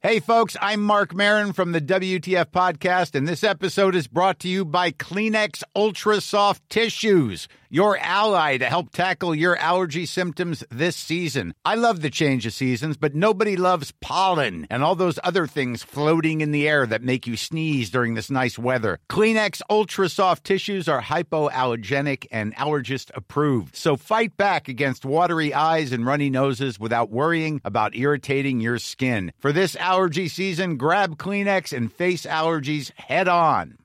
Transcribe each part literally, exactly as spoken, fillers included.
Hey, folks, I'm Mark Maron from the W T F Podcast, and this episode is brought to you by Kleenex Ultra Soft Tissues, your ally to help tackle your allergy symptoms this season. I love the change of seasons, but nobody loves pollen and all those other things floating in the air that make you sneeze during this nice weather. Kleenex Ultra Soft Tissues are hypoallergenic and allergist approved, so fight back against watery eyes and runny noses without worrying about irritating your skin. For this allergy season, grab Kleenex and face allergies head on.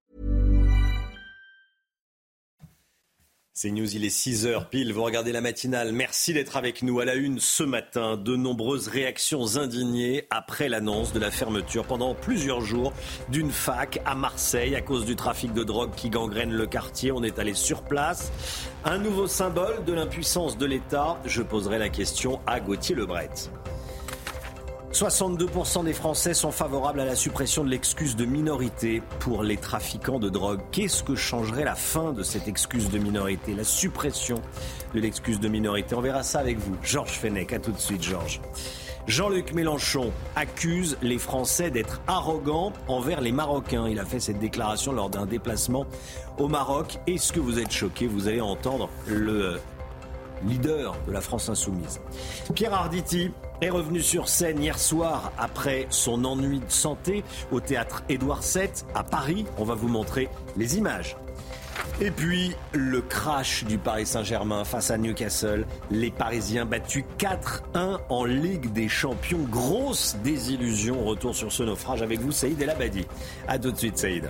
C'est News, il est six heures pile, vous regardez la matinale. Merci d'être avec nous à la une ce matin. De nombreuses réactions indignées après l'annonce de la fermeture pendant plusieurs jours d'une fac à Marseille à cause du trafic de drogue qui gangrène le quartier. On est allé sur place. Un nouveau symbole de l'impuissance de l'État. Je poserai la question à Gauthier Lebret. soixante-deux pour cent des Français sont favorables à la suppression de l'excuse de minorité pour les trafiquants de drogue. Qu'est-ce que changerait la fin de cette excuse de minorité, la suppression de l'excuse de minorité? On verra ça avec vous. Georges Fenech, à tout de suite Georges. Jean-Luc Mélenchon accuse les Français d'être arrogants envers les Marocains. Il a fait cette déclaration lors d'un déplacement au Maroc. Est-ce que vous êtes choqués? Vous allez entendre le leader de la France Insoumise. Pierre Arditi est revenu sur scène hier soir après son ennui de santé au théâtre Édouard sept à Paris. On va vous montrer les images. Et puis, le crash du Paris Saint-Germain face à Newcastle. Les Parisiens battus quatre un en Ligue des Champions. Grosse désillusion. Retour sur ce naufrage avec vous, Saïd El Abadi. A tout de suite, Saïd.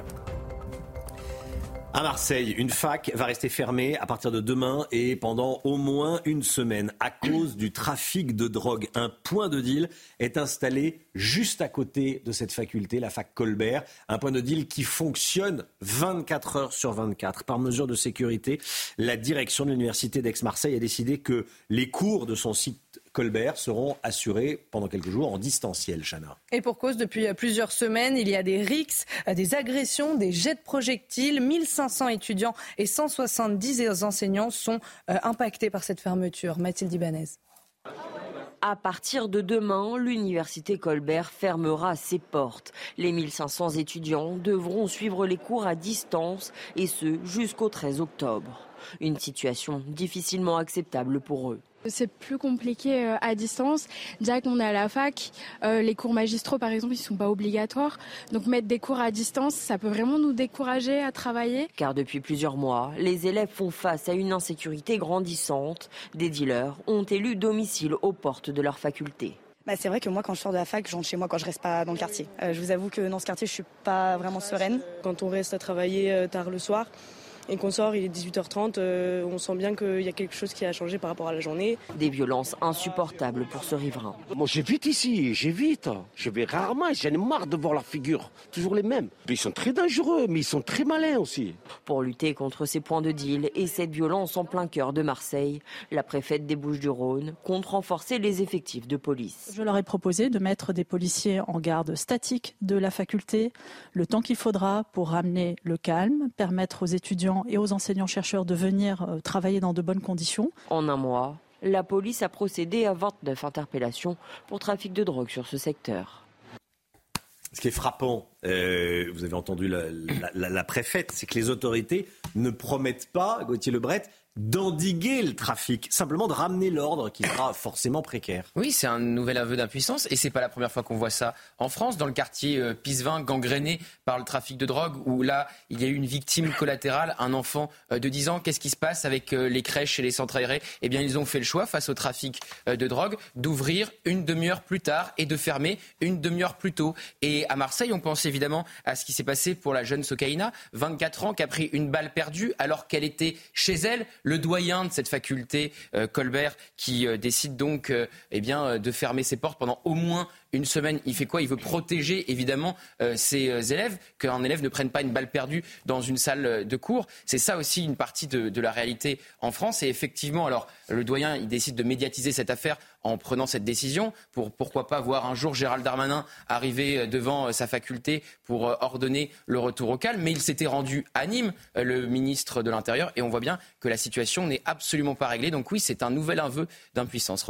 À Marseille, une fac va rester fermée à partir de demain et pendant au moins une semaine à cause du trafic de drogue. Un point de deal est installé juste à côté de cette faculté, la fac Colbert. Un point de deal qui fonctionne vingt-quatre heures sur vingt-quatre. Par mesure de sécurité, la direction de l'université d'Aix-Marseille a décidé que les cours de son site Colbert seront assurés pendant quelques jours en distanciel, Chana. Et pour cause, depuis plusieurs semaines, il y a des rixes, des agressions, des jets de projectiles. mille cinq cents étudiants et cent soixante-dix enseignants sont euh, impactés par cette fermeture. Mathilde Ibanez. À partir de demain, l'université Colbert fermera ses portes. Les mille cinq cents étudiants devront suivre les cours à distance et ce jusqu'au treize octobre. Une situation difficilement acceptable pour eux. C'est plus compliqué à distance. Déjà qu'on est à la fac, euh, les cours magistraux par exemple, ils ne sont pas obligatoires. Donc mettre des cours à distance, ça peut vraiment nous décourager à travailler. Car depuis plusieurs mois, les élèves font face à une insécurité grandissante. Des dealers ont élu domicile aux portes de leur faculté. Bah c'est vrai que moi, quand je sors de la fac, je rentre chez moi quand je reste pas dans le quartier. Euh, je vous avoue que dans ce quartier, je suis pas vraiment sereine. Quand on reste à travailler euh, tard le soir et qu'on sort, il est dix-huit heures trente, euh, on sent bien qu'il y a quelque chose qui a changé par rapport à la journée. Des violences insupportables pour ce riverain. Moi j'évite ici, j'évite. Je vais rarement, j'en ai marre de voir leurs figures. Toujours les mêmes. Ils sont très dangereux, mais ils sont très malins aussi. Pour lutter contre ces points de deal et cette violence en plein cœur de Marseille, la préfète des Bouches-du-Rhône compte renforcer les effectifs de police. Je leur ai proposé de mettre des policiers en garde statique de la faculté, le temps qu'il faudra pour ramener le calme, permettre aux étudiants et aux enseignants-chercheurs de venir travailler dans de bonnes conditions. En un mois, la police a procédé à vingt-neuf interpellations pour trafic de drogue sur ce secteur. Ce qui est frappant, euh, vous avez entendu la, la, la, la préfète, c'est que les autorités ne promettent pas, Gauthier Lebret, d'endiguer le trafic, simplement de ramener l'ordre qui sera forcément précaire. Oui, c'est un nouvel aveu d'impuissance et c'est pas la première fois qu'on voit ça en France, dans le quartier euh, Pisevin, gangréné par le trafic de drogue, où là, il y a eu une victime collatérale, un enfant euh, de dix ans. Qu'est-ce qui se passe avec euh, les crèches et les centres aérés? Eh bien, ils ont fait le choix, face au trafic euh, de drogue, d'ouvrir une demi-heure plus tard et de fermer une demi-heure plus tôt. Et à Marseille, on pense évidemment à ce qui s'est passé pour la jeune Sokaina, vingt-quatre ans, qui a pris une balle perdue alors qu'elle était chez elle. Le doyen de cette faculté, euh, Colbert, qui euh, décide donc euh, eh bien, euh, de fermer ses portes pendant au moins une semaine. Il fait quoi? Il veut protéger évidemment euh, ses euh, élèves, qu'un élève ne prenne pas une balle perdue dans une salle de cours. C'est ça aussi une partie de, de la réalité en France. Et effectivement, alors le doyen, il décide de médiatiser cette affaire en prenant cette décision pour pourquoi pas voir un jour Gérald Darmanin arriver devant sa faculté pour ordonner le retour au calme. Mais il s'était rendu à Nîmes, le ministre de l'Intérieur, et on voit bien que la situation n'est absolument pas réglée. Donc oui, c'est un nouvel aveu d'impuissance, Romain.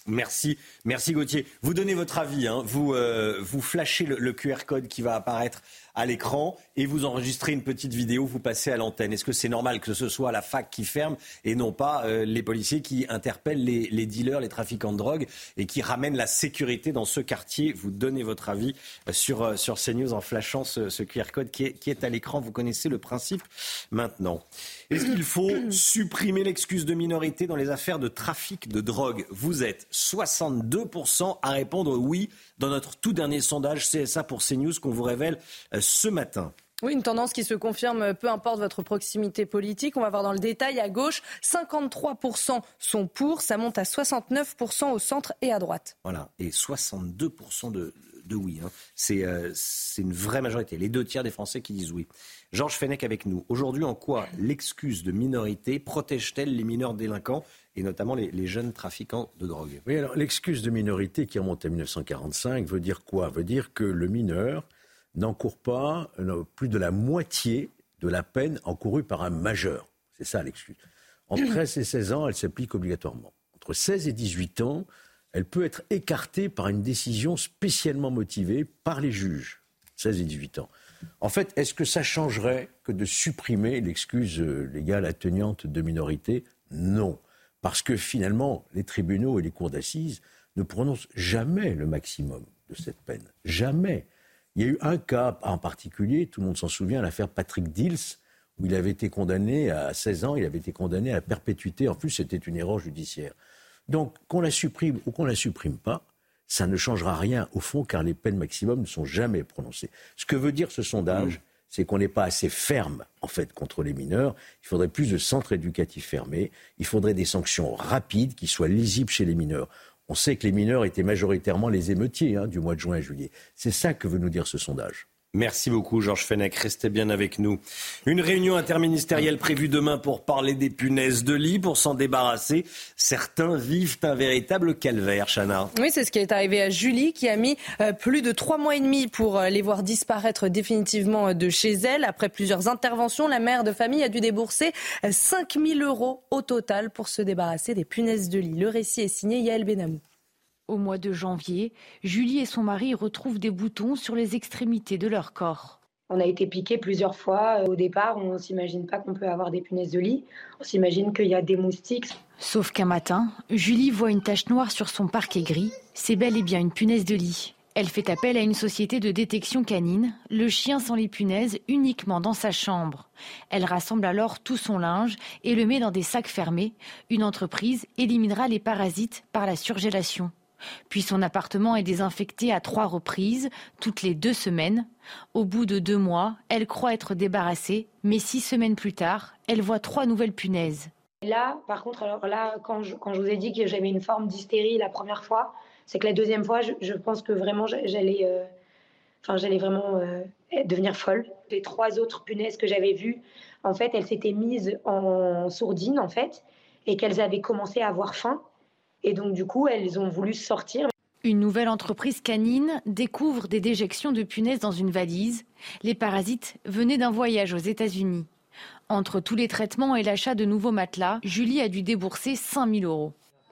Merci, merci Gauthier. Vous donnez votre avis, hein. vous, euh, vous flashez le, le Q R code qui va apparaître à l'écran et vous enregistrez une petite vidéo, vous passez à l'antenne. Est-ce que c'est normal que ce soit la fac qui ferme et non pas euh, les policiers qui interpellent les, les dealers, les trafiquants de drogue et qui ramènent la sécurité dans ce quartier? Vous donnez votre avis sur, sur CNews en flashant ce, ce Q R code qui est, qui est à l'écran. Vous connaissez le principe maintenant. Est-ce qu'il faut supprimer l'excuse de minorité dans les affaires de trafic de drogue? Vous êtes soixante-deux pour cent à répondre oui dans notre tout dernier sondage C S A pour CNews qu'on vous révèle ce matin. Oui, une tendance qui se confirme, peu importe votre proximité politique. On va voir dans le détail à gauche, cinquante-trois pour cent sont pour, ça monte à soixante-neuf pour cent au centre et à droite. Voilà, et soixante-deux pour cent de, de oui. Hein. C'est, euh, c'est une vraie majorité, les deux tiers des Français qui disent oui. Georges Fenech avec nous. Aujourd'hui, en quoi l'excuse de minorité protège-t-elle les mineurs délinquants et notamment les, les jeunes trafiquants de drogue? Oui, alors l'excuse de minorité qui remonte à dix-neuf cent quarante-cinq veut dire quoi? Veut dire que le mineur n'encourt pas euh, plus de la moitié de la peine encourue par un majeur. C'est ça l'excuse. Entre treize et seize ans, elle s'applique obligatoirement. Entre seize et dix-huit ans, elle peut être écartée par une décision spécialement motivée par les juges. seize et dix-huit ans. En fait, est-ce que ça changerait que de supprimer l'excuse légale atténuante de minorité? Non. Parce que finalement, les tribunaux et les cours d'assises ne prononcent jamais le maximum de cette peine. Jamais. Il y a eu un cas en particulier, tout le monde s'en souvient, l'affaire Patrick Dils, où il avait été condamné à seize ans, il avait été condamné à la perpétuité. En plus, c'était une erreur judiciaire. Donc, qu'on la supprime ou qu'on ne la supprime pas, ça ne changera rien au fond, car les peines maximum ne sont jamais prononcées. Ce que veut dire ce sondage, mmh. c'est qu'on n'est pas assez ferme, en fait, contre les mineurs. Il faudrait plus de centres éducatifs fermés. Il faudrait des sanctions rapides qui soient lisibles chez les mineurs. On sait que les mineurs étaient majoritairement les émeutiers hein, du mois de juin à juillet. C'est ça que veut nous dire ce sondage. Merci beaucoup Georges Fenech, restez bien avec nous. Une réunion interministérielle prévue demain pour parler des punaises de lit, pour s'en débarrasser. Certains vivent un véritable calvaire, Chana. Oui, c'est ce qui est arrivé à Julie, qui a mis euh, plus de trois mois et demi pour euh, les voir disparaître définitivement euh, de chez elle. Après plusieurs interventions, la mère de famille a dû débourser euh, cinq mille euros au total pour se débarrasser des punaises de lit. Le récit est signé Yael Benamou. Au mois de janvier, Julie et son mari retrouvent des boutons sur les extrémités de leur corps. On a été piqués plusieurs fois. Au départ, on ne s'imagine pas qu'on peut avoir des punaises de lit. On s'imagine qu'il y a des moustiques. Sauf qu'un matin, Julie voit une tache noire sur son parquet gris. C'est bel et bien une punaise de lit. Elle fait appel à une société de détection canine, le chien sans les punaises uniquement dans sa chambre. Elle rassemble alors tout son linge et le met dans des sacs fermés. Une entreprise éliminera les parasites par la surgélation. Puis son appartement est désinfecté à trois reprises, toutes les deux semaines. Au bout de deux mois, elle croit être débarrassée, mais six semaines plus tard, elle voit trois nouvelles punaises. Là, par contre, alors là, quand je, quand je vous ai dit que j'avais une forme d'hystérie la première fois, c'est que la deuxième fois, je, je pense que vraiment j'allais, euh, enfin, j'allais vraiment euh, devenir folle. Les trois autres punaises que j'avais vues, en fait, elles s'étaient mises en sourdine, en fait, et qu'elles avaient commencé à avoir faim. Et donc, du coup, elles ont voulu sortir. Une nouvelle entreprise canine découvre des déjections de punaises dans une valise. Les parasites venaient d'un voyage aux États-Unis. Entre tous les traitements et l'achat de nouveaux matelas, Julie a dû débourser cinq mille euros.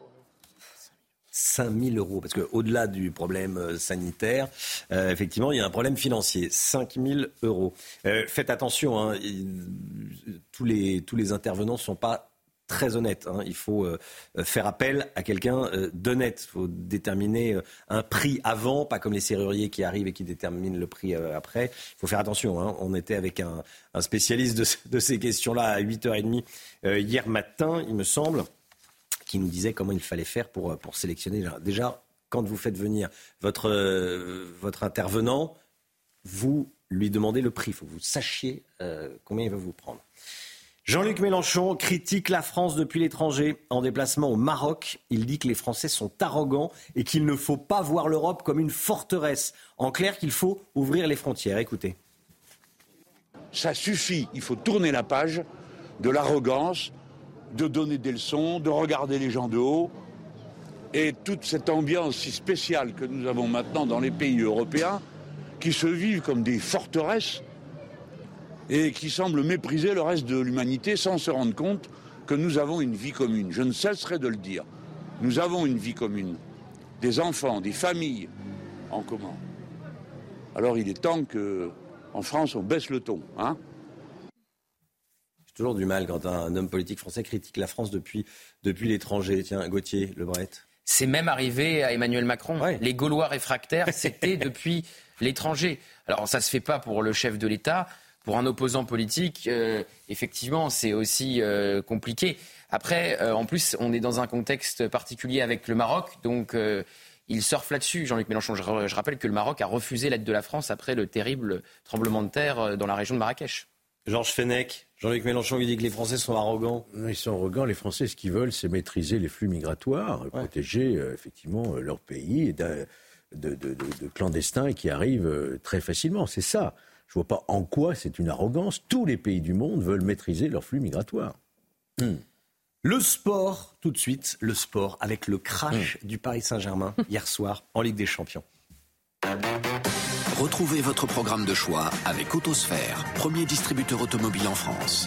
cinq mille euros, parce qu'au-delà du problème sanitaire, euh, effectivement, il y a un problème financier. cinq mille euros. Euh, faites attention, hein, il, tous, les, tous les intervenants ne sont pas très honnête. Hein. Il faut euh, faire appel à quelqu'un euh, d'honnête. Il faut déterminer euh, un prix avant, pas comme les serruriers qui arrivent et qui déterminent le prix euh, après. Il faut faire attention. Hein. On était avec un, un spécialiste de, de ces questions-là à huit heures trente euh, hier matin, il me semble, qui nous disait comment il fallait faire pour, pour sélectionner. Déjà, quand vous faites venir votre, euh, votre intervenant, vous lui demandez le prix. Il faut que vous sachiez euh, combien il va vous prendre. Jean-Luc Mélenchon critique la France depuis l'étranger. En déplacement au Maroc, il dit que les Français sont arrogants et qu'il ne faut pas voir l'Europe comme une forteresse. En clair, qu'il faut ouvrir les frontières. Écoutez. Ça suffit. Il faut tourner la page de l'arrogance, de donner des leçons, de regarder les gens de haut. Et toute cette ambiance si spéciale que nous avons maintenant dans les pays européens, qui se vivent comme des forteresses, et qui semble mépriser le reste de l'humanité sans se rendre compte que nous avons une vie commune. Je ne cesserai de le dire. Nous avons une vie commune. des enfants, des familles en commun. Alors il est temps qu'en France, on baisse le ton, hein ? J'ai toujours du mal quand un homme politique français critique la France depuis, depuis l'étranger. Tiens, Gauthier Lebret. C'est même arrivé à Emmanuel Macron. Ouais. Les Gaulois réfractaires, c'était depuis l'étranger. Alors ça ne se fait pas pour le chef de l'État. Pour un opposant politique, euh, effectivement, c'est aussi euh, compliqué. Après, euh, en plus, on est dans un contexte particulier avec le Maroc, donc euh, il surfe là-dessus. Jean-Luc Mélenchon, je, je rappelle que le Maroc a refusé l'aide de la France après le terrible tremblement de terre dans la région de Marrakech. Georges Fenech, Jean-Luc Mélenchon qui dit que les Français sont arrogants. Ils sont arrogants. Les Français, ce qu'ils veulent, c'est maîtriser les flux migratoires, ouais. protéger euh, effectivement leur pays de, de, de, de, de clandestins qui arrivent euh, très facilement. C'est ça. Je ne vois pas en quoi c'est une arrogance. Tous les pays du monde veulent maîtriser leurs flux migratoires. Hum. Le sport, tout de suite, le sport avec le crash hum. du Paris Saint-Germain hier soir en Ligue des Champions. Retrouvez votre programme de choix avec Autosphère, premier distributeur automobile en France.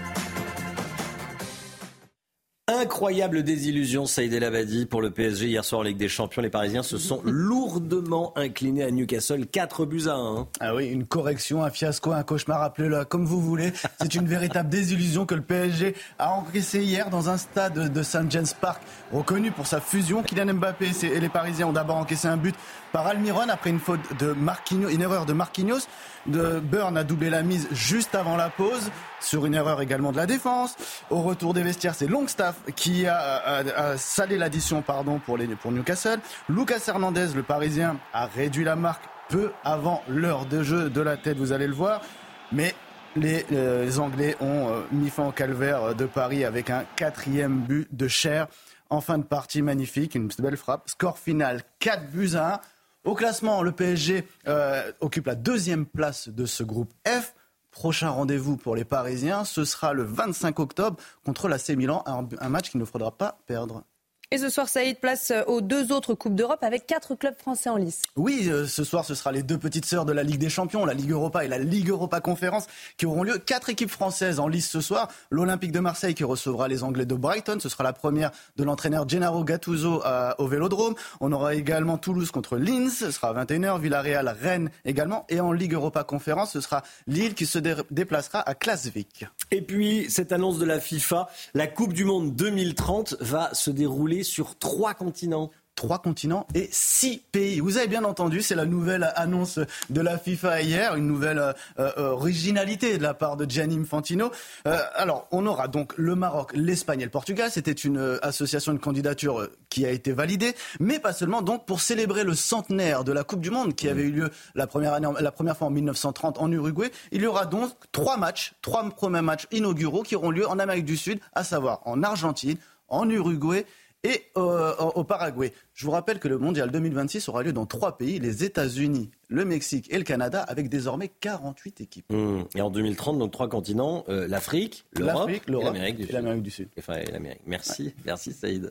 Incroyable désillusion, Saïd El Abadi, pour le P S G hier soir en Ligue des Champions. Les Parisiens se sont lourdement inclinés à Newcastle, quatre buts à un. Ah oui, une correction, un fiasco, un cauchemar, appelez-le comme vous voulez. C'est une véritable désillusion que le P S G a encaissé hier dans un stade de Saint James Park, reconnu pour sa fusion. Kylian Mbappé et les Parisiens ont d'abord encaissé un but par Almiron après une faute de Marquinhos, une erreur de Marquinhos. De Burn a doublé la mise juste avant la pause, sur une erreur également de la défense. Au retour des vestiaires, c'est Longstaff qui a, a, a salé l'addition pardon, pour, les, pour Newcastle. Lucas Hernandez, le Parisien, a réduit la marque peu avant l'heure de jeu de la tête, vous allez le voir. Mais les, euh, les Anglais ont euh, mis fin au calvaire de Paris avec un quatrième but de Cher en fin de partie, magnifique, une belle frappe. Score final, quatre buts à un. Au classement, le P S G euh, occupe la deuxième place de ce groupe F. Prochain rendez-vous pour les Parisiens, ce sera le vingt-cinq octobre contre l'A C Milan, un, un match qu'il ne faudra pas perdre. Et ce soir, Saïd, place aux deux autres Coupes d'Europe avec quatre clubs français en lice. Oui, euh, ce soir, ce sera les deux petites sœurs de la Ligue des Champions, la Ligue Europa et la Ligue Europa Conférence, qui auront lieu. Quatre équipes françaises en lice ce soir. L'Olympique de Marseille qui recevra les Anglais de Brighton. Ce sera la première de l'entraîneur Gennaro Gattuso euh, au Vélodrome. On aura également Toulouse contre Linz. Ce sera à vingt et une heures. Villarreal, Rennes également. Et en Ligue Europa Conférence, ce sera Lille qui se dé- déplacera à Klaasvik. Et puis, cette annonce de la FIFA, la Coupe du Monde deux mille trente va se dérouler sur trois continents. Trois continents et six pays. Vous avez bien entendu, c'est la nouvelle annonce de la FIFA hier, une nouvelle euh, euh, originalité de la part de Gianni Infantino. Euh, alors, on aura donc le Maroc, l'Espagne et le Portugal. C'était une euh, association de candidature euh, qui a été validée, mais pas seulement donc pour célébrer le centenaire de la Coupe du Monde qui avait eu lieu la première année, la première fois en dix-neuf cent trente en Uruguay. Il y aura donc trois matchs, trois premiers matchs inauguraux qui auront lieu en Amérique du Sud, à savoir en Argentine, en Uruguay et euh, au Paraguay. Je vous rappelle que le Mondial deux mille vingt-six aura lieu dans trois pays, les États-Unis, le Mexique et le Canada, avec désormais quarante-huit équipes. Mmh. Et en deux mille trente, donc trois continents, euh, l'Afrique, l'Europe, L'Afrique, l'Europe et l'Amérique du et Sud. l'Amérique du Sud. Enfin, et l'Amérique. Merci, ouais. Merci Saïd.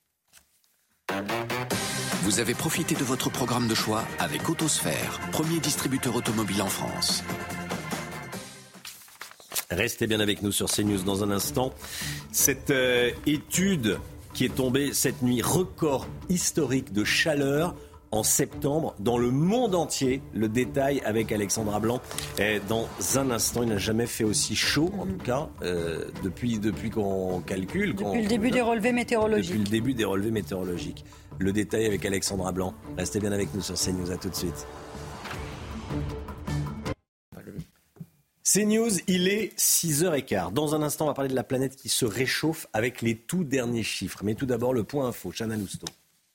Vous avez profité de votre programme de choix avec Autosphère, premier distributeur automobile en France. Restez bien avec nous sur CNews dans un instant. Cette euh, étude qui est tombée cette nuit, record historique de chaleur en septembre dans le monde entier. Le détail avec Alexandra Blanc est dans un instant. Il n'a jamais fait aussi chaud, en tout cas, euh, depuis, depuis qu'on calcule. Depuis qu'on, le début des relevés météorologiques. Depuis le début des relevés météorologiques. Le détail avec Alexandra Blanc. Restez bien avec nous sur CNews. À tout de suite. CNews, il est six heures quinze. Dans un instant, on va parler de la planète qui se réchauffe avec les tout derniers chiffres. Mais tout d'abord, le point info. Chana Lousteau.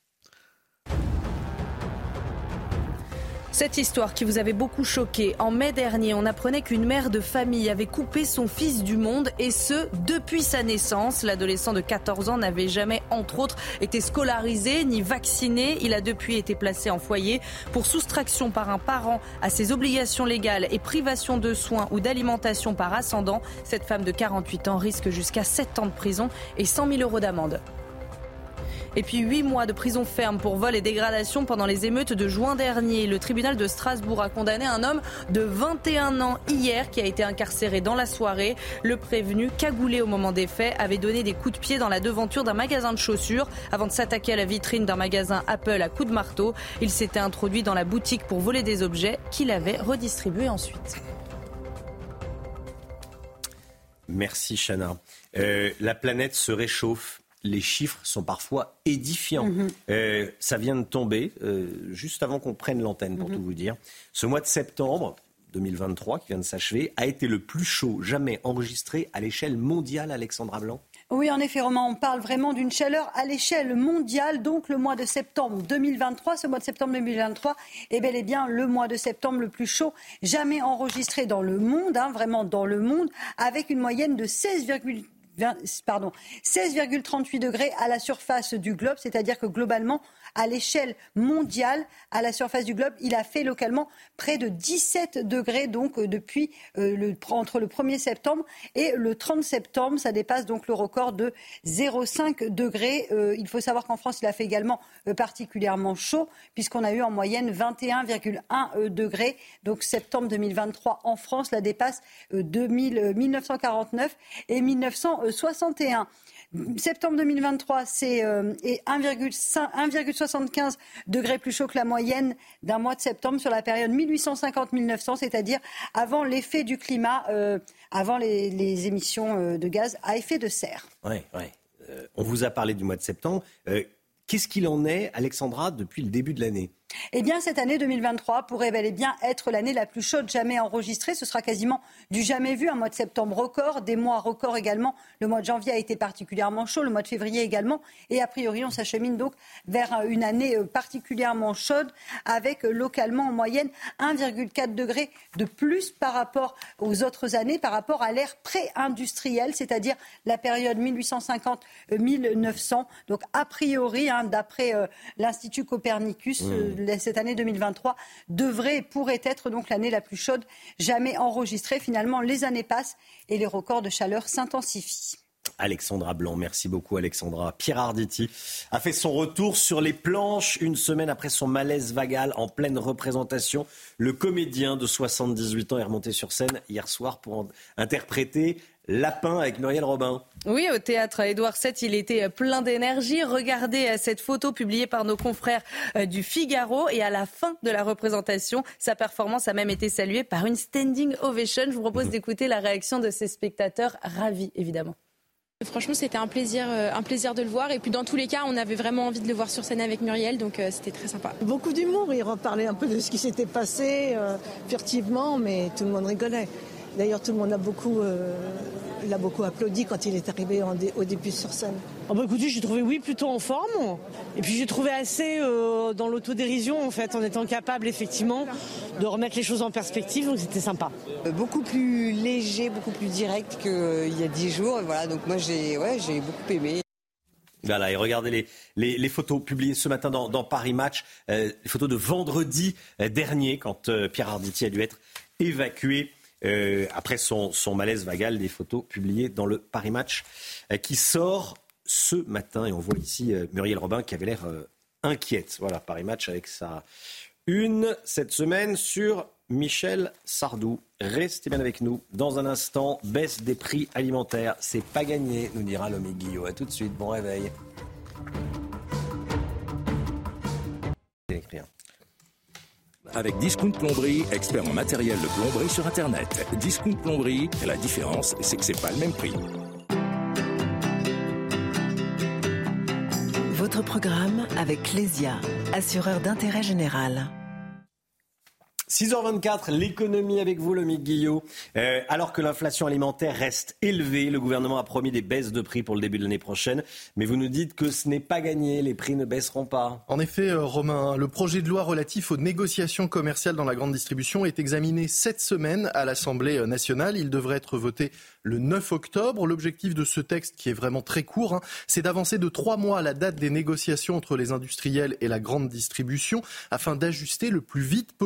Cette histoire qui vous avait beaucoup choqué. En mai dernier, on apprenait qu'une mère de famille avait coupé son fils du monde et ce, depuis sa naissance. L'adolescent de quatorze ans n'avait jamais, entre autres, été scolarisé ni vacciné. Il a depuis été placé en foyer pour soustraction par un parent à ses obligations légales et privation de soins ou d'alimentation par ascendant. Cette femme de quarante-huit ans risque jusqu'à sept ans de prison et cent mille euros d'amende. Et puis huit mois de prison ferme pour vol et dégradation pendant les émeutes de juin dernier. Le tribunal de Strasbourg a condamné un homme de vingt et un ans hier qui a été incarcéré dans la soirée. Le prévenu, cagoulé au moment des faits, avait donné des coups de pied dans la devanture d'un magasin de chaussures avant de s'attaquer à la vitrine d'un magasin Apple à coups de marteau. Il s'était introduit dans la boutique pour voler des objets qu'il avait redistribués ensuite. Merci Chana. Euh, la planète se réchauffe. Les chiffres sont parfois édifiants. Mmh. Euh, ça vient de tomber, euh, juste avant qu'on prenne l'antenne, pour mmh. tout vous dire. Ce mois de septembre deux mille vingt-trois, qui vient de s'achever, a été le plus chaud jamais enregistré à l'échelle mondiale, Alexandra Blanc. Oui, en effet, Romain, on parle vraiment d'une chaleur à l'échelle mondiale. Donc, le mois de septembre deux mille vingt-trois, ce mois de septembre deux mille vingt-trois est bel et bien le mois de septembre le plus chaud jamais enregistré dans le monde, hein, vraiment dans le monde, avec une moyenne de seize virgule Pardon, seize virgule trente-huit degrés à la surface du globe, c'est-à-dire que globalement, à l'échelle mondiale, à la surface du globe, il a fait localement près de dix-sept degrés donc depuis euh, le, entre le premier septembre et le trente septembre. Ça dépasse donc le record de zéro virgule cinq degrés. Euh, il faut savoir qu'en France, il a fait également euh, particulièrement chaud puisqu'on a eu en moyenne vingt et un virgule un euh, degrés. Donc septembre deux mille vingt-trois en France la dépasse euh, deux mille, euh, mille neuf cent quarante-neuf et mille neuf cent soixante et un. Septembre deux mille vingt-trois, c'est euh, un virgule soixante-quinze degrés plus chaud que la moyenne d'un mois de septembre sur la période mille huit cent cinquante à mille neuf cents, c'est-à-dire avant l'effet du climat, euh, avant les, les émissions euh, de gaz à effet de serre. Oui, oui. Euh, on vous a parlé du mois de septembre. Euh, qu'est-ce qu'il en est, Alexandra, depuis le début de l'année ? Eh bien, cette année deux mille vingt-trois pourrait bel et bien être l'année la plus chaude jamais enregistrée. Ce sera quasiment du jamais vu. Un mois de septembre record, des mois records également. Le mois de janvier a été particulièrement chaud, le mois de février également. Et a priori, on s'achemine donc vers une année particulièrement chaude avec localement en moyenne un virgule quatre degrés de plus par rapport aux autres années, par rapport à l'ère pré-industrielle, c'est-à-dire la période mille huit cent cinquante à mille neuf cents. Donc, a priori, hein, d'après euh, l'Institut Copernicus, mmh. euh, cette année deux mille vingt-trois devrait et pourrait être donc l'année la plus chaude jamais enregistrée. Finalement, les années passent et les records de chaleur s'intensifient. Alexandra Blanc, merci beaucoup Alexandra. Pierre Arditi a fait son retour sur les planches une semaine après son malaise vagal en pleine représentation. Le comédien de soixante-dix-huit ans est remonté sur scène hier soir pour interpréter Lapin avec Muriel Robin. Oui, au théâtre Édouard sept, il était plein d'énergie. Regardez cette photo publiée par nos confrères du Figaro. Et à la fin de la représentation, sa performance a même été saluée par une standing ovation. Je vous propose d'écouter la réaction de ses spectateurs, ravis évidemment. Franchement, c'était un plaisir, un plaisir de le voir. Et puis dans tous les cas, on avait vraiment envie de le voir sur scène avec Muriel, donc euh, c'était très sympa. Beaucoup d'humour, il reparlait un peu de ce qui s'était passé euh, furtivement, mais tout le monde rigolait. D'ailleurs, tout le monde a beaucoup, euh, l'a beaucoup applaudi quand il est arrivé en dé, au début sur scène. Oh bah écoutez, j'ai trouvé oui plutôt en forme. Et puis j'ai trouvé assez euh, dans l'autodérision en fait, en étant capable effectivement de remettre les choses en perspective. Donc c'était sympa. Beaucoup plus léger, beaucoup plus direct qu'il euh, y a dix jours. Et voilà, donc moi j'ai, ouais, j'ai beaucoup aimé. Voilà, et regardez les, les, les photos publiées ce matin dans, dans Paris Match, euh, les photos de vendredi dernier quand euh, Pierre Arditi a dû être évacué. Euh, après son, son malaise vagal, des photos publiées dans le Paris Match euh, qui sort ce matin. Et on voit ici euh, Muriel Robin qui avait l'air euh, inquiète. Voilà, Paris Match avec sa une cette semaine sur Michel Sardou. Restez bien avec nous. Dans un instant, baisse des prix alimentaires. C'est pas gagné, nous dira Lomi Guillot. À tout de suite, bon réveil. Avec Discount Plomberie, expert en matériel de plomberie sur Internet. Discount Plomberie, la différence, c'est que c'est pas le même prix. Votre programme avec Clésia, assureur d'intérêt général. six heures vingt-quatre, l'économie avec vous, Lomi Guillot. Euh, alors que l'inflation alimentaire reste élevée, le gouvernement a promis des baisses de prix pour le début de l'année prochaine. Mais vous nous dites que ce n'est pas gagné, les prix ne baisseront pas. En effet, euh, Romain, le projet de loi relatif aux négociations commerciales dans la grande distribution est examiné cette semaine à l'Assemblée nationale. Il devrait être voté le neuf octobre. L'objectif de ce texte, qui est vraiment très court, hein, c'est d'avancer de trois mois la date des négociations entre les industriels et la grande distribution afin d'ajuster le plus vite possible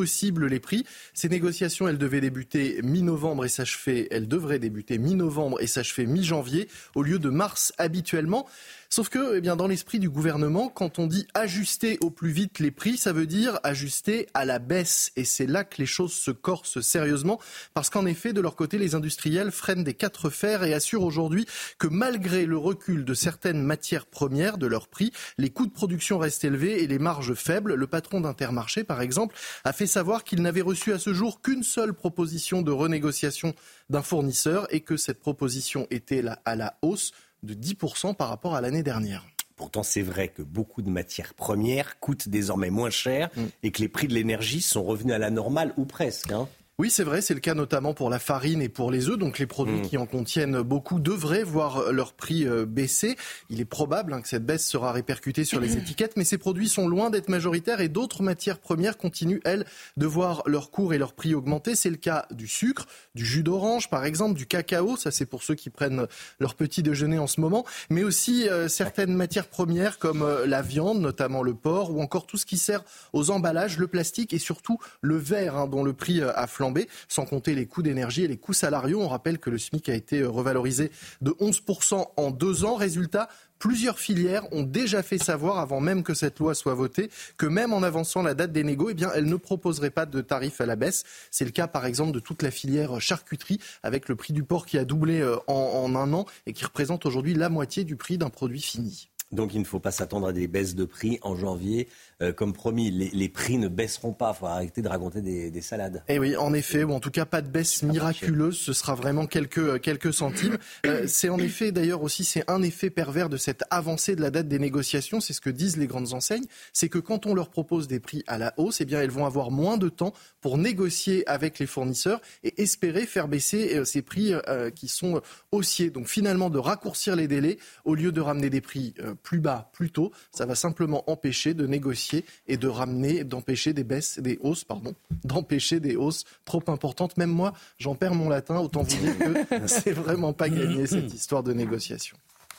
les prix. Ces négociations, elles devaient débuter mi-novembre et s'achever, elles devraient débuter mi-novembre et s'achever mi-janvier au lieu de mars habituellement. Sauf que, eh bien, dans l'esprit du gouvernement, quand on dit ajuster au plus vite les prix, ça veut dire ajuster à la baisse. Et c'est là que les choses se corsent sérieusement, parce qu'en effet, de leur côté, les industriels freinent des quatre fers et assurent aujourd'hui que malgré le recul de certaines matières premières, de leur prix, les coûts de production restent élevés et les marges faibles. Le patron d'Intermarché, par exemple, a fait savoir qu'il n'avait reçu à ce jour qu'une seule proposition de renégociation d'un fournisseur et que cette proposition était à la hausse de dix pour cent par rapport à l'année dernière. Pourtant, c'est vrai que beaucoup de matières premières coûtent désormais moins cher mmh. et que les prix de l'énergie sont revenus à la normale ou presque. Hein. Oui, c'est vrai, c'est le cas notamment pour la farine et pour les œufs. Donc les produits mmh. qui en contiennent beaucoup devraient voir leur prix euh, baisser. Il est probable hein, que cette baisse sera répercutée sur les étiquettes, mais ces produits sont loin d'être majoritaires et d'autres matières premières continuent, elles, de voir leur cours et leur prix augmenter. C'est le cas du sucre, du jus d'orange par exemple, du cacao, ça c'est pour ceux qui prennent leur petit déjeuner en ce moment, mais aussi euh, certaines matières premières comme euh, la viande, notamment le porc, ou encore tout ce qui sert aux emballages, le plastique et surtout le verre hein, dont le prix euh, a flambé. Sans compter les coûts d'énergie et les coûts salariaux. On rappelle que le SMIC a été revalorisé de onze pour cent en deux ans. Résultat, plusieurs filières ont déjà fait savoir, avant même que cette loi soit votée, que même en avançant la date des négos, eh bien, elles ne proposeraient pas de tarifs à la baisse. C'est le cas, par exemple, de toute la filière charcuterie, avec le prix du porc qui a doublé en, en un an et qui représente aujourd'hui la moitié du prix d'un produit fini. Donc il ne faut pas s'attendre à des baisses de prix en janvier. Euh, comme promis, les, les prix ne baisseront pas. Il faut arrêter de raconter des, des salades. Et oui, en effet, ou en tout cas pas de baisse miraculeuse. Ce sera vraiment quelques, quelques centimes. Euh, c'est en effet, d'ailleurs aussi, c'est un effet pervers de cette avancée de la date des négociations. C'est ce que disent les grandes enseignes. C'est que quand on leur propose des prix à la hausse, eh bien, elles vont avoir moins de temps pour négocier avec les fournisseurs et espérer faire baisser euh, ces prix euh, qui sont haussiers. Donc finalement, de raccourcir les délais au lieu de ramener des prix euh, plus bas, plus tôt, ça va simplement empêcher de négocier et de ramener, d'empêcher des baisses, des hausses, pardon, d'empêcher des hausses trop importantes. Même moi, j'en perds mon latin, autant vous dire que c'est vraiment pas gagné cette histoire de négociation.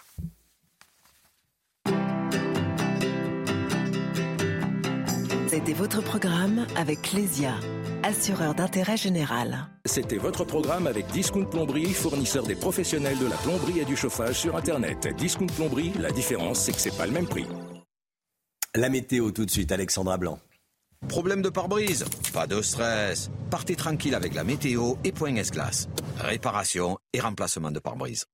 C'était votre programme avec Clésia, assureur d'intérêt général. C'était votre programme avec Discount Plomberie, fournisseur des professionnels de la plomberie et du chauffage sur Internet. Discount Plomberie, la différence, c'est que c'est pas le même prix. La météo tout de suite, Alexandra Blanc. Problème de pare-brise? Pas de stress. Partez tranquille avec la météo et Point S-Glace. Réparation et remplacement de pare-brise.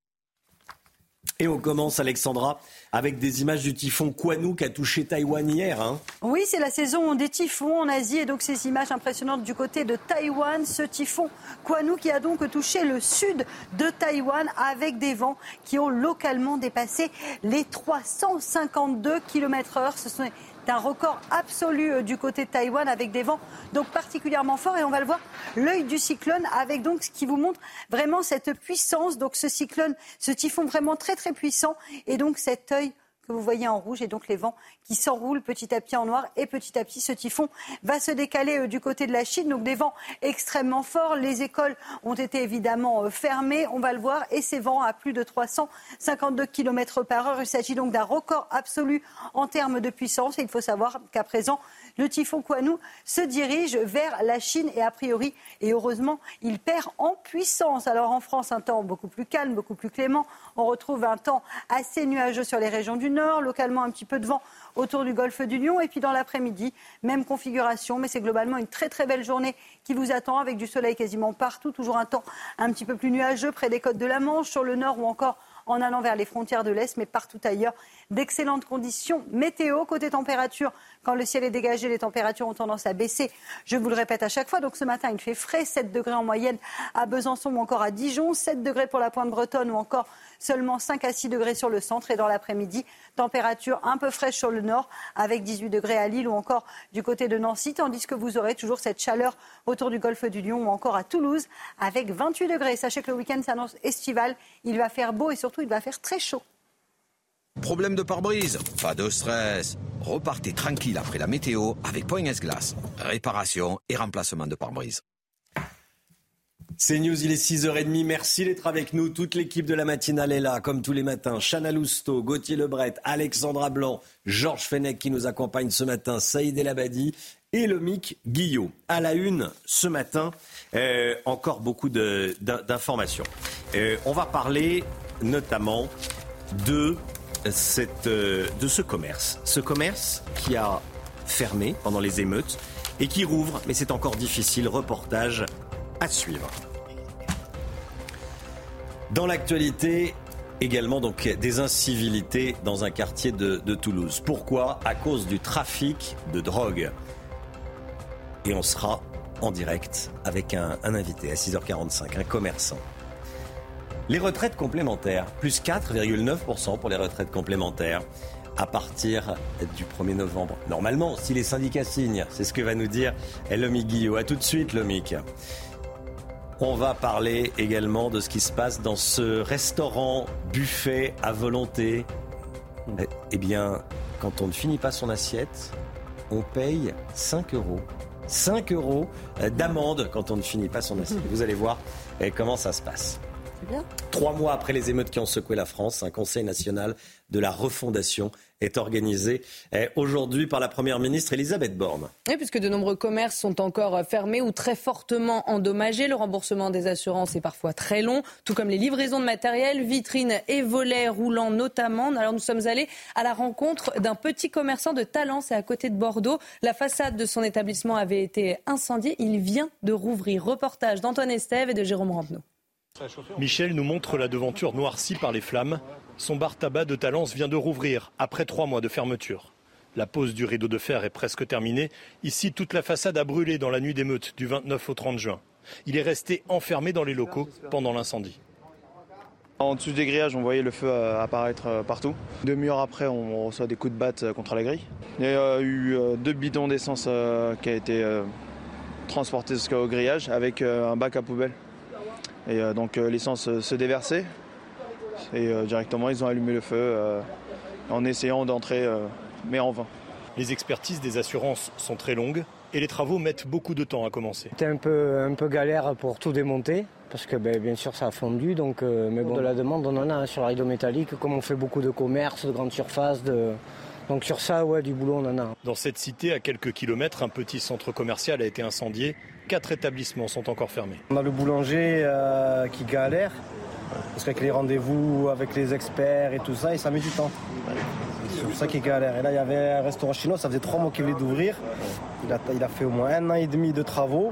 Et on commence, Alexandra, avec des images du typhon Kwanu qui a touché Taïwan hier. Hein. Oui, c'est la saison des typhons en Asie et donc ces images impressionnantes du côté de Taïwan. Ce typhon Kwanu qui a donc touché le sud de Taïwan avec des vents qui ont localement dépassé les trois cent cinquante-deux kilomètres heure. Ce sont un record absolu du côté de Taïwan avec des vents donc particulièrement forts et on va le voir, l'œil du cyclone avec donc ce qui vous montre vraiment cette puissance. Donc ce cyclone, ce typhon vraiment très très puissant et donc cet œil que vous voyez en rouge et donc les vents qui s'enroulent petit à petit en noir et petit à petit ce typhon va se décaler euh, du côté de la Chine, donc des vents extrêmement forts. Les écoles ont été évidemment euh, fermées, on va le voir, et ces vents à plus de trois cent cinquante-deux kilomètres par heure. Il s'agit donc d'un record absolu en termes de puissance et il faut savoir qu'à présent le typhon Kwanu se dirige vers la Chine et a priori, et heureusement, il perd en puissance. Alors en France, un temps beaucoup plus calme, beaucoup plus clément. On retrouve un temps assez nuageux sur les régions du nord, localement un petit peu de vent autour du golfe du Lion. Et puis dans l'après-midi, même configuration, mais c'est globalement une très très belle journée qui vous attend avec du soleil quasiment partout. Toujours un temps un petit peu plus nuageux près des côtes de la Manche, sur le nord ou encore en allant vers les frontières de l'Est, mais partout ailleurs, d'excellentes conditions météo. Côté température, quand le ciel est dégagé, les températures ont tendance à baisser. Je vous le répète à chaque fois. Donc ce matin, il fait frais, sept degrés en moyenne à Besançon ou encore à Dijon, sept degrés pour la Pointe Bretonne ou encore seulement cinq à six degrés sur le centre. Et dans l'après-midi, température un peu fraîche sur le nord avec dix-huit degrés à Lille ou encore du côté de Nancy, tandis que vous aurez toujours cette chaleur autour du golfe du Lion ou encore à Toulouse avec vingt-huit degrés. Sachez que le week-end s'annonce estival. Il va faire beau et surtout, il va faire très chaud. Problème de pare-brise? Pas de stress. Repartez tranquille après la météo avec Point S-Glace. Réparation et remplacement de pare-brise. C'est News, il est six heures trente. Merci d'être avec nous. Toute l'équipe de la matinale est là, comme tous les matins. Chana Lousteau, Gauthier Lebret, Alexandra Blanc, Georges Fenech qui nous accompagne ce matin, Saïd El Abadi et Lomic Guillot. À la une, ce matin, euh, encore beaucoup de, d'informations. Euh, on va parler notamment de, cette, euh, de ce commerce. Ce commerce qui a fermé pendant les émeutes et qui rouvre, mais c'est encore difficile. Reportage à suivre. Dans l'actualité, également donc des incivilités dans un quartier de, de Toulouse. Pourquoi ? À cause du trafic de drogue. Et on sera en direct avec un, un invité à six heures quarante-cinq, un commerçant. Les retraites complémentaires, plus quatre virgule neuf pour cent pour les retraites complémentaires à partir du premier novembre. Normalement, si les syndicats signent, c'est ce que va nous dire Lomic Guillot. A tout de suite, Lomic. On va parler également de ce qui se passe dans ce restaurant buffet à volonté. Eh bien, quand on ne finit pas son assiette, on paye cinq euros. cinq euros d'amende quand on ne finit pas son assiette. Vous allez voir comment ça se passe. C'est bien. Trois mois après les émeutes qui ont secoué la France, un conseil national de la refondation est organisé aujourd'hui par la Première ministre Elisabeth Borne. Oui, puisque de nombreux commerces sont encore fermés ou très fortement endommagés. Le remboursement des assurances est parfois très long, tout comme les livraisons de matériel, vitrines et volets roulants notamment. Alors nous sommes allés à la rencontre d'un petit commerçant de Talence, c'est à côté de Bordeaux. La façade de son établissement avait été incendiée. Il vient de rouvrir. Reportage d'Antoine Estève et de Jérôme Rampeneau. Michel nous montre la devanture noircie par les flammes. Son bar tabac de Talence vient de rouvrir après trois mois de fermeture. La pose du rideau de fer est presque terminée. Ici, toute la façade a brûlé dans la nuit d'émeute du vingt-neuf au trente juin. Il est resté enfermé dans les locaux pendant l'incendie. En dessous des grillages, on voyait le feu apparaître partout. Deux demi-heure après, on reçoit des coups de batte contre la grille. Il y a eu deux bidons d'essence qui ont été transportés jusqu'au grillage avec un bac à poubelle. Et donc l'essence se déversait. Et euh, directement, ils ont allumé le feu euh, en essayant d'entrer, euh, mais en vain. Les expertises des assurances sont très longues et les travaux mettent beaucoup de temps à commencer. C'était un peu, un peu galère pour tout démonter, parce que ben, bien sûr ça a fondu, donc, euh, mais bon, de la demande on en a hein, sur le rideau métallique, comme on fait beaucoup de commerce, de grandes surfaces, de... donc sur ça, ouais, du boulot on en a. Dans cette cité, à quelques kilomètres, un petit centre commercial a été incendié. Quatre établissements sont encore fermés. On a le boulanger euh, qui galère. Parce qu'avec les rendez-vous, avec les experts et tout ça, et ça met du temps. C'est pour ça qu'il galère. Et là, il y avait un restaurant chinois, ça faisait trois mois qu'il venait d'ouvrir. Il a, il a fait au moins un an et demi de travaux.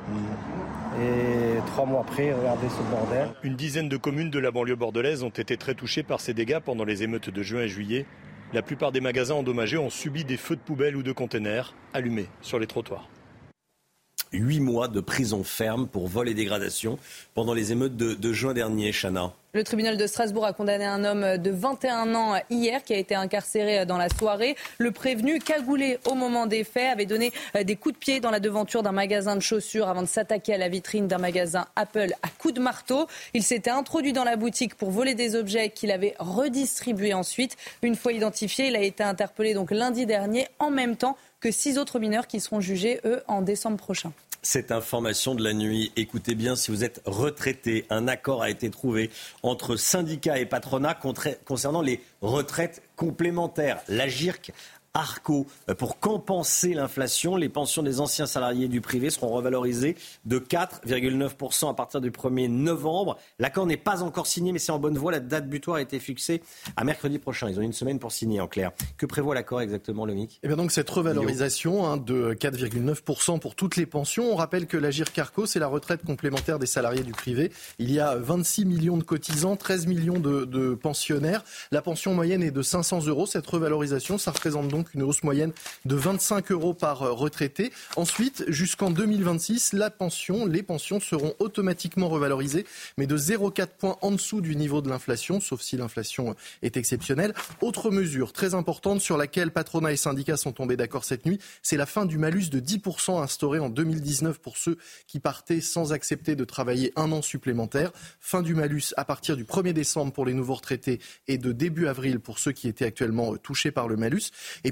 Et trois mois après, regardez ce bordel. Une dizaine de communes de la banlieue bordelaise ont été très touchées par ces dégâts pendant les émeutes de juin et juillet. La plupart des magasins endommagés ont subi des feux de poubelles ou de containers allumés sur les trottoirs. Huit mois de prison ferme pour vol et dégradation pendant les émeutes de, de juin dernier, Chana. Le tribunal de Strasbourg a condamné un homme de vingt et un ans hier qui a été incarcéré dans la soirée. Le prévenu, cagoulé au moment des faits, avait donné des coups de pied dans la devanture d'un magasin de chaussures avant de s'attaquer à la vitrine d'un magasin Apple à coups de marteau. Il s'était introduit dans la boutique pour voler des objets qu'il avait redistribués ensuite. Une fois identifié, il a été interpellé donc lundi dernier en même temps que six autres mineurs qui seront jugés, eux, en décembre prochain. Cette information de la nuit, écoutez bien, si vous êtes retraité, un accord a été trouvé entre syndicats et patronat concernant les retraites complémentaires. L'Agirc Arco, pour compenser l'inflation, les pensions des anciens salariés du privé seront revalorisées de quatre virgule neuf pour cent à partir du premier novembre. L'accord n'est pas encore signé, mais c'est en bonne voie. La date butoir a été fixée à mercredi prochain. Ils ont une semaine pour signer, en clair. Que prévoit l'accord exactement, Lomic ? Eh bien donc cette revalorisation hein, de quatre virgule neuf pour cent pour toutes les pensions. On rappelle que l'Agirc Arco, c'est la retraite complémentaire des salariés du privé. Il y a vingt-six millions de cotisants, treize millions de, de pensionnaires. La pension moyenne est de cinq cents euros. Cette revalorisation, ça représente donc une hausse moyenne de vingt-cinq euros par retraité. Ensuite, jusqu'en deux mille vingt-six, la pension, les pensions seront automatiquement revalorisées, mais de zéro virgule quatre points en dessous du niveau de l'inflation, sauf si l'inflation est exceptionnelle. Autre mesure très importante sur laquelle patronat et syndicats sont tombés d'accord cette nuit, c'est la fin du malus de dix pour cent instauré en deux mille dix-neuf pour ceux qui partaient sans accepter de travailler un an supplémentaire. Fin du malus à partir du premier décembre pour les nouveaux retraités et de début avril pour ceux qui étaient actuellement touchés par le malus. Et puis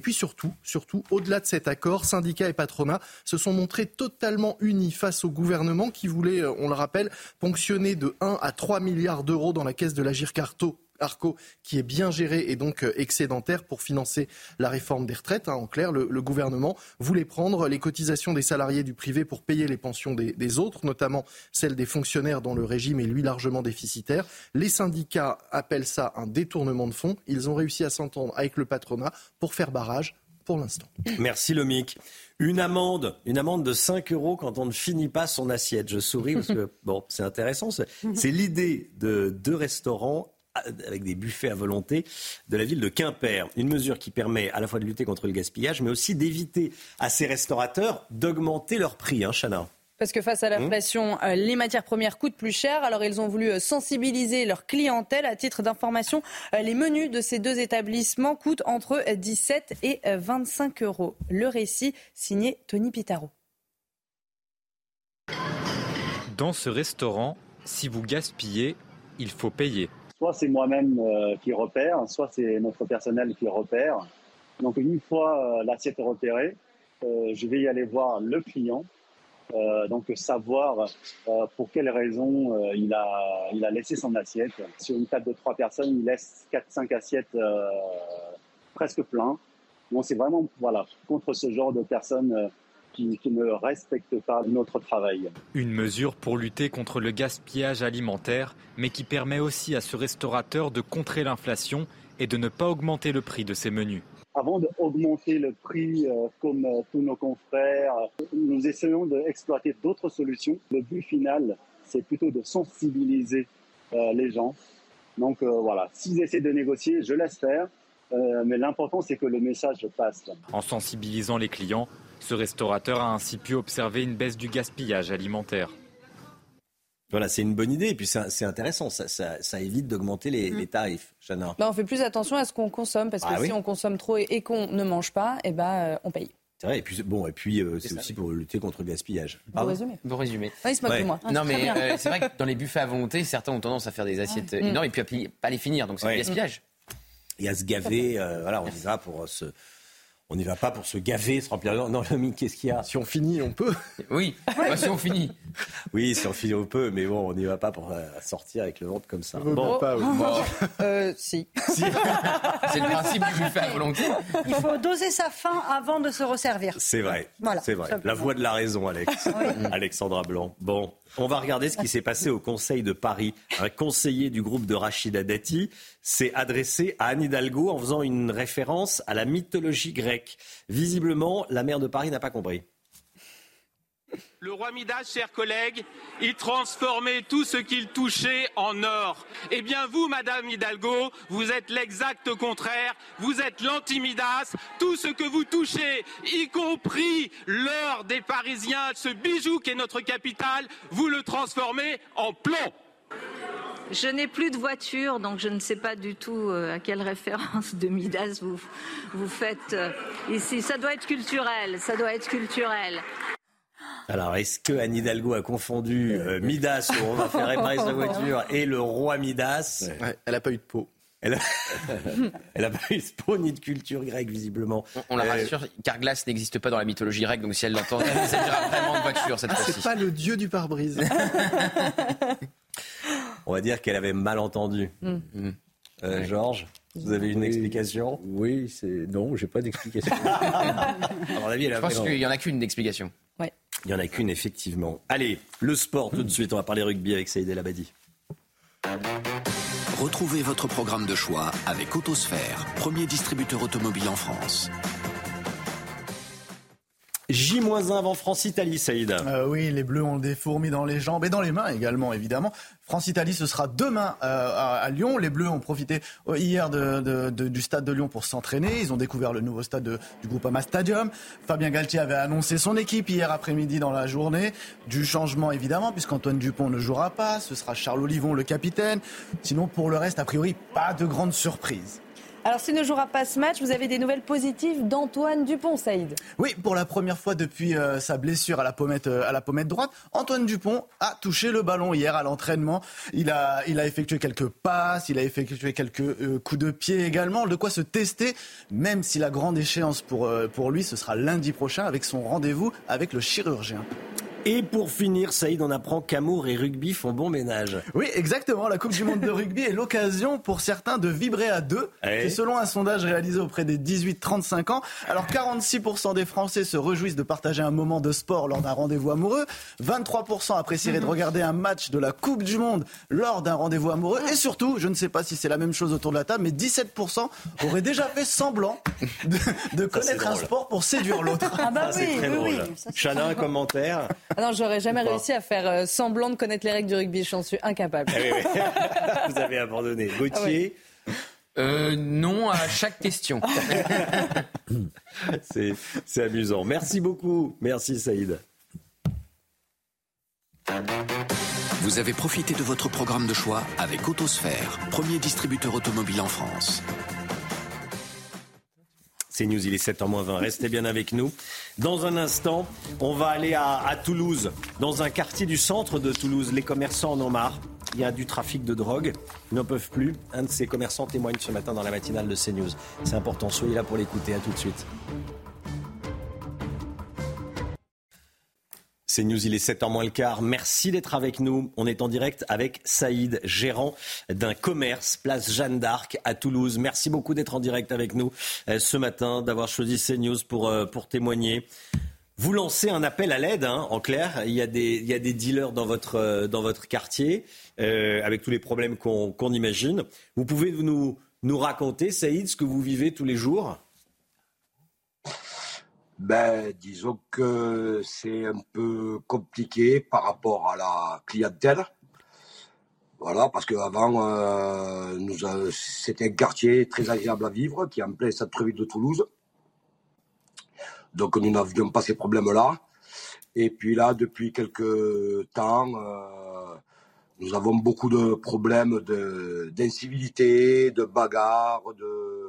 puis surtout, surtout, au-delà de cet accord, syndicats et patronat se sont montrés totalement unis face au gouvernement qui voulait, on le rappelle, ponctionner de un à trois milliards d'euros dans la caisse de l'Agirc Arrco. Arco, qui est bien géré et donc excédentaire pour financer la réforme des retraites. Hein, en clair, le, le gouvernement voulait prendre les cotisations des salariés du privé pour payer les pensions des, des autres, notamment celles des fonctionnaires dont le régime est lui largement déficitaire. Les syndicats appellent ça un détournement de fonds. Ils ont réussi à s'entendre avec le patronat pour faire barrage pour l'instant. Merci Lomic. Une amende, une amende de cinq euros quand on ne finit pas son assiette. Je souris parce que bon, c'est intéressant. C'est, c'est l'idée de deux restaurants avec des buffets à volonté de la ville de Quimper. Une mesure qui permet à la fois de lutter contre le gaspillage, mais aussi d'éviter à ces restaurateurs d'augmenter leur prix, hein, Chana. Parce que face à l'inflation, mmh. les matières premières coûtent plus cher. Alors ils ont voulu sensibiliser leur clientèle. À titre d'information, les menus de ces deux établissements coûtent entre dix-sept et vingt-cinq euros. Le récit signé Tony Pitaro. Dans ce restaurant, si vous gaspillez, il faut payer. Soit c'est moi-même euh, qui repère, soit c'est notre personnel qui repère. Donc une fois euh, l'assiette repérée, euh, je vais y aller voir le client, euh, donc savoir euh, pour quelles raisons euh, il, a, il a laissé son assiette. Sur une table de trois personnes, il laisse quatre cinq assiettes euh, presque plein. Donc c'est vraiment voilà, contre ce genre de personnes euh, qui, qui ne respectent pas notre travail. Une mesure pour lutter contre le gaspillage alimentaire, mais qui permet aussi à ce restaurateur de contrer l'inflation et de ne pas augmenter le prix de ses menus. Avant d'augmenter le prix euh, comme euh, tous nos confrères, nous essayons d'exploiter d'autres solutions. Le but final, c'est plutôt de sensibiliser euh, les gens. Donc euh, voilà, s'ils essaient de négocier, je laisse faire. Euh, mais l'important, c'est que le message passe. En sensibilisant les clients, ce restaurateur a ainsi pu observer une baisse du gaspillage alimentaire. Voilà, c'est une bonne idée et puis c'est, c'est intéressant, ça, ça, ça évite d'augmenter les, mmh. les tarifs. Chana. Bah, on fait plus attention à ce qu'on consomme parce que ah, si oui. on consomme trop et, et qu'on ne mange pas, eh ben, euh, on paye. C'est vrai, et puis, bon, et puis euh, c'est, c'est aussi pour lutter contre le gaspillage. Beau résumé. Beau résumé. Ouais, il se moque ouais. de moi. Non, mais euh, c'est vrai que dans les buffets à volonté, certains ont tendance à faire des assiettes ouais. énormes et puis à pas les finir, donc c'est ouais. du gaspillage. Et à se gaver, euh, voilà, on y va pour se... On n'y va pas pour se gaver, se remplir. Non, non, qu'est-ce qu'il y a ? Si on finit, on peut. Oui, bah, si on finit. Oui, si on finit, on peut, mais bon, on n'y va pas pour euh, sortir avec le ventre comme ça. Bon, bon. Pas, oui. bon. Euh, si. si. C'est le principe du buffet à volonté. Il faut doser sa faim avant de se resservir. C'est vrai. Voilà, c'est vrai. La voix de la raison, Alex. Oui. Alexandra Blanc. Bon. On va regarder ce qui s'est passé au Conseil de Paris. Un conseiller du groupe de Rachida Dati s'est adressé à Anne Hidalgo en faisant une référence à la mythologie grecque. Visiblement, la maire de Paris n'a pas compris. Le roi Midas, chers collègues, il transformait tout ce qu'il touchait en or. Eh bien vous, Madame Hidalgo, vous êtes l'exact contraire. Vous êtes l'anti-Midas. Tout ce que vous touchez, y compris l'or des Parisiens, ce bijou qu'est notre capitale, vous le transformez en plomb. Je n'ai plus de voiture, donc je ne sais pas du tout à quelle référence de Midas vous, vous faites ici. Ça doit être culturel, ça doit être culturel. Alors, est-ce que Anne Hidalgo a confondu euh, Midas, où on va faire réparer sa voiture, et le roi Midas ? Ouais, elle n'a pas eu de peau. Elle n'a pas eu de peau ni de culture grecque, visiblement. On, on la rassure, euh... Carglass n'existe pas dans la mythologie grecque, donc si elle l'entend, elle s'agira vraiment de voiture cette ah, fois-ci. C'est pas le dieu du pare-brise. On va dire qu'elle avait mal entendu. Mm. Euh, Georges, vous avez une oui, explication ? Oui, c'est... non, j'ai pas d'explication. À mon avis, je pense qu'il n'y en a qu'une d'explication. Ouais. Il n'y en a qu'une, effectivement. Allez, le sport tout de suite. On va parler rugby avec Saïd El Abadi. Retrouvez votre programme de choix avec Autosphère, premier distributeur automobile en France. J un avant France-Italie, Saïd. Euh, oui, les Bleus ont des fourmis dans les jambes et dans les mains également, évidemment. France-Italie, ce sera demain euh, à, à Lyon. Les Bleus ont profité euh, hier de, de, de, du stade de Lyon pour s'entraîner. Ils ont découvert le nouveau stade de, du Groupama Stadium. Fabien Galtier avait annoncé son équipe hier après-midi dans la journée. Du changement, évidemment, puisqu'Antoine Dupont ne jouera pas. Ce sera Charles Olivon, le capitaine. Sinon, pour le reste, a priori, pas de grande surprise. Alors, s'il ne jouera pas ce match, vous avez des nouvelles positives d'Antoine Dupont, Saïd. Oui, pour la première fois depuis euh, sa blessure à la pommette, euh, à la pommette droite, Antoine Dupont a touché le ballon hier à l'entraînement. Il a, il a effectué quelques passes, il a effectué quelques euh, coups de pied également, de quoi se tester, même si la grande échéance pour, euh, pour lui, ce sera lundi prochain avec son rendez-vous avec le chirurgien. Et pour finir, Saïd, on apprend qu'amour et rugby font bon ménage. Oui, exactement. La Coupe du Monde de rugby est l'occasion pour certains de vibrer à deux. Ouais. C'est selon un sondage réalisé auprès des dix-huit trente-cinq ans. Alors, quarante-six pour cent des Français se réjouissent de partager un moment de sport lors d'un rendez-vous amoureux. vingt-trois pour cent apprécieraient de regarder un match de la Coupe du Monde lors d'un rendez-vous amoureux. Et surtout, je ne sais pas si c'est la même chose autour de la table, mais dix-sept pour cent auraient déjà fait semblant de, de connaître un sport pour séduire l'autre. Ah bah Ça, oui, c'est très oui, drôle. oui, ça, c'est Chana, un commentaire. Ah non, j'aurais jamais Ou pas. réussi à faire euh, semblant de connaître les règles du rugby. J'en suis incapable. Ah oui, oui. Vous avez abandonné. Gauthier. Euh, non à chaque question. c'est, c'est amusant. Merci beaucoup. Merci Saïd. Vous avez profité de votre programme de choix avec Autosphère, premier distributeur automobile en France. C'est News, il est sept heures moins vingt. Restez bien avec nous. Dans un instant, on va aller à, à Toulouse, dans un quartier du centre de Toulouse. Les commerçants en ont marre. Il y a du trafic de drogue. Ils n'en peuvent plus. Un de ces commerçants témoigne ce matin dans la matinale de CNews. C'est important. Soyez là pour l'écouter. À tout de suite. C'est News, il est sept heures moins le quart. Merci d'être avec nous. On est en direct avec Saïd, gérant d'un commerce, place Jeanne d'Arc à Toulouse. Merci beaucoup d'être en direct avec nous euh, ce matin, d'avoir choisi CNews pour, euh, pour témoigner. Vous lancez un appel à l'aide, hein, en clair. Il y a des, il y a des dealers dans votre, euh, dans votre quartier, euh, avec tous les problèmes qu'on, qu'on imagine. Vous pouvez nous, nous raconter, Saïd, ce que vous vivez tous les jours ? Ben, disons que c'est un peu compliqué par rapport à la clientèle. Voilà, parce qu'avant, euh, nous, euh, c'était un quartier très agréable à vivre, qui est en plein centre-ville de Toulouse. Donc, nous n'avions pas ces problèmes-là. Et puis là, depuis quelques temps, euh, nous avons beaucoup de problèmes de, d'incivilité, de bagarres, de...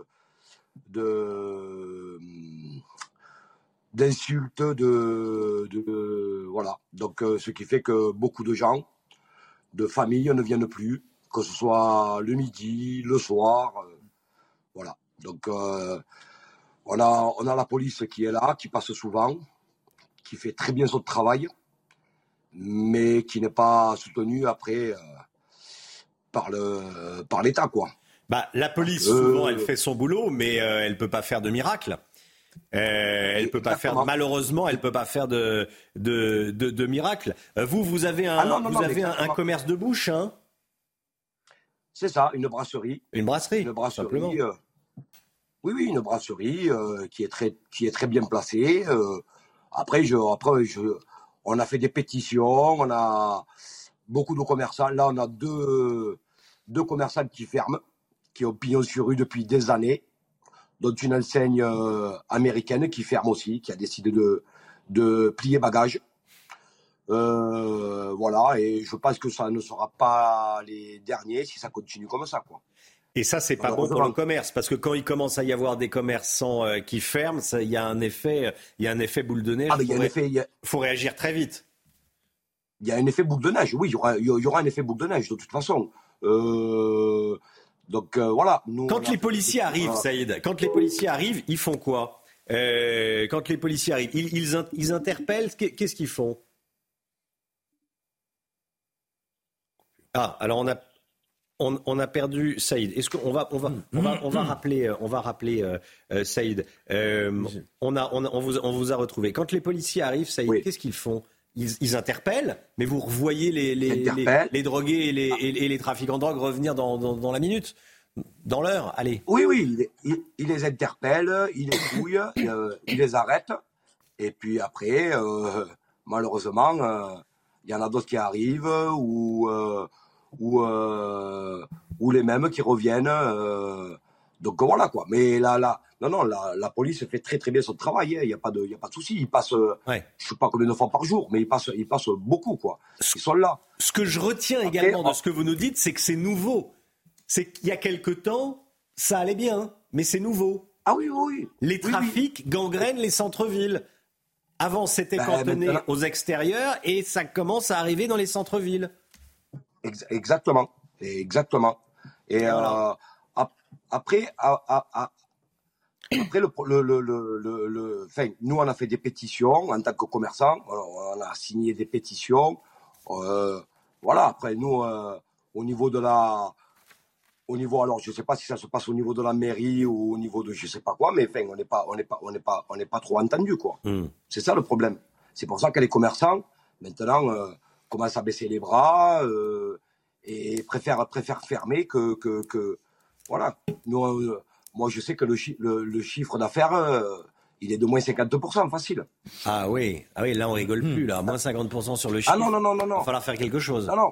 de d'insultes, de, de, de voilà. Donc, euh, ce qui fait que beaucoup de gens, de familles, ne viennent plus, que ce soit le midi, le soir, euh, voilà. Donc, euh, on a, on a la police qui est là, qui passe souvent, qui fait très bien son travail, mais qui n'est pas soutenue après euh, par le, par l'État, quoi. Bah, la police, Euh, souvent, elle fait son boulot, mais euh, elle peut pas faire de miracle. Euh, elle peut pas faire, malheureusement, elle peut pas faire de de de, de miracle. Euh, vous, vous avez un, Ah non, non, vous non, avez mais un, un exactement. commerce de bouche, hein ? C'est ça, une brasserie. Une brasserie, Une brasserie. simplement. euh, oui, oui, une brasserie euh, qui est très, qui est très bien placée. euh, après, je, après, je, on a fait des pétitions, on a beaucoup de commerçants. Là, on a deux, deux commerçants qui ferment, qui ont pignon sur rue depuis des années, dont une enseigne euh, américaine qui ferme aussi, qui a décidé de, de plier bagages. Euh, voilà, et je pense que ça ne sera pas les derniers si ça continue comme ça, quoi. Et ça, c'est pas bon pour le commerce, parce que quand il commence à y avoir des commerçants euh, qui ferment, ça, il y a un effet, il y a un effet boule de neige. Ah, mais il y a un faut, ré- effet, il y a- faut réagir très vite. Il y a un effet boule de neige, oui, il y aura, il y aura un effet boule de neige de toute façon. Euh, donc euh, voilà. Nous, Quand on a- les policiers arrivent, Voilà. Saïd, quand les policiers arrivent, ils font quoi ? Euh, Quand les policiers arrivent, ils, ils, in- ils interpellent, qu'est- qu'est-ce qu'ils font ? Ah, alors on a, on, on a perdu Saïd. Est-ce qu'on va, on va, on va, on va rappeler, euh, on va rappeler euh, euh, Saïd. Euh, on a, on, a- on vous, on vous a retrouvé. Quand les policiers arrivent, Saïd, qu'est-ce qu'ils font ? Ils, ils interpellent, mais vous revoyez les, les, les, Interpellent. les drogués et les, et, et les trafiquants de drogue revenir dans, dans, dans la minute, dans l'heure. Allez. Oui, oui, il, il- il les interpelle, il les fouille, euh, il les arrête. Et puis après, euh, malheureusement, euh, il y en a d'autres qui arrivent ou, euh, ou, euh, ou les mêmes qui reviennent. euh, donc voilà quoi. Mais là, là, non, non, la, la police fait très très bien son travail. hein. Il n'y a pas de, il y a pas de souci. Ils passent, euh, je sais pas combien de fois par jour, mais ils passent, ils passent beaucoup quoi. Ils sont là. Ce que je retiens Après, également de on- ce que vous nous dites, c'est que c'est nouveau. C'est qu'il y a quelque temps, ça allait bien, mais c'est nouveau. Ah oui, oui. Les trafics oui, oui. gangrènent les centres-villes. Avant, c'était ben, cantonné maintenant... aux extérieurs et ça commence à arriver dans les centres-villes. Exactement. Exactement. Et, et voilà. euh, après, à, à, à, après le, le, le, le, le, enfin, nous, on a fait des pétitions en tant que commerçants. On a signé des pétitions. Euh, voilà. Après, nous, euh, au niveau de la... Au niveau, alors, je ne sais pas si ça se passe au niveau de la mairie ou au niveau de je ne sais pas quoi, mais enfin, on n'est pas, on n'est pas, on n'est pas, on n'est pas trop entendu, quoi. Mm. C'est ça le problème. C'est pour ça que les commerçants, maintenant, euh, commencent à baisser les bras euh, et préfèrent, préfèrent fermer que, que, que voilà. Nous, euh, moi, je sais que le, chi- le, le chiffre d'affaires, euh, il est de moins cinquante pour cent facile. Ah oui, ah oui, là, on rigole mm. plus, là, moins cinquante pour cent sur le chiffre. Ah non, non, non, non, non. Il va falloir faire quelque chose. Non, non.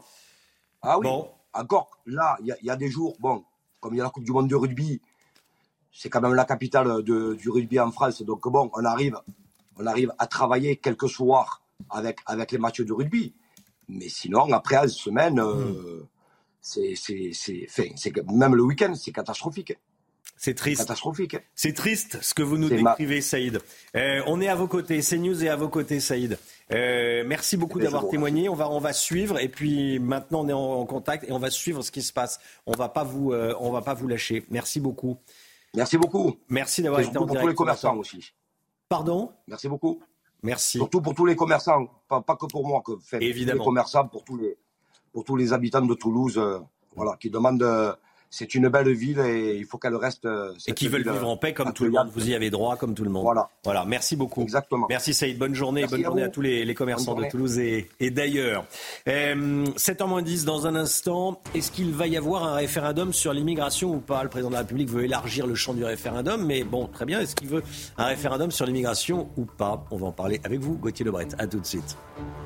Ah oui. Bon. Encore, là, il y, y a des jours, bon, comme il y a la Coupe du Monde de rugby, c'est quand même la capitale de, du rugby en France. Donc bon, on arrive, on arrive à travailler quelques soirs avec, avec les matchs de rugby. Mais sinon, après, en semaine, euh, mmh. c'est, c'est, c'est, enfin, c'est, même le week-end, c'est catastrophique. C'est triste. Catastrophique. C'est triste ce que vous nous c'est décrivez, ma... Saïd. Euh, on est à vos côtés. CNews est à vos côtés, Saïd. Euh, merci beaucoup d'avoir bon, témoigné. On va, on va suivre. Et puis maintenant, on est en, en contact et on va suivre ce qui se passe. On va pas vous, euh, on va pas vous lâcher. Merci beaucoup. Merci beaucoup. Merci d'avoir été en direct. Pour tous les commerçants aussi. Pardon ? Merci beaucoup. Merci. Surtout pour tous les commerçants, pas, pas que pour moi, que fait, évidemment. Tous les commerçants, pour tous les, pour tous les habitants de Toulouse, euh, voilà, qui demandent. Euh, C'est une belle ville et il faut qu'elle reste. Et qui veulent vivre en paix comme tout le monde. Vous y avez droit comme tout le monde. Voilà. Voilà. Merci beaucoup. Exactement. Merci Saïd. Bonne journée. Merci bonne à journée vous. à tous les, les commerçants de Toulouse et, et d'ailleurs. Euh, sept heures moins dix dans un instant. Est-ce qu'il va y avoir un référendum sur l'immigration ou pas ? Le président de la République veut élargir le champ du référendum. Mais bon, très bien. Est-ce qu'il veut un référendum sur l'immigration ou pas ? On va en parler avec vous, Gauthier Lebret. À tout de suite.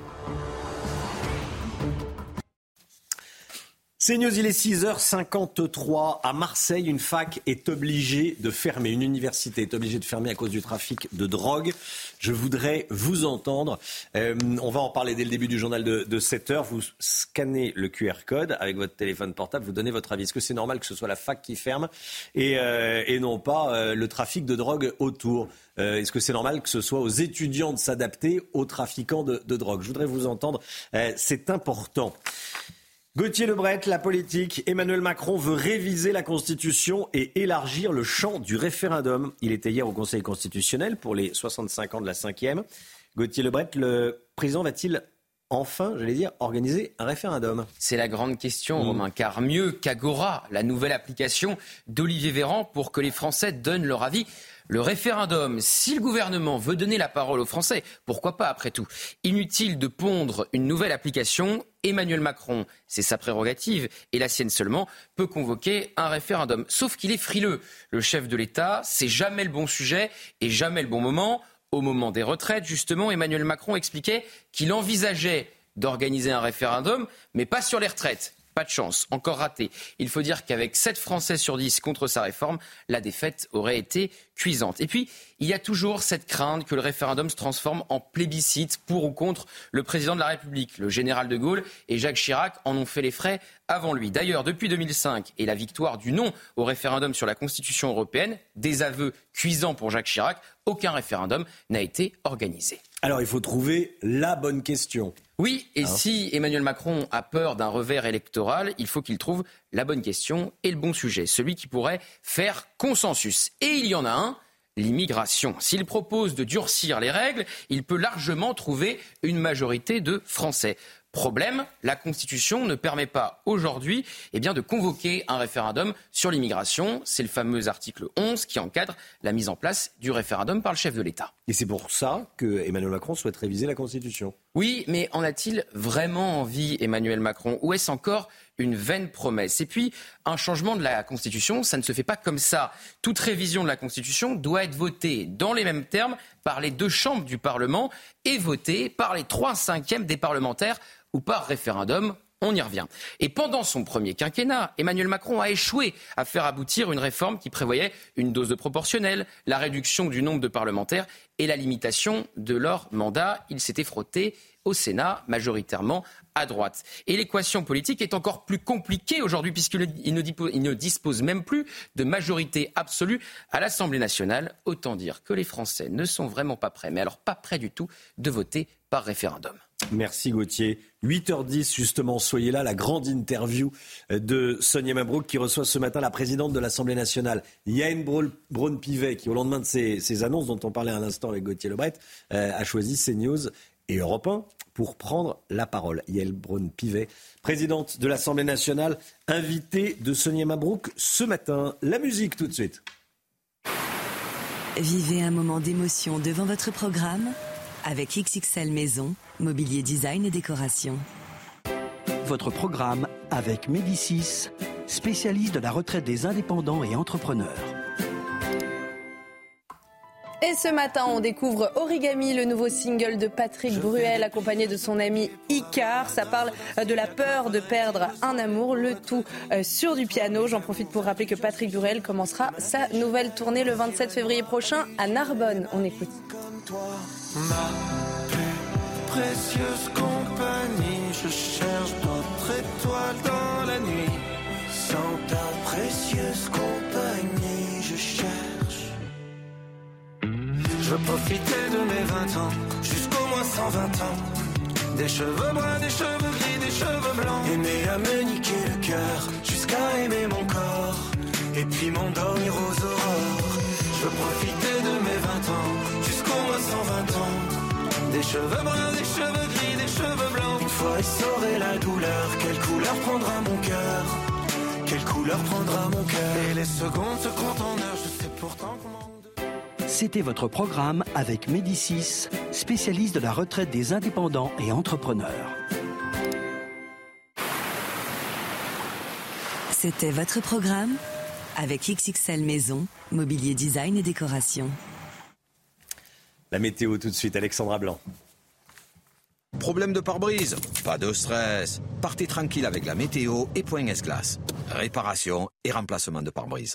CNews, il est six heures cinquante-trois. À Marseille, une fac est obligée de fermer. Une université est obligée de fermer à cause du trafic de drogue. Je voudrais vous entendre. Euh, on va en parler dès le début du journal de, de sept heures. Vous scannez le Q R code avec votre téléphone portable. Vous donnez votre avis. Est-ce que c'est normal que ce soit la fac qui ferme et, euh, et non pas euh, le trafic de drogue autour ? Euh, est-ce que c'est normal que ce soit aux étudiants de s'adapter aux trafiquants de, de drogue ? Je voudrais vous entendre. Euh, c'est important. Gauthier Lebret, la politique. Emmanuel Macron veut réviser la Constitution et élargir le champ du référendum. Il était hier au Conseil constitutionnel pour les soixante-cinq ans de la cinquième. Gauthier Lebret, le président va-t-il enfin, j'allais dire, organiser un référendum ? C'est la grande question, mmh. Romain, car mieux qu'Agora, la nouvelle application d'Olivier Véran pour que les Français donnent leur avis. Le référendum, si le gouvernement veut donner la parole aux Français, pourquoi pas après tout ? Inutile de pondre une nouvelle application. Emmanuel Macron, c'est sa prérogative, et la sienne seulement, peut convoquer un référendum. Sauf qu'il est frileux. Le chef de l'État, c'est jamais le bon sujet et jamais le bon moment. Au moment des retraites, justement, Emmanuel Macron expliquait qu'il envisageait d'organiser un référendum, mais pas sur les retraites. Pas de chance, encore raté. Il faut dire qu'avec sept Français sur dix contre sa réforme, la défaite aurait été cuisante. Et puis, il y a toujours cette crainte que le référendum se transforme en plébiscite pour ou contre le président de la République. Le général de Gaulle et Jacques Chirac en ont fait les frais avant lui. D'ailleurs, depuis deux mille cinq et la victoire du non au référendum sur la Constitution européenne, des aveux cuisants pour Jacques Chirac, aucun référendum n'a été organisé. Alors, il faut trouver la bonne question. Oui, et hein si Emmanuel Macron a peur d'un revers électoral, il faut qu'il trouve la bonne question et le bon sujet, celui qui pourrait faire consensus. Et il y en a un, l'immigration. S'il propose de durcir les règles, il peut largement trouver une majorité de Français. Problème, la Constitution ne permet pas aujourd'hui eh bien, de convoquer un référendum sur l'immigration. C'est le fameux article onze qui encadre la mise en place du référendum par le chef de l'État. Et c'est pour ça que Emmanuel Macron souhaite réviser la Constitution. Oui, mais en a-t-il vraiment envie, Emmanuel Macron ? Ou est-ce encore une vaine promesse ? Et puis, un changement de la Constitution, ça ne se fait pas comme ça. Toute révision de la Constitution doit être votée dans les mêmes termes par les deux chambres du Parlement et votée par les trois cinquièmes des parlementaires ou par référendum. On y revient. Et pendant son premier quinquennat, Emmanuel Macron a échoué à faire aboutir une réforme qui prévoyait une dose de proportionnelle, la réduction du nombre de parlementaires et la limitation de leur mandat. Il s'était frotté au Sénat, majoritairement à droite. Et l'équation politique est encore plus compliquée aujourd'hui puisqu'il ne dispose même plus de majorité absolue à l'Assemblée nationale. Autant dire que les Français ne sont vraiment pas prêts, mais alors pas prêts du tout, de voter par référendum. Merci Gauthier. huit heures dix justement, soyez là, la grande interview de Sonia Mabrouk qui reçoit ce matin la présidente de l'Assemblée nationale, Yael Braun-Pivet, qui au lendemain de ces, ces annonces dont on parlait à l'instant avec Gauthier Lebret, euh, a choisi CNews et Europe un pour prendre la parole. Yael Braun-Pivet, présidente de l'Assemblée nationale, invitée de Sonia Mabrouk ce matin. La musique tout de suite. Vivez un moment d'émotion devant votre programme avec X X L Maison, mobilier design et décoration. Votre programme avec Médicis, spécialiste de la retraite des indépendants et entrepreneurs. Et ce matin, on découvre Origami, le nouveau single de Patrick Bruel, accompagné de son ami Icar. Ça parle de la peur de perdre un amour, le tout sur du piano. J'en profite pour rappeler que Patrick Bruel commencera sa nouvelle tournée le vingt-sept février prochain à Narbonne. On écoute. Ma plus précieuse compagnie, je cherche d'autres étoiles dans la nuit. Sans ta précieuse compagnie, je cherche. Je profitais de mes vingt ans, jusqu'au moins cent vingt ans. Des cheveux bruns, des cheveux gris, des cheveux blancs. Aimer à me niquer le cœur, jusqu'à aimer mon corps. Et puis m'endormir aux aurores. Je profitais de mes vingt ans, jusqu'au moins cent vingt ans. Des cheveux bruns, des cheveux gris, des cheveux blancs. Une fois essoré la douleur, quelle couleur prendra mon cœur? Quelle couleur prendra mon cœur? Et les secondes se comptent en heures, je sais pourtant comment... C'était votre programme avec Médicis, spécialiste de la retraite des indépendants et entrepreneurs. C'était votre programme avec X X L Maison, mobilier design et décoration. La météo tout de suite, Alexandra Blanc. Problème de pare-brise? Pas de stress. Partez tranquille avec la météo et Point S-Glace. Réparation et remplacement de pare-brise.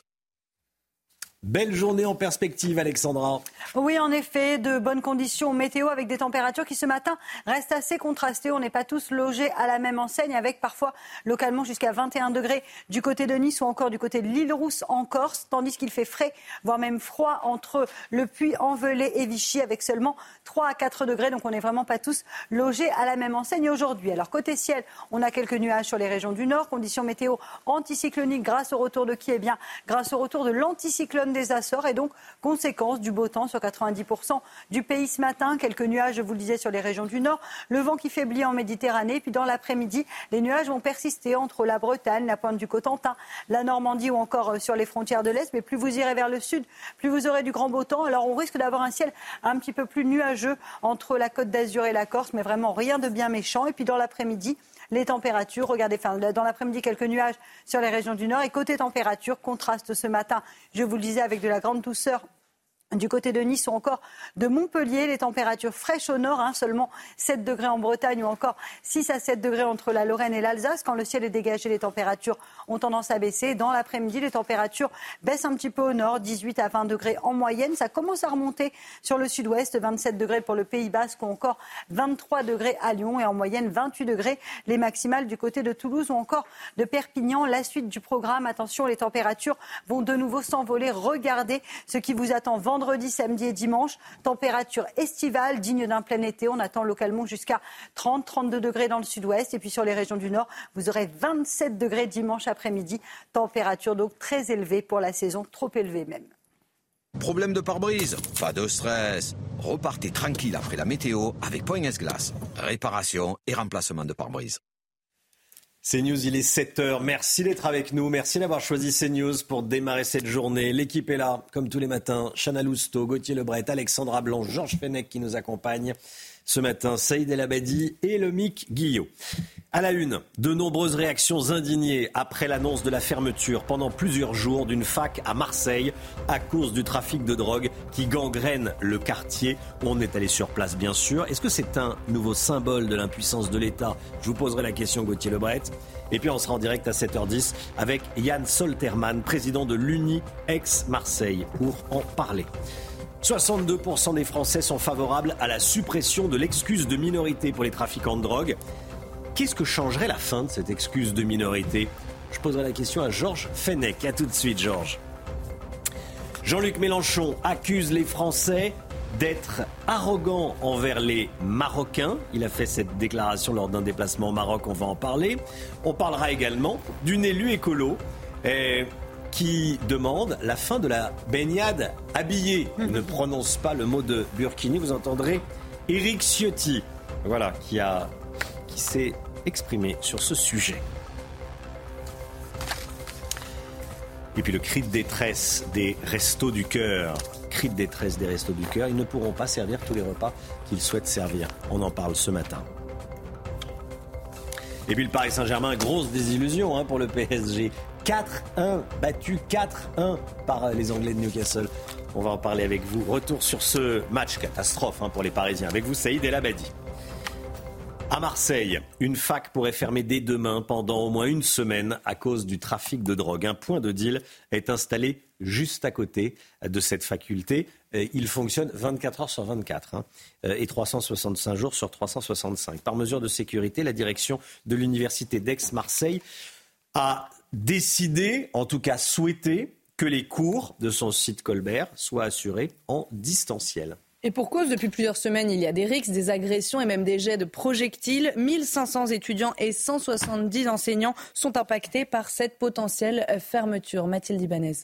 Belle journée en perspective, Alexandra. Oui, en effet, de bonnes conditions météo avec des températures qui ce matin restent assez contrastées. On n'est pas tous logés à la même enseigne avec parfois localement jusqu'à vingt et un degrés du côté de Nice ou encore du côté de l'Île-Rousse en Corse, tandis qu'il fait frais, voire même froid entre le Puy-en-Velay et Vichy avec seulement trois à quatre degrés. Donc on n'est vraiment pas tous logés à la même enseigne aujourd'hui. Alors côté ciel, on a quelques nuages sur les régions du nord, conditions météo anticycloniques grâce au retour de qui? Eh bien, grâce au retour de l'anticyclone des Açores et donc conséquence du beau temps sur quatre-vingt-dix pour cent du pays ce matin. Quelques nuages, je vous le disais, sur les régions du nord. Le vent qui faiblit en Méditerranée. Puis dans l'après-midi, les nuages vont persister entre la Bretagne, la pointe du Cotentin, la Normandie ou encore sur les frontières de l'Est. Mais plus vous irez vers le sud, plus vous aurez du grand beau temps. Alors on risque d'avoir un ciel un petit peu plus nuageux entre la Côte d'Azur et la Corse, mais vraiment rien de bien méchant. Et puis dans l'après-midi, les températures, regardez, enfin, dans l'après-midi, quelques nuages sur les régions du nord. Et côté température, contraste ce matin, je vous le disais, avec de la grande douceur du côté de Nice ou encore de Montpellier. Les températures fraîches au nord, hein, seulement sept degrés en Bretagne ou encore six à sept degrés entre la Lorraine et l'Alsace. Quand le ciel est dégagé, les températures ont tendance à baisser. Dans l'après-midi, les températures baissent un petit peu au nord, dix-huit à vingt degrés en moyenne. Ça commence à remonter sur le sud-ouest, vingt-sept degrés pour le Pays Basque ou encore vingt-trois degrés à Lyon et en moyenne vingt-huit degrés les maximales du côté de Toulouse ou encore de Perpignan. La suite du programme, attention, les températures vont de nouveau s'envoler. Regardez ce qui vous attend vendredi. Vendredi, samedi et dimanche, température estivale, digne d'un plein été. On attend localement jusqu'à trente à trente-deux degrés dans le sud-ouest. Et puis sur les régions du nord, vous aurez vingt-sept degrés dimanche après-midi. Température donc très élevée pour la saison, trop élevée même. Problème de pare-brise? Pas de stress. Repartez tranquille après la météo avec Point S-Glace. Réparation et remplacement de pare-brise. CNews, il est sept heures. Merci d'être avec nous. Merci d'avoir choisi CNews pour démarrer cette journée. L'équipe est là, comme tous les matins. Chana Lousteau, Gauthier Lebret, Alexandra Blanc, Georges Fenech qui nous accompagne ce matin, Saïd El Abadi et Lomic Guillot. À la une, de nombreuses réactions indignées après l'annonce de la fermeture pendant plusieurs jours d'une fac à Marseille à cause du trafic de drogue qui gangrène le quartier. On est allé sur place, bien sûr. Est-ce que c'est un nouveau symbole de l'impuissance de l'État? Je vous poserai la question, Gauthier Lebret. Et puis on sera en direct à sept heures dix avec Yann Solterman, président de l'Uni ex-Marseille, pour en parler. soixante-deux pour cent des Français sont favorables à la suppression de l'excuse de minorité pour les trafiquants de drogue. Qu'est-ce que changerait la fin de cette excuse de minorité ? Je poserai la question à Georges Fenech. A tout de suite, Georges. Jean-Luc Mélenchon accuse les Français d'être arrogants envers les Marocains. Il a fait cette déclaration lors d'un déplacement au Maroc, on va en parler. On parlera également d'une élue écolo eh, qui demande la fin de la baignade habillée. Il ne prononce pas le mot de burkini. Vous entendrez Éric Ciotti, voilà, qui, a, qui s'est exprimé sur ce sujet. Et puis le cri de détresse des Restos du Cœur. Cri de détresse des Restos du Cœur. Ils ne pourront pas servir tous les repas qu'ils souhaitent servir. On en parle ce matin. Et puis le Paris Saint-Germain, grosse désillusion hein, pour le P S G. quatre un, battu quatre un par les Anglais de Newcastle. On va en parler avec vous. Retour sur ce match catastrophe hein, pour les Parisiens. Avec vous, Saïd El Abadi. À Marseille, une fac pourrait fermer dès demain pendant au moins une semaine à cause du trafic de drogue. Un point de deal est installé juste à côté de cette faculté. Il fonctionne vingt-quatre heures sur vingt-quatre hein, et trois cent soixante-cinq jours sur trois cent soixante-cinq. Par mesure de sécurité, la direction de l'université d'Aix-Marseille a décidé, en tout cas souhaité, que les cours de son site Colbert soient assurés en distanciel. Et pour cause, depuis plusieurs semaines, il y a des rixes, des agressions et même des jets de projectiles. mille cinq cents étudiants et cent soixante-dix enseignants sont impactés par cette potentielle fermeture. Mathilde Ibanez.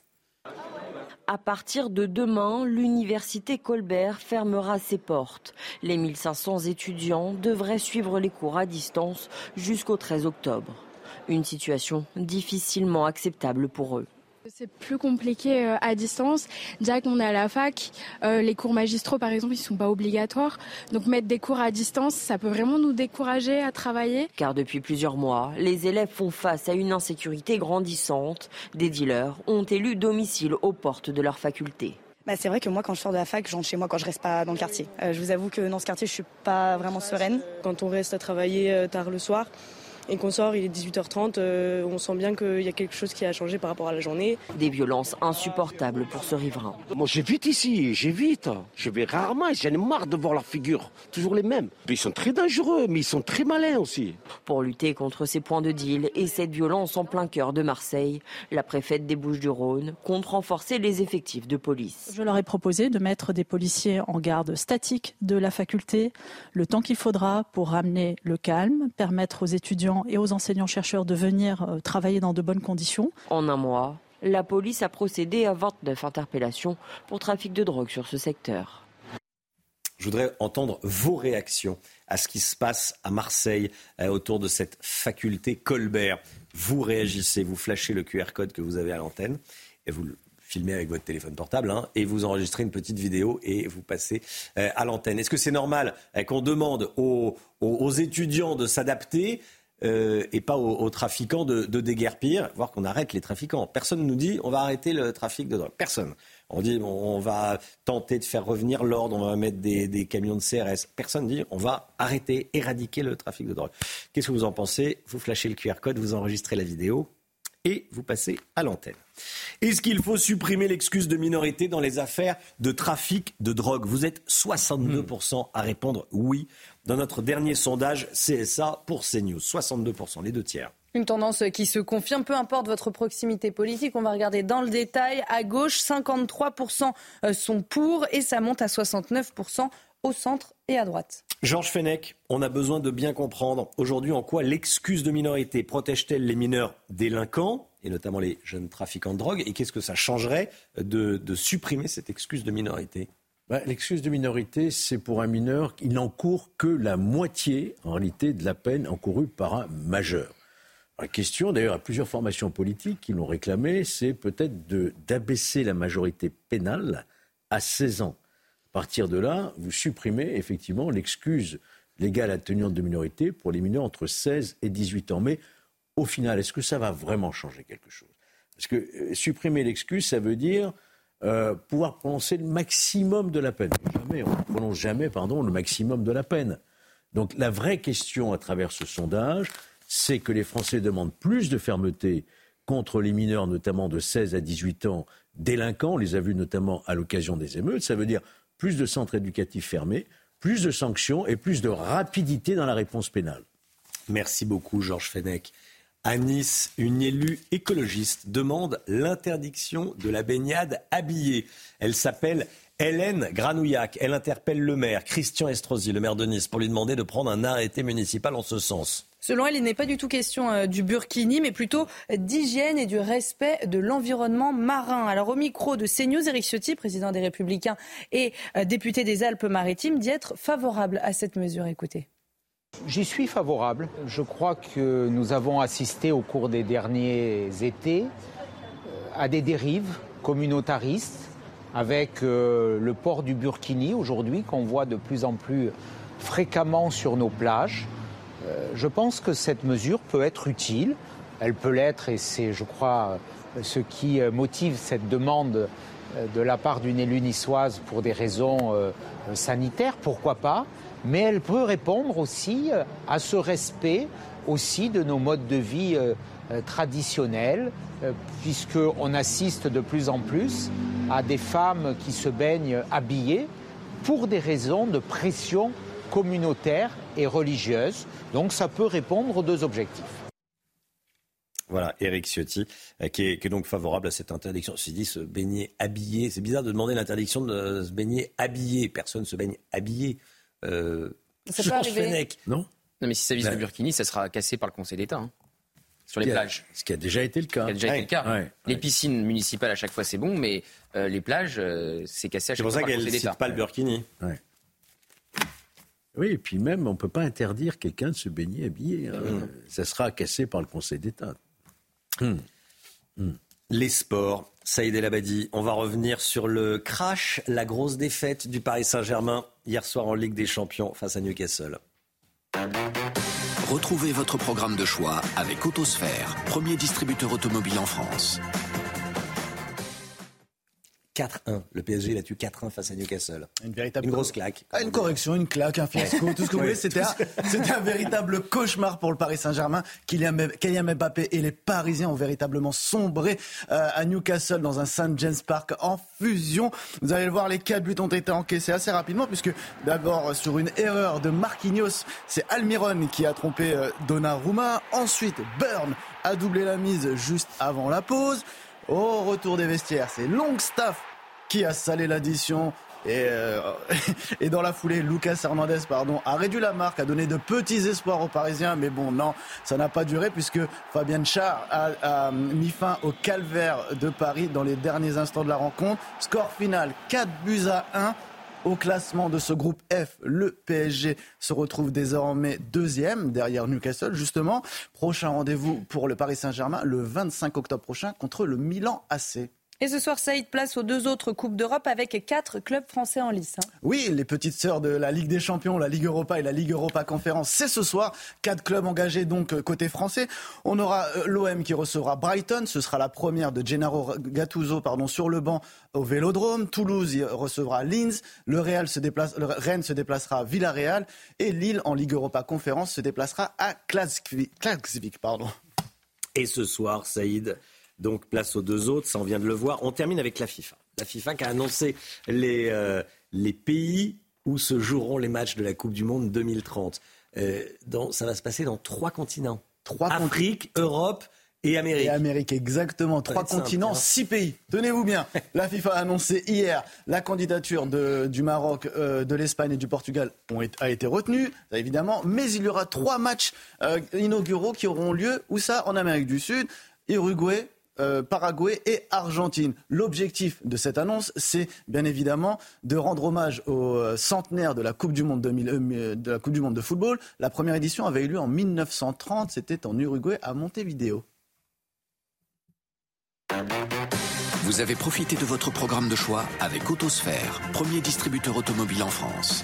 À partir de demain, l'université Colbert fermera ses portes. Les mille cinq cents étudiants devraient suivre les cours à distance jusqu'au treize octobre. Une situation difficilement acceptable pour eux. C'est plus compliqué euh, à distance. Déjà qu'on est à la fac, euh, les cours magistraux par exemple, ils ne sont pas obligatoires. Donc mettre des cours à distance, ça peut vraiment nous décourager à travailler. Car depuis plusieurs mois, les élèves font face à une insécurité grandissante. Des dealers ont élu domicile aux portes de leur faculté. Bah c'est vrai que moi, quand je sors de la fac, je rentre chez moi quand je reste pas dans le quartier. Euh, je vous avoue que dans ce quartier, je suis pas vraiment sereine. Quand on reste à travailler euh, tard le soir, et qu'on sort, il est dix-huit heures trente, euh, on sent bien qu'il y a quelque chose qui a changé par rapport à la journée. Des violences insupportables pour ce riverain. Moi j'évite ici, j'évite. Je vais rarement, j'en ai marre de voir leurs figures, toujours les mêmes. Ils sont très dangereux, mais ils sont très malins aussi. Pour lutter contre ces points de deal et cette violence en plein cœur de Marseille, la préfète des Bouches-du-Rhône compte renforcer les effectifs de police. Je leur ai proposé de mettre des policiers en garde statique de la faculté, le temps qu'il faudra pour ramener le calme, permettre aux étudiants et aux enseignants-chercheurs de venir euh, travailler dans de bonnes conditions. En un mois, la police a procédé à vingt-neuf interpellations pour trafic de drogue sur ce secteur. Je voudrais entendre vos réactions à ce qui se passe à Marseille euh, autour de cette faculté Colbert. Vous réagissez, vous flashez le Q R code que vous avez à l'antenne et vous le filmez avec votre téléphone portable hein, et vous enregistrez une petite vidéo et vous passez euh, à l'antenne. Est-ce que c'est normal euh, qu'on demande aux, aux, aux étudiants de s'adapter Euh, et pas aux, aux trafiquants de, de déguerpir, voire qu'on arrête les trafiquants. Personne ne nous dit on va arrêter le trafic de drogue. Personne. On dit on, on va tenter de faire revenir l'ordre, on va mettre des, des camions de C R S. Personne ne dit on va arrêter, éradiquer le trafic de drogue. Qu'est-ce que vous en pensez ? Vous flashez le Q R code, vous enregistrez la vidéo et vous passez à l'antenne. Est-ce qu'il faut supprimer l'excuse de minorité dans les affaires de trafic de drogue ? Vous êtes soixante-deux pour cent à répondre oui. Dans notre dernier sondage C S A pour CNews, soixante-deux pour cent, les deux tiers. Une tendance qui se confirme, peu importe votre proximité politique. On va regarder dans le détail. À gauche, cinquante-trois pour cent sont pour et ça monte à soixante-neuf pour cent au centre et à droite. Georges Fenech, on a besoin de bien comprendre aujourd'hui en quoi l'excuse de minorité protège-t-elle les mineurs délinquants et notamment les jeunes trafiquants de drogue, et qu'est-ce que ça changerait de, de supprimer cette excuse de minorité ? Bah, l'excuse de minorité, c'est pour un mineur, il n'encourt que la moitié, en réalité, de la peine encourue par un majeur. La question, d'ailleurs, à plusieurs formations politiques qui l'ont réclamé, c'est peut-être de, d'abaisser la majorité pénale à seize ans. À partir de là, vous supprimez effectivement l'excuse légale atténuante de minorité pour les mineurs entre seize et dix-huit ans. Mais au final, est-ce que ça va vraiment changer quelque chose ? Parce que euh, supprimer l'excuse, ça veut dire euh, pouvoir prononcer le maximum de la peine. Jamais, on ne prononce jamais, pardon, le maximum de la peine. Donc la vraie question à travers ce sondage, c'est que les Français demandent plus de fermeté contre les mineurs, notamment de seize à dix-huit ans, délinquants. On les a vus notamment à l'occasion des émeutes. Ça veut dire plus de centres éducatifs fermés, plus de sanctions et plus de rapidité dans la réponse pénale. Merci beaucoup, Georges Fenech. À Nice, une élue écologiste demande l'interdiction de la baignade habillée. Elle s'appelle Hélène Granouillac. Elle interpelle le maire, Christian Estrosi, le maire de Nice, pour lui demander de prendre un arrêté municipal en ce sens. Selon elle, il n'est pas du tout question euh, du burkini, mais plutôt d'hygiène et du respect de l'environnement marin. Alors au micro de CNews, Éric Ciotti, président des Républicains et euh, député des Alpes-Maritimes, dit être favorable à cette mesure. Écoutez. J'y suis favorable. Je crois que nous avons assisté au cours des derniers étés à des dérives communautaristes avec euh, le port du burkini aujourd'hui qu'on voit de plus en plus fréquemment sur nos plages. Euh, je pense que cette mesure peut être utile. Elle peut l'être et c'est, je crois, ce qui motive cette demande de la part d'une élue niçoise pour des raisons euh, sanitaires, pourquoi pas. Mais elle peut répondre aussi à ce respect aussi de nos modes de vie euh, euh, traditionnels, euh, puisqu'on assiste de plus en plus à des femmes qui se baignent habillées pour des raisons de pression communautaire et religieuse. Donc ça peut répondre aux deux objectifs. Voilà, Éric Ciotti, qui est, qui est donc favorable à cette interdiction. C'est dit se baigner habillé. C'est bizarre de demander l'interdiction de se baigner habillé. Personne ne se baigne habillé. Euh, ça peut arriver. Non, non, mais si ça vise ben, le burkini, ça sera cassé par le Conseil d'État. Hein, sur les a, plages. Ce qui a déjà été le cas. Ce qui a déjà ouais, été le cas. Ouais, les ouais. piscines municipales, à chaque fois, c'est bon, mais euh, les plages, euh, c'est cassé à chaque fois par le Conseil d'État. C'est pour ça qu'elle ne cite pas le burkini. Ouais. Oui, et puis même, on ne peut pas interdire quelqu'un de se baigner habillé. Hein. Mmh. Ça sera cassé par le Conseil d'État. Mmh. Mmh. Les sports, Saïd El Abadi, on va revenir sur le crash, la grosse défaite du Paris Saint-Germain hier soir en Ligue des Champions face à Newcastle. Retrouvez votre programme de choix avec Autosphère, premier distributeur automobile en France. quatre un. Le P S G l'a tué quatre un face à Newcastle. Une véritable une grosse claque. Ah, une correction, une claque, un fiasco, tout ce que vous voulez. C'était un, c'était un véritable cauchemar pour le Paris Saint-Germain. Kylian Mbappé et les Parisiens ont véritablement sombré euh, à Newcastle dans un Saint James Park en fusion. Vous allez le voir, les quatre buts ont été encaissés assez rapidement puisque d'abord sur une erreur de Marquinhos, c'est Almiron qui a trompé euh, Donnarumma. Ensuite, Burn a doublé la mise juste avant la pause. Au retour des vestiaires, c'est Longstaff qui a salé l'addition. Et, euh, et dans la foulée, Lucas Hernandez pardon, a réduit la marque, a donné de petits espoirs aux Parisiens. Mais bon, non, ça n'a pas duré puisque Fabien Schär a, a mis fin au calvaire de Paris dans les derniers instants de la rencontre. Score final, quatre buts à un. Au classement de ce groupe F, le P S G se retrouve désormais deuxième derrière Newcastle. Justement, prochain rendez-vous pour le Paris Saint-Germain le vingt-cinq octobre prochain contre le Milan A C. Et ce soir, Saïd, place aux deux autres Coupes d'Europe avec quatre clubs français en lice. Hein. Oui, les petites sœurs de la Ligue des Champions, la Ligue Europa et la Ligue Europa Conférence, c'est ce soir. Quatre clubs engagés donc côté français. On aura l'O M qui recevra Brighton. Ce sera la première de Gennaro Gattuso pardon, sur le banc au Vélodrome. Toulouse y recevra Linz. Le, Real se déplace, le Rennes se déplacera à Villarreal. Et Lille, en Ligue Europa Conférence, se déplacera à Klaksvik. Pardon. Et ce soir, Saïd... Donc, place aux deux autres, ça on vient de le voir. On termine avec la FIFA. La FIFA qui a annoncé les, euh, les pays où se joueront les matchs de la Coupe du Monde deux mille trente. Euh, dans, ça va se passer dans trois continents. Trois Afrique, cont... Europe et Amérique. Et Amérique, exactement. Trois continents, simple, six pays. Tenez-vous bien. La FIFA a annoncé hier la candidature de, du Maroc, euh, de l'Espagne et du Portugal ont, a été retenue, évidemment. Mais il y aura trois matchs euh, inauguraux qui auront lieu, où ça, en Amérique du Sud, Uruguay, Euh, Paraguay et Argentine. L'objectif de cette annonce, c'est bien évidemment de rendre hommage au centenaire de la Coupe du Monde deux mille, euh, de la Coupe du Monde de football. La première édition avait eu lieu en dix-neuf cent trente, c'était en Uruguay à Montevideo. Vous avez profité de votre programme de choix avec Autosphère, premier distributeur automobile en France.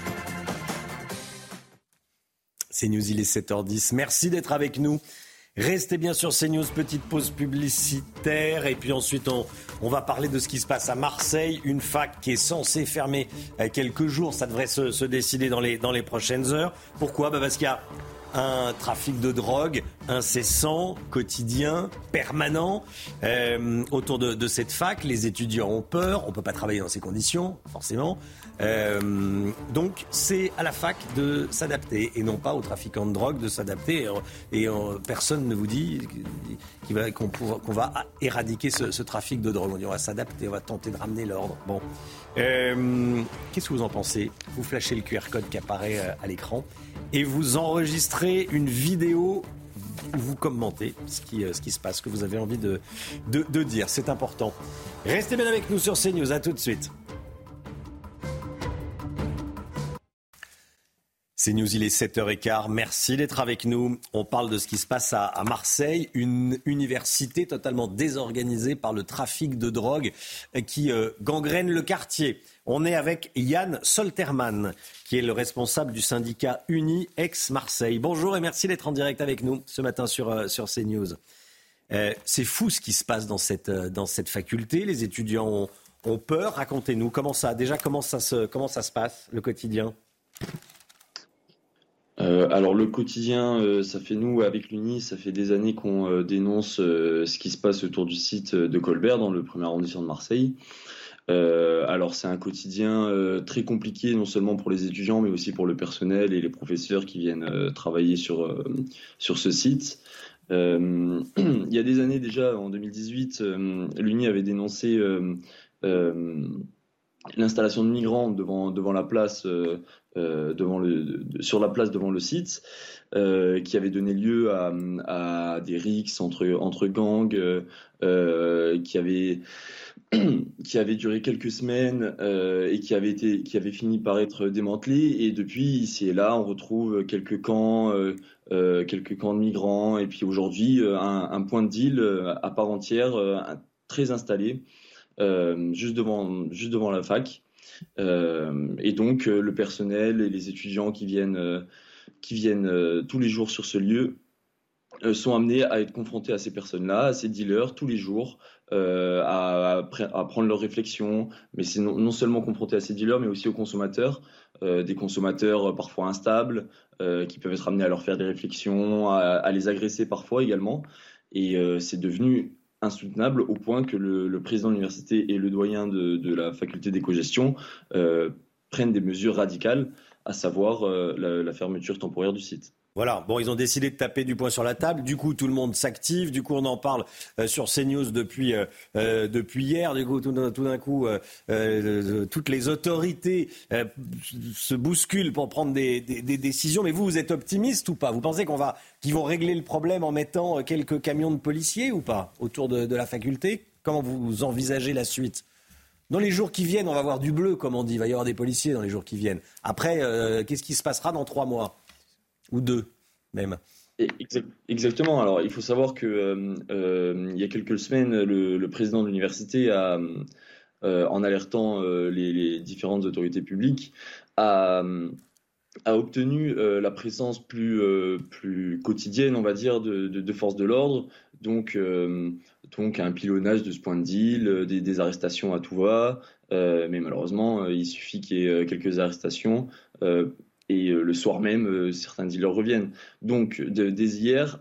CNews, il est sept heures dix. Merci d'être avec nous. Restez bien sur CNews, petite pause publicitaire et puis ensuite on, on va parler de ce qui se passe à Marseille, une fac qui est censée fermer quelques jours, ça devrait se, se décider dans les, dans les prochaines heures. Pourquoi ? Bah parce qu'il y a un trafic de drogue incessant, quotidien, permanent. Euh, autour de, de cette fac, les étudiants ont peur, on ne peut pas travailler dans ces conditions, forcément. Euh, donc c'est à la fac de s'adapter et non pas aux trafiquants de drogue de s'adapter. Et, et euh, personne ne vous dit qu'il va, qu'on, qu'on va éradiquer ce, ce trafic de drogue. On dit on va s'adapter, on va tenter de ramener l'ordre. Bon, euh, qu'est-ce que vous en pensez ? Vous flashez le Q R code qui apparaît à l'écran et vous enregistrez une vidéo où vous commentez ce qui, ce qui se passe, ce que vous avez envie de, de, de dire. C'est important. Restez bien avec nous sur CNews. À tout de suite. C'est News, il est sept heures quinze. Merci d'être avec nous. On parle de ce qui se passe à, à Marseille, une université totalement désorganisée par le trafic de drogue qui euh, gangrène le quartier. On est avec Yann Solterman, qui est le responsable du syndicat Uni Aix-Marseille. Bonjour et merci d'être en direct avec nous ce matin sur, euh, sur CNews. Euh, c'est fou ce qui se passe dans cette, euh, dans cette faculté. Les étudiants ont, ont peur. Racontez-nous comment ça, déjà comment ça se, comment ça se passe, le quotidien ? Euh, alors le quotidien, euh, ça fait nous avec l'Uni, ça fait des années qu'on euh, dénonce euh, ce qui se passe autour du site de Colbert dans le premier arrondissement de Marseille. Euh, alors c'est un quotidien euh, très compliqué, non seulement pour les étudiants, mais aussi pour le personnel et les professeurs qui viennent euh, travailler sur euh, sur ce site. Euh, il y a des années déjà, en deux mille dix-huit, euh, l'Uni avait dénoncé euh, euh, l'installation de migrants devant devant la place. Euh, Euh, devant le, de, sur la place devant le site, euh, qui avait donné lieu à, à des rixes entre, entre gangs, euh, qui, avait, qui avait duré quelques semaines euh, et qui avait, été, qui avait fini par être démantelé. Et depuis, ici et là, on retrouve quelques camps, euh, euh, quelques camps de migrants. Et puis aujourd'hui, un, un point de deal à part entière, euh, très installé, euh, juste devant, juste devant la fac. Euh, et donc euh, le personnel et les étudiants qui viennent, euh, qui viennent euh, tous les jours sur ce lieu euh, sont amenés à être confrontés à ces personnes-là, à ces dealers tous les jours, euh, à, à, à prendre leurs réflexions. Mais c'est non, non seulement confrontés à ces dealers, mais aussi aux consommateurs, euh, des consommateurs parfois instables, euh, qui peuvent être amenés à leur faire des réflexions, à, à les agresser parfois également. Et euh, c'est devenu insoutenable au point que le, le président de l'université et le doyen de, de la faculté d'éco-gestion euh, prennent des mesures radicales, à savoir euh, la, la fermeture temporaire du site. Voilà, bon, ils ont décidé de taper du poing sur la table. Du coup, tout le monde s'active. Du coup, on en parle euh, sur CNews depuis euh, euh, depuis hier. Du coup, tout, tout d'un coup, euh, euh, toutes les autorités euh, se bousculent pour prendre des, des, des décisions. Mais vous, vous êtes optimiste ou pas ? Vous pensez qu'on va, qu'ils vont régler le problème en mettant quelques camions de policiers ou pas autour de, de la faculté ? Comment vous envisagez la suite ? Dans les jours qui viennent, on va voir du bleu, comme on dit. Il va y avoir des policiers dans les jours qui viennent. Après, euh, qu'est-ce qui se passera dans trois mois ? Ou deux, même. Exactement. Alors, il faut savoir que euh, euh, il y a quelques semaines, le, le président de l'université a, euh, en alertant euh, les, les différentes autorités publiques, a, a obtenu euh, la présence plus, euh, plus quotidienne, on va dire, de, de, de forces de l'ordre. Donc, euh, donc, un pilonnage de ce point de deal, des, des arrestations à tout va. Euh, mais malheureusement, il suffit qu'il y ait quelques arrestations. Euh, Et euh, le soir même, euh, certains dealers reviennent. Donc, de, dès hier,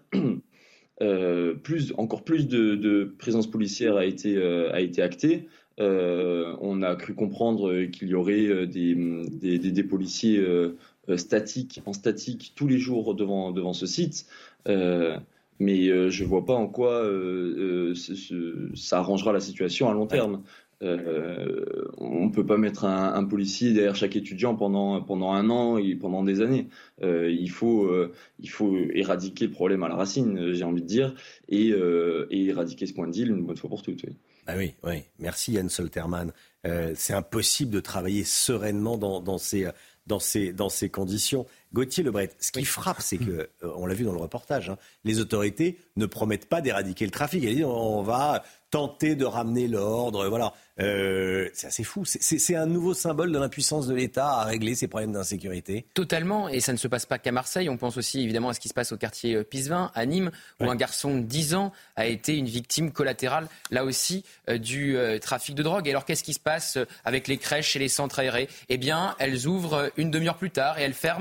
euh, plus, encore plus de, de présence policière a été, euh, a été actée. Euh, on a cru comprendre qu'il y aurait des, des, des, des policiers euh, statiques, en statique, tous les jours devant, devant ce site. Euh, mais euh, je ne vois pas en quoi euh, euh, ce, ce, ça arrangera la situation à long terme. Euh, on ne peut pas mettre un, un policier derrière chaque étudiant pendant, pendant un an et pendant des années. Euh, il, faut, euh, il faut éradiquer le problème à la racine, j'ai envie de dire, et, euh, et éradiquer ce point de deal une bonne fois pour toutes. Oui. Ah oui, oui. Merci Yann Solterman. Euh, c'est impossible de travailler sereinement dans, dans, ces, dans, ces, dans ces conditions. Gauthier Lebret, ce qui oui. frappe, c'est que, euh, on l'a vu dans le reportage, hein, les autorités ne promettent pas d'éradiquer le trafic. Elles disent on va tenter de ramener l'ordre, voilà. Euh, c'est assez fou. C'est, c'est, c'est un nouveau symbole de l'impuissance de l'État à régler ces problèmes d'insécurité. Totalement, et ça ne se passe pas qu'à Marseille. On pense aussi évidemment à ce qui se passe au quartier Pisevin, à Nîmes, où ouais. un garçon de dix ans a été une victime collatérale, là aussi, euh, du euh, trafic de drogue. Et alors qu'est-ce qui se passe avec les crèches et les centres aérés ? Eh bien, elles ouvrent une demi-heure plus tard et elles ferment une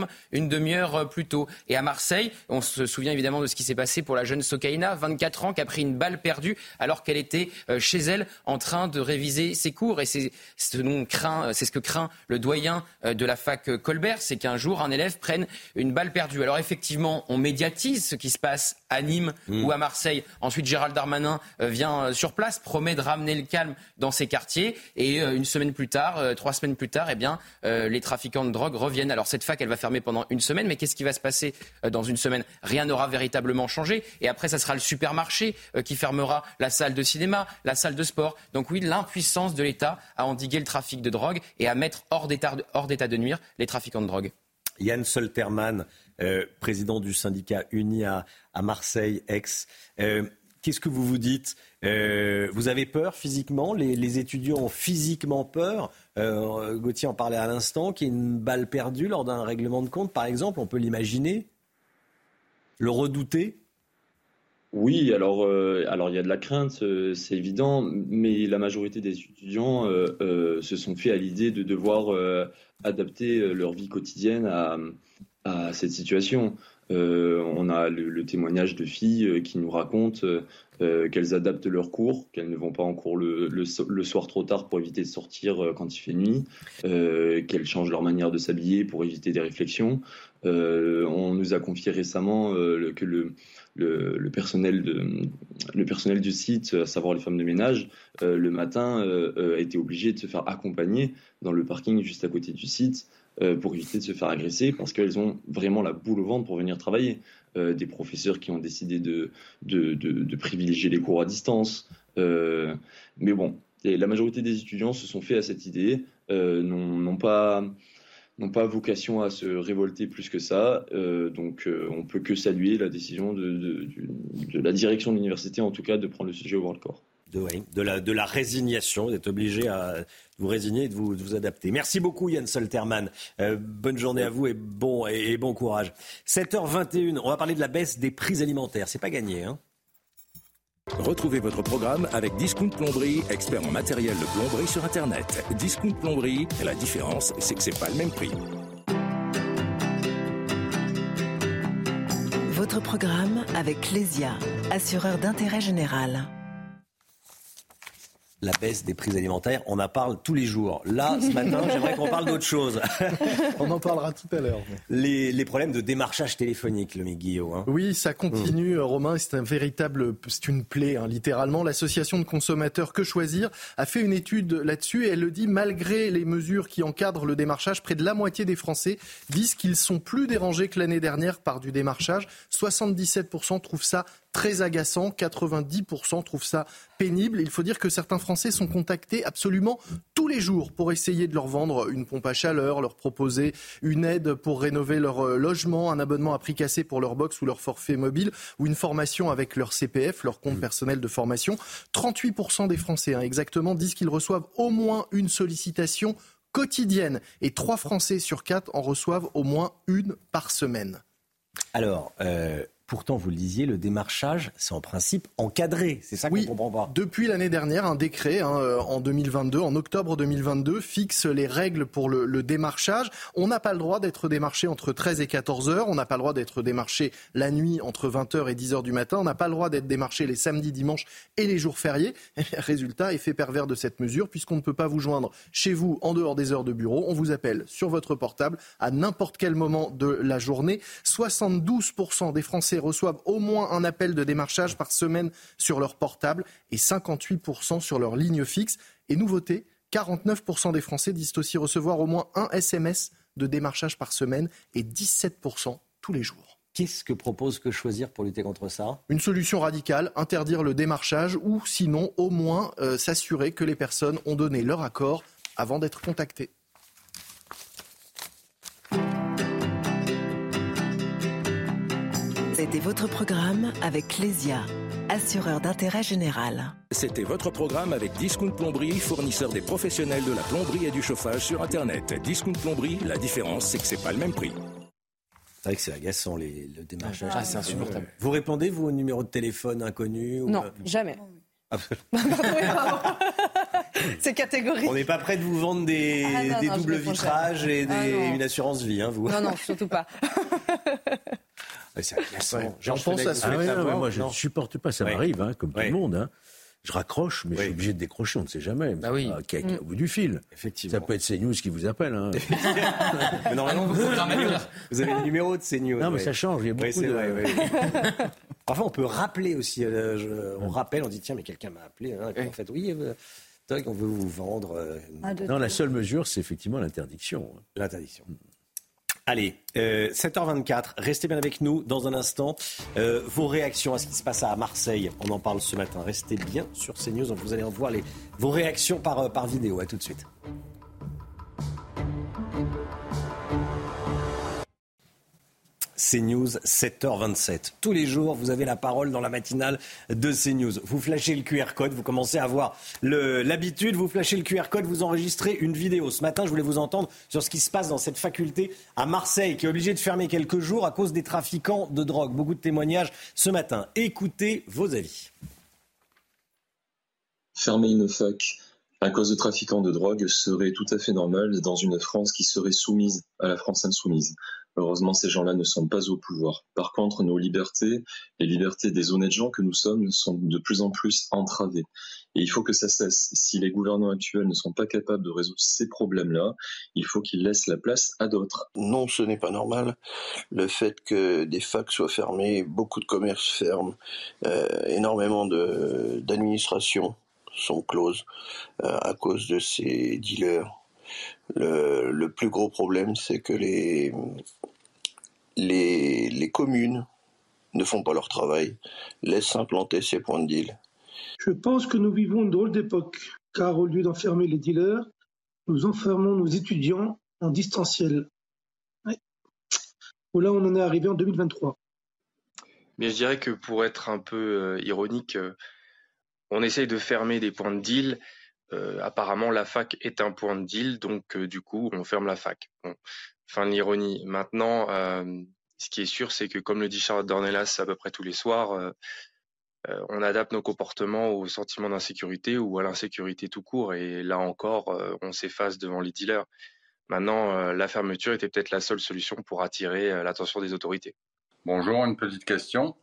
une demi-heure plus tôt. Et à Marseille, on se souvient évidemment de ce qui s'est passé pour la jeune Sokaina, vingt-quatre ans, qui a pris une balle perdue alors qu'elle était chez elle en train de réviser ses cours. Et c'est ce, dont craint, c'est ce que craint le doyen de la fac Colbert, c'est qu'un jour un élève prenne une balle perdue. Alors effectivement, on médiatise ce qui se passe à Nîmes mmh. ou à Marseille. Ensuite, Gérald Darmanin vient sur place, promet de ramener le calme dans ces quartiers. Et une semaine plus tard, trois semaines plus tard, eh bien, les trafiquants de drogue reviennent. Alors cette fac, elle va fermer pendant une semaine. Mais qu'est-ce qui va se passer dans une semaine ? Rien n'aura véritablement changé. Et après, ça sera le supermarché qui fermera la salle de cinéma, la salle de sport. Donc oui, l'impuissance de l'État à endiguer le trafic de drogue et à mettre hors d'état de, hors d'état de nuire les trafiquants de drogue. Yann Solterman, euh, président du syndicat Uni à, à Marseille-Aix. Euh, qu'est-ce que vous vous dites ? euh, Vous avez peur physiquement ? les, les étudiants ont physiquement peur. euh, Gauthier en parlait à l'instant, qu'il y ait une balle perdue lors d'un règlement de compte, par exemple. On peut l'imaginer ? Le redouter ? Oui, alors euh, alors il y a de la crainte, euh, c'est évident, mais la majorité des étudiants euh, euh, se sont fait à l'idée de devoir euh, adapter leur vie quotidienne à, à cette situation. Euh, on a le, le témoignage de filles euh, qui nous racontent euh, qu'elles adaptent leurs cours, qu'elles ne vont pas en cours le, le, le soir trop tard pour éviter de sortir euh, quand il fait nuit, euh, qu'elles changent leur manière de s'habiller pour éviter des réflexions. Euh, on nous a confié récemment euh, le, que le, le, le, personnel de, le personnel du site, à savoir les femmes de ménage, euh, le matin euh, a été obligé de se faire accompagner dans le parking juste à côté du site euh, pour éviter de se faire agresser parce qu'elles ont vraiment la boule au ventre pour venir travailler. Euh, des professeurs qui ont décidé de, de, de, de privilégier les cours à distance. Euh, mais bon, et la majorité des étudiants se sont fait à cette idée, euh, n'ont, n'ont pas... n'ont pas vocation à se révolter plus que ça. Euh, donc euh, on peut que saluer la décision de, de, de, de la direction de l'université, en tout cas, de prendre le sujet au bras le corps. De, oui, de, la, de la résignation, d'être obligé à vous résigner et de vous, de vous adapter. Merci beaucoup Yann Solterman. Euh, bonne journée à vous et bon, et, et bon courage. sept heures vingt et une, on va parler de la baisse des prix alimentaires. C'est pas gagné, hein. Retrouvez votre programme avec Discount Plomberie, expert en matériel de plomberie sur Internet. Discount Plomberie, la différence, c'est que c'est pas le même prix. Votre programme avec Clésia, assureur d'intérêt général. La baisse des prix alimentaires, on en parle tous les jours. Là, ce matin, j'aimerais qu'on parle d'autre chose. On en parlera tout à l'heure. Les, les problèmes de démarchage téléphonique, le Guillaume. Hein. Oui, ça continue, mmh. Romain. C'est un véritable, c'est une plaie, hein, littéralement. L'association de consommateurs Que Choisir a fait une étude là-dessus et elle le dit, malgré les mesures qui encadrent le démarchage, près de la moitié des Français disent qu'ils sont plus dérangés que l'année dernière par du démarchage. soixante-dix-sept pour cent trouvent ça très agaçant, quatre-vingt-dix pour cent trouvent ça pénible. Il faut dire que certains Français sont contactés absolument tous les jours pour essayer de leur vendre une pompe à chaleur, leur proposer une aide pour rénover leur logement, un abonnement à prix cassé pour leur box ou leur forfait mobile ou une formation avec leur C P F, leur compte personnel de formation. trente-huit pour cent des Français, hein, exactement, disent qu'ils reçoivent au moins une sollicitation quotidienne et trois Français sur quatre en reçoivent au moins une par semaine. Alors, euh... pourtant, vous le disiez, le démarchage, c'est en principe encadré. C'est ça qu'on oui, ne comprend pas. Depuis l'année dernière, un décret hein, en deux mille vingt-deux, en octobre deux mille vingt-deux, fixe les règles pour le, le démarchage. On n'a pas le droit d'être démarché entre treize et quatorze heures. On n'a pas le droit d'être démarché la nuit entre vingt heures et dix heures du matin. On n'a pas le droit d'être démarché les samedis, dimanches et les jours fériés. Et résultat, effet pervers de cette mesure, puisqu'on ne peut pas vous joindre chez vous en dehors des heures de bureau. On vous appelle sur votre portable à n'importe quel moment de la journée. soixante-douze pour cent des Français reçoivent au moins un appel de démarchage par semaine sur leur portable et cinquante-huit pour cent sur leur ligne fixe. Et nouveauté, quarante-neuf pour cent des Français disent aussi recevoir au moins un S M S de démarchage par semaine et dix-sept pour cent tous les jours. Qu'est-ce que propose Que Choisir pour lutter contre ça ? Une solution radicale, interdire le démarchage ou sinon au moins euh, s'assurer que les personnes ont donné leur accord avant d'être contactées. C'était votre programme avec Clésia, assureur d'intérêt général. C'était votre programme avec Discount Plomberie, fournisseur des professionnels de la plomberie et du chauffage sur Internet. Discount Plomberie, la différence, c'est que c'est pas le même prix. C'est vrai que c'est agaçant, les, le démarchage. Ah, c'est insupportable. Vous répondez, vous, au numéro de téléphone inconnu ou... Non, jamais. Ah. Pardon, pardon. C'est catégorique. On n'est pas prêt de vous vendre des, ah, non, des non, doubles vitrages et des, ah, une assurance vie, hein, vous. Non, non, surtout pas. Ouais, c'est agaçant. Ouais, J'en pense à ça. Ah, ouais, non, moi, je ne supporte pas. Ça ouais. m'arrive, hein, comme ouais. tout le monde. Hein. Je raccroche, mais oui. je suis obligé de décrocher, on ne sait jamais. Bah oui. Qui est au bout du fil. Effectivement. Ça peut être CNews qui vous appelle. Hein. Mais normalement, vous, vous avez le numéro de CNews. Non, mais ouais. ça change. Il y a beaucoup ouais, de... vrai, ouais. Parfois, on peut rappeler aussi. Euh, je, on rappelle, on dit tiens, mais quelqu'un m'a appelé. Hein, et puis, en fait, oui, euh, c'est vrai qu'on veut vous vendre. Euh, ah, non, la seule mesure, c'est effectivement l'interdiction. L'interdiction. Allez, euh, sept heures vingt-quatre, restez bien avec nous dans un instant. Euh, vos réactions à ce qui se passe à Marseille, on en parle ce matin. Restez bien sur CNews, vous allez en voir les, vos réactions par, par vidéo. À tout de suite. CNews, sept heures vingt-sept. Tous les jours, vous avez la parole dans la matinale de CNews. Vous flashez le Q R code, vous commencez à avoir le, l'habitude, vous flashez le Q R code, vous enregistrez une vidéo. Ce matin, je voulais vous entendre sur ce qui se passe dans cette faculté à Marseille, qui est obligée de fermer quelques jours à cause des trafiquants de drogue. Beaucoup de témoignages ce matin. Écoutez vos avis. Fermer une fac à cause de trafiquants de drogue serait tout à fait normal dans une France qui serait soumise à la France insoumise. Heureusement, ces gens-là ne sont pas au pouvoir. Par contre, nos libertés, les libertés des honnêtes gens que nous sommes, sont de plus en plus entravées. Et il faut que ça cesse. Si les gouvernants actuels ne sont pas capables de résoudre ces problèmes-là, il faut qu'ils laissent la place à d'autres. Non, ce n'est pas normal. Le fait que des facs soient fermées, beaucoup de commerces ferment, euh, énormément de, d'administrations sont closes euh, à cause de ces dealers. Le, le plus gros problème, c'est que les, les, les communes ne font pas leur travail, laissent s'implanter ces points de deal. Je pense que nous vivons une drôle d'époque, car au lieu d'enfermer les dealers, nous enfermons nos étudiants en distanciel. Ouais. Là, on en est arrivé en deux mille vingt-trois. Mais je dirais que pour être un peu euh, ironique, euh, on essaye de fermer des points de deal. Euh, apparemment, la fac est un point de deal, donc euh, du coup, on ferme la fac. Bon, fin de l'ironie. Maintenant, euh, ce qui est sûr, c'est que comme le dit Charlotte Dornelas à peu près tous les soirs, euh, euh, on adapte nos comportements au sentiment d'insécurité ou à l'insécurité tout court. Et là encore, euh, on s'efface devant les dealers. Maintenant, euh, la fermeture était peut-être la seule solution pour attirer euh, l'attention des autorités. Bonjour, une petite question.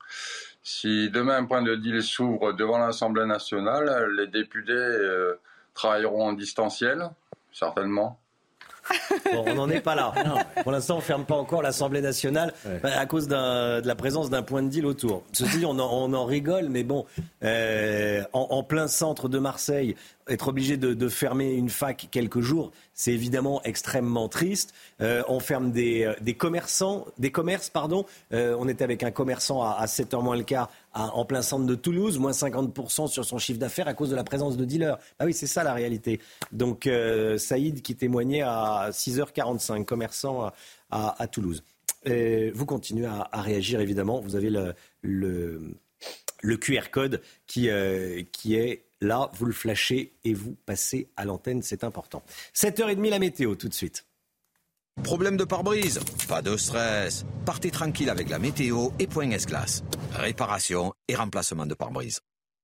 Si demain un point de deal s'ouvre devant l'Assemblée nationale, les députés euh, travailleront en distanciel, certainement. Bon, on n'en est pas là. Non, pour l'instant, on ne ferme pas encore l'Assemblée nationale ouais. à cause d'un, de la présence d'un point de deal autour. Ceci dit, on en, on en rigole, mais bon, euh, en, en plein centre de Marseille, être obligé de, de fermer une fac quelques jours, c'est évidemment extrêmement triste. Euh, on ferme des, des commerçants, des commerces, pardon. Euh, on était avec un commerçant à, à sept heures moins le quart à, en plein centre de Toulouse, moins cinquante pour cent sur son chiffre d'affaires à cause de la présence de dealers. Ah oui, c'est ça la réalité. Donc euh, Saïd qui témoignait à six heures quarante-cinq, commerçant à, à, à Toulouse. Et vous continuez à, à réagir évidemment. Vous avez le, le, le Q R code qui, euh, qui est là, vous le flashez et vous passez à l'antenne, c'est important. sept heures trente, la météo, tout de suite. Problème de pare-brise? Pas de stress. Partez tranquille avec la météo et Point S-Glace. Réparation et remplacement de pare-brise.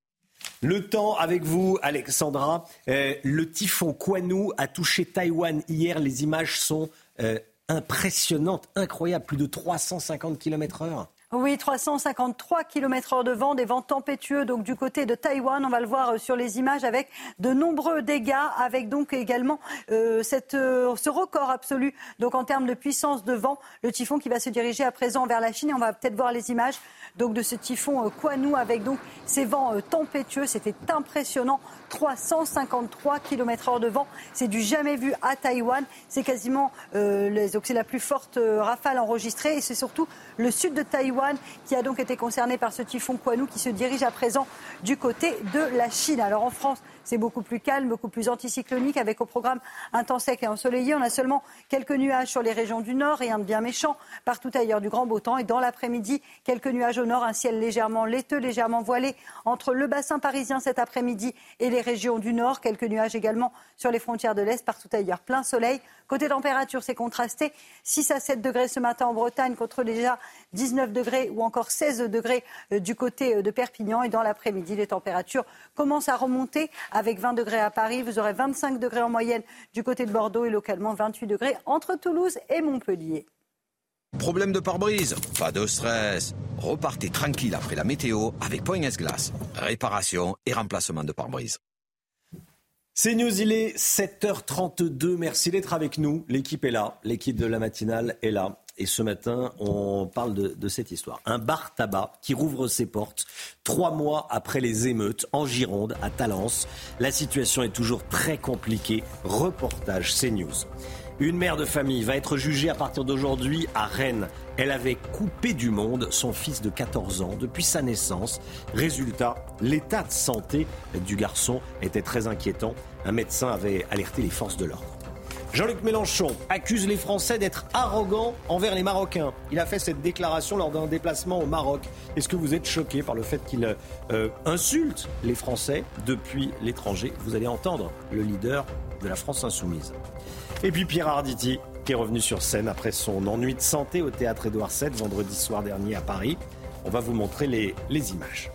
Le temps avec vous, Alexandra. Euh, le typhon Kwanu a touché Taïwan hier. Les images sont euh, impressionnantes, incroyables. Plus de trois cent cinquante kilomètres heure. Oui, trois cent cinquante-trois kilomètres heure de vent, des vents tempétueux donc du côté de Taïwan. On va le voir sur les images avec de nombreux dégâts, avec donc également euh, cette, euh, ce record absolu donc en termes de puissance de vent. Le typhon qui va se diriger à présent vers la Chine et on va peut-être voir les images donc de ce typhon euh, Kwanu avec donc ces vents euh, tempétueux. C'était impressionnant, trois cent cinquante-trois kilomètres heure de vent. C'est du jamais vu à Taïwan. C'est quasiment euh, les, donc c'est la plus forte euh, rafale enregistrée et c'est surtout le sud de Taïwan qui a donc été concerné par ce typhon Kwanu qui se dirige à présent du côté de la Chine. Alors en France, c'est beaucoup plus calme, beaucoup plus anticyclonique avec au programme un temps sec et ensoleillé. On a seulement quelques nuages sur les régions du nord, rien de bien méchant. Partout ailleurs, du grand beau temps. Et dans l'après-midi, quelques nuages au nord, un ciel légèrement laiteux, légèrement voilé entre le bassin parisien cet après-midi et les régions du nord. Quelques nuages également sur les frontières de l'Est. Partout ailleurs, plein soleil. Côté température, c'est contrasté. six à sept degrés ce matin en Bretagne contre déjà dix-neuf degrés degrés ou encore seize degrés du côté de Perpignan. Et dans l'après-midi, les températures commencent à remonter avec vingt degrés à Paris. Vous aurez vingt-cinq degrés en moyenne du côté de Bordeaux et localement vingt-huit degrés entre Toulouse et Montpellier. Problème de pare-brise? Pas de stress. Repartez tranquille après la météo avec Point S-Glace. Réparation et remplacement de pare-brise. C'est News, il est sept heures trente-deux. Merci d'être avec nous. L'équipe est là. L'équipe de la matinale est là. Et ce matin, on parle de, de cette histoire. Un bar tabac qui rouvre ses portes trois mois après les émeutes en Gironde, à Talence. La situation est toujours très compliquée. Reportage CNews. Une mère de famille va être jugée à partir d'aujourd'hui à Rennes. Elle avait coupé du monde son fils de quatorze ans depuis sa naissance. Résultat, l'état de santé du garçon était très inquiétant. Un médecin avait alerté les forces de l'ordre. Jean-Luc Mélenchon accuse les Français d'être arrogants envers les Marocains. Il a fait cette déclaration lors d'un déplacement au Maroc. Est-ce que vous êtes choqué par le fait qu'il euh, insulte les Français depuis l'étranger? Vous allez entendre le leader de la France Insoumise. Et puis Pierre Arditi, qui est revenu sur scène après son ennui de santé au théâtre Édouard sept, vendredi soir dernier à Paris. On va vous montrer les, les images.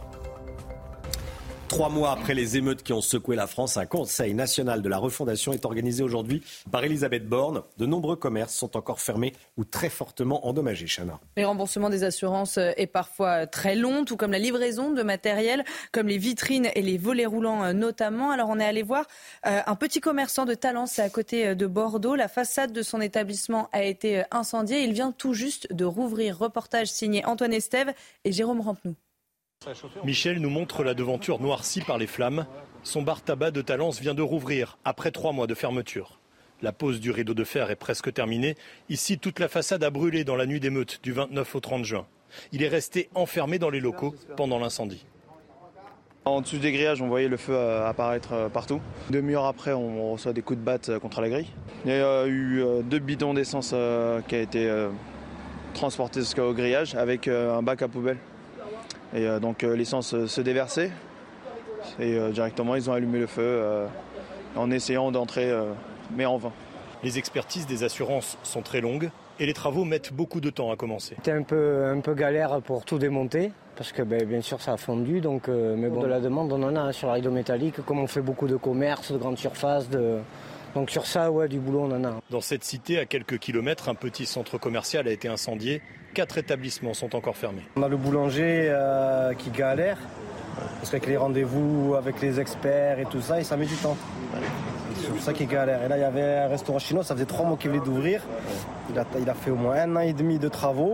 Trois mois après les émeutes qui ont secoué la France, un conseil national de la refondation est organisé aujourd'hui par Elisabeth Borne. De nombreux commerces sont encore fermés ou très fortement endommagés, Chana. Le remboursement des assurances est parfois très long, tout comme la livraison de matériel, comme les vitrines et les volets roulants notamment. Alors on est allé voir un petit commerçant de Talence, c'est à côté de Bordeaux. La façade de son établissement a été incendiée. Il vient tout juste de rouvrir. Reportage signé Antoine Estève et Jérôme Rampenou. Michel nous montre la devanture noircie par les flammes. Son bar tabac de Talence vient de rouvrir après trois mois de fermeture. La pose du rideau de fer est presque terminée. Ici, toute la façade a brûlé dans la nuit d'émeute du vingt-neuf au trente juin. Il est resté enfermé dans les locaux pendant l'incendie. En dessous des grillages, on voyait le feu apparaître partout. Une demi-heure après, on reçoit des coups de batte contre la grille. Il y a eu deux bidons d'essence qui ont été transportés jusqu'au grillage avec un bac à poubelle. Et euh, donc euh, l'essence euh, se déversait et euh, directement ils ont allumé le feu euh, en essayant d'entrer, euh, mais en vain. Les expertises des assurances sont très longues et les travaux mettent beaucoup de temps à commencer. C'était un peu, un peu galère pour tout démonter parce que ben, bien sûr ça a fondu, donc, euh, mais bon, de la demande on en a hein, sur la rideau métallique, comme on fait beaucoup de commerce, de grandes surfaces, de... donc sur ça ouais, du boulot on en a. Dans cette cité à quelques kilomètres, un petit centre commercial a été incendié. Quatre établissements sont encore fermés. On a le boulanger euh, qui galère, parce qu'avec les rendez-vous avec les experts et tout ça, et ça met du temps. C'est sur ça qu'il galère. Et là, il y avait un restaurant chinois, ça faisait trois mois qu'il venait d'ouvrir. Il a, il a fait au moins un an et demi de travaux.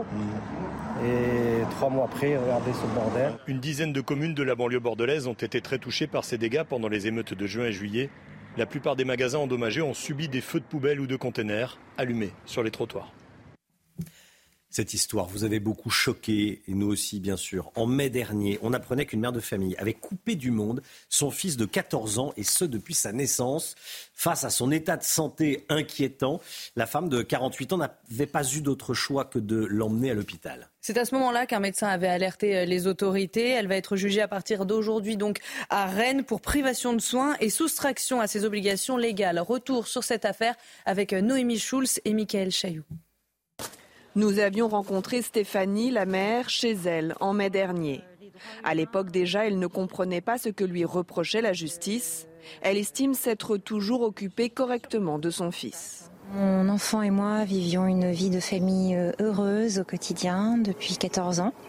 Et trois mois après, regardez ce bordel. Une dizaine de communes de la banlieue bordelaise ont été très touchées par ces dégâts pendant les émeutes de juin et juillet. La plupart des magasins endommagés ont subi des feux de poubelle ou de containers allumés sur les trottoirs. Cette histoire vous avez beaucoup choqué, et nous aussi bien sûr. En mai dernier, on apprenait qu'une mère de famille avait coupé du monde son fils de quatorze ans, et ce depuis sa naissance. Face à son état de santé inquiétant, la femme de quarante-huit ans n'avait pas eu d'autre choix que de l'emmener à l'hôpital. C'est à ce moment-là qu'un médecin avait alerté les autorités. Elle va être jugée à partir d'aujourd'hui donc à Rennes pour privation de soins et soustraction à ses obligations légales. Retour sur cette affaire avec Noémie Schulz et Michael Chailloux. Nous avions rencontré Stéphanie, la mère, chez elle, en mai dernier. À l'époque déjà, elle ne comprenait pas ce que lui reprochait la justice. Elle estime s'être toujours occupée correctement de son fils. Mon enfant et moi vivions une vie de famille heureuse au quotidien depuis quatorze ans,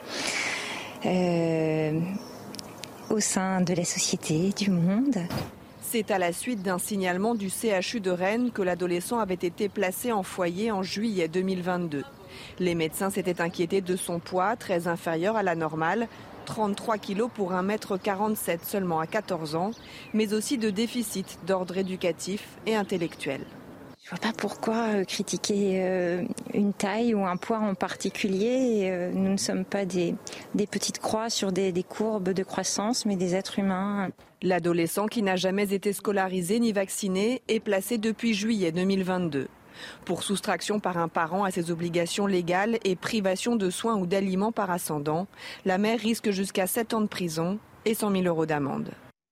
euh, au sein de la société, du monde. C'est à la suite d'un signalement du C H U de Rennes que l'adolescent avait été placé en foyer en juillet deux mille vingt-deux. Les médecins s'étaient inquiétés de son poids, très inférieur à la normale, trente-trois kilos pour un mètre quarante-sept seulement à quatorze ans, mais aussi de déficits d'ordre éducatif et intellectuel. Je ne vois pas pourquoi critiquer euh, une taille ou un poids en particulier. Et, euh, nous ne sommes pas des, des petites croix sur des, des courbes de croissance, mais des êtres humains. L'adolescent, qui n'a jamais été scolarisé ni vacciné, est placé depuis juillet deux mille vingt-deux. Pour soustraction par un parent à ses obligations légales et privation de soins ou d'aliments par ascendant, la mère risque jusqu'à sept ans de prison et cent mille euros d'amende.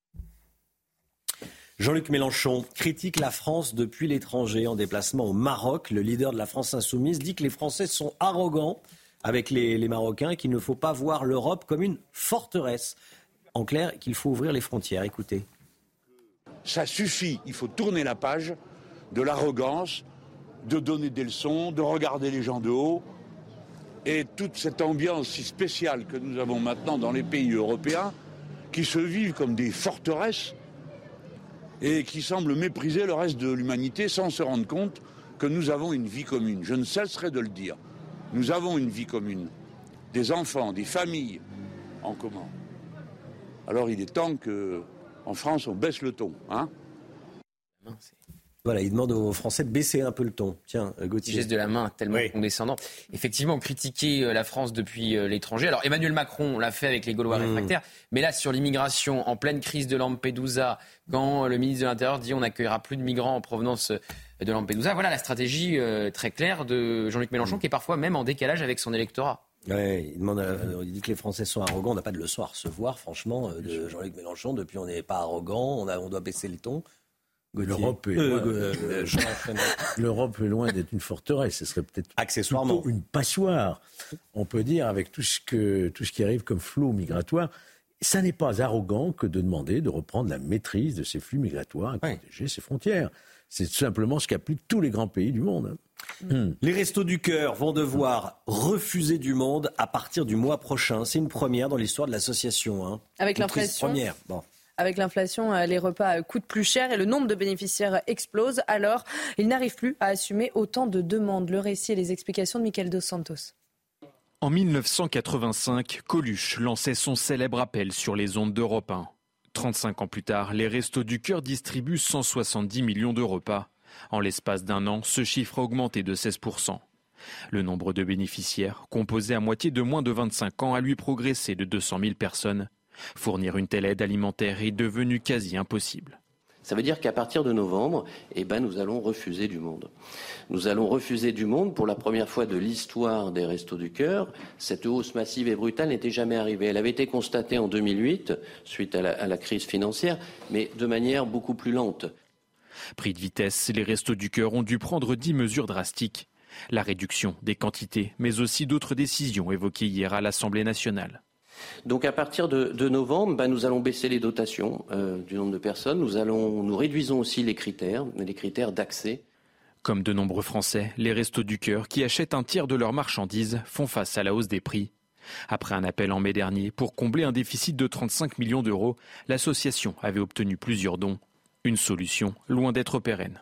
Jean-Luc Mélenchon critique la France depuis l'étranger en déplacement au Maroc. Le leader de la France insoumise dit que les Français sont arrogants avec les, les Marocains, qu'il ne faut pas voir l'Europe comme une forteresse. En clair, qu'il faut ouvrir les frontières. Écoutez. Ça suffit, il faut tourner la page de l'arrogance, de donner des leçons, de regarder les gens de haut. Et toute cette ambiance si spéciale que nous avons maintenant dans les pays européens, qui se vivent comme des forteresses et qui semblent mépriser le reste de l'humanité sans se rendre compte que nous avons une vie commune. Je ne cesserai de le dire. Nous avons une vie commune. Des enfants, des familles en commun. Alors il est temps qu'en France, on baisse le ton. Hein ? Voilà, il demande aux Français de baisser un peu le ton. Tiens, Gauthier. Geste de la main tellement oui. condescendant. Effectivement, critiquer la France depuis l'étranger. Alors Emmanuel Macron l'a fait avec les Gaulois mmh. réfractaires, mais là sur l'immigration, en pleine crise de Lampedusa, quand le ministre de l'Intérieur dit on n'accueillera plus de migrants en provenance de Lampedusa, voilà la stratégie euh, très claire de Jean-Luc Mélenchon mmh. qui est parfois même en décalage avec son électorat. Ouais, il, demande à, il dit que les Français sont arrogants. On n'a pas de leçon à recevoir, franchement, de Jean-Luc Mélenchon. Depuis, on n'est pas arrogant, on, a, on doit baisser le ton. L'Europe est, euh, loin, euh, euh, L'Europe est loin d'être une forteresse. Ce serait peut-être accessoirement une passoire. On peut dire avec tout ce que tout ce qui arrive comme flot migratoire, ça n'est pas arrogant que de demander de reprendre la maîtrise de ces flux migratoires et ouais. protéger ses frontières. C'est tout simplement ce qu'appliquent tous les grands pays du monde. Mmh. Les Restos du Cœur vont devoir refuser du monde à partir du mois prochain. C'est une première dans l'histoire de l'association. Hein. Avec une l'inflation. Première. Bon. Avec l'inflation, les repas coûtent plus cher et le nombre de bénéficiaires explose. Alors, ils n'arrivent plus à assumer autant de demandes. Le récit et les explications de Michael Dos Santos. En dix-neuf cent quatre-vingt-cinq, Coluche lançait son célèbre appel sur les ondes d'Europe un. trente-cinq ans plus tard, les Restos du Cœur distribuent cent soixante-dix millions de repas. En l'espace d'un an, ce chiffre a augmenté de seize pour cent. Le nombre de bénéficiaires, composé à moitié de moins de vingt-cinq ans, a lui progressé de deux cent mille personnes. Fournir une telle aide alimentaire est devenu quasi impossible. Ça veut dire qu'à partir de novembre, eh ben, nous allons refuser du monde. Nous allons refuser du monde pour la première fois de l'histoire des Restos du Cœur. Cette hausse massive et brutale n'était jamais arrivée. Elle avait été constatée en deux mille huit, suite à la, à la crise financière, mais de manière beaucoup plus lente. Pris de vitesse, les Restos du Cœur ont dû prendre dix mesures drastiques. La réduction des quantités, mais aussi d'autres décisions évoquées hier à l'Assemblée nationale. Donc à partir de, de novembre, ben nous allons baisser les dotations euh, du nombre de personnes. Nous, allons, nous réduisons aussi les critères, les critères d'accès. Comme de nombreux Français, les Restos du Cœur, qui achètent un tiers de leurs marchandises, font face à la hausse des prix. Après un appel en mai dernier pour combler un déficit de trente-cinq millions d'euros, l'association avait obtenu plusieurs dons. Une solution loin d'être pérenne.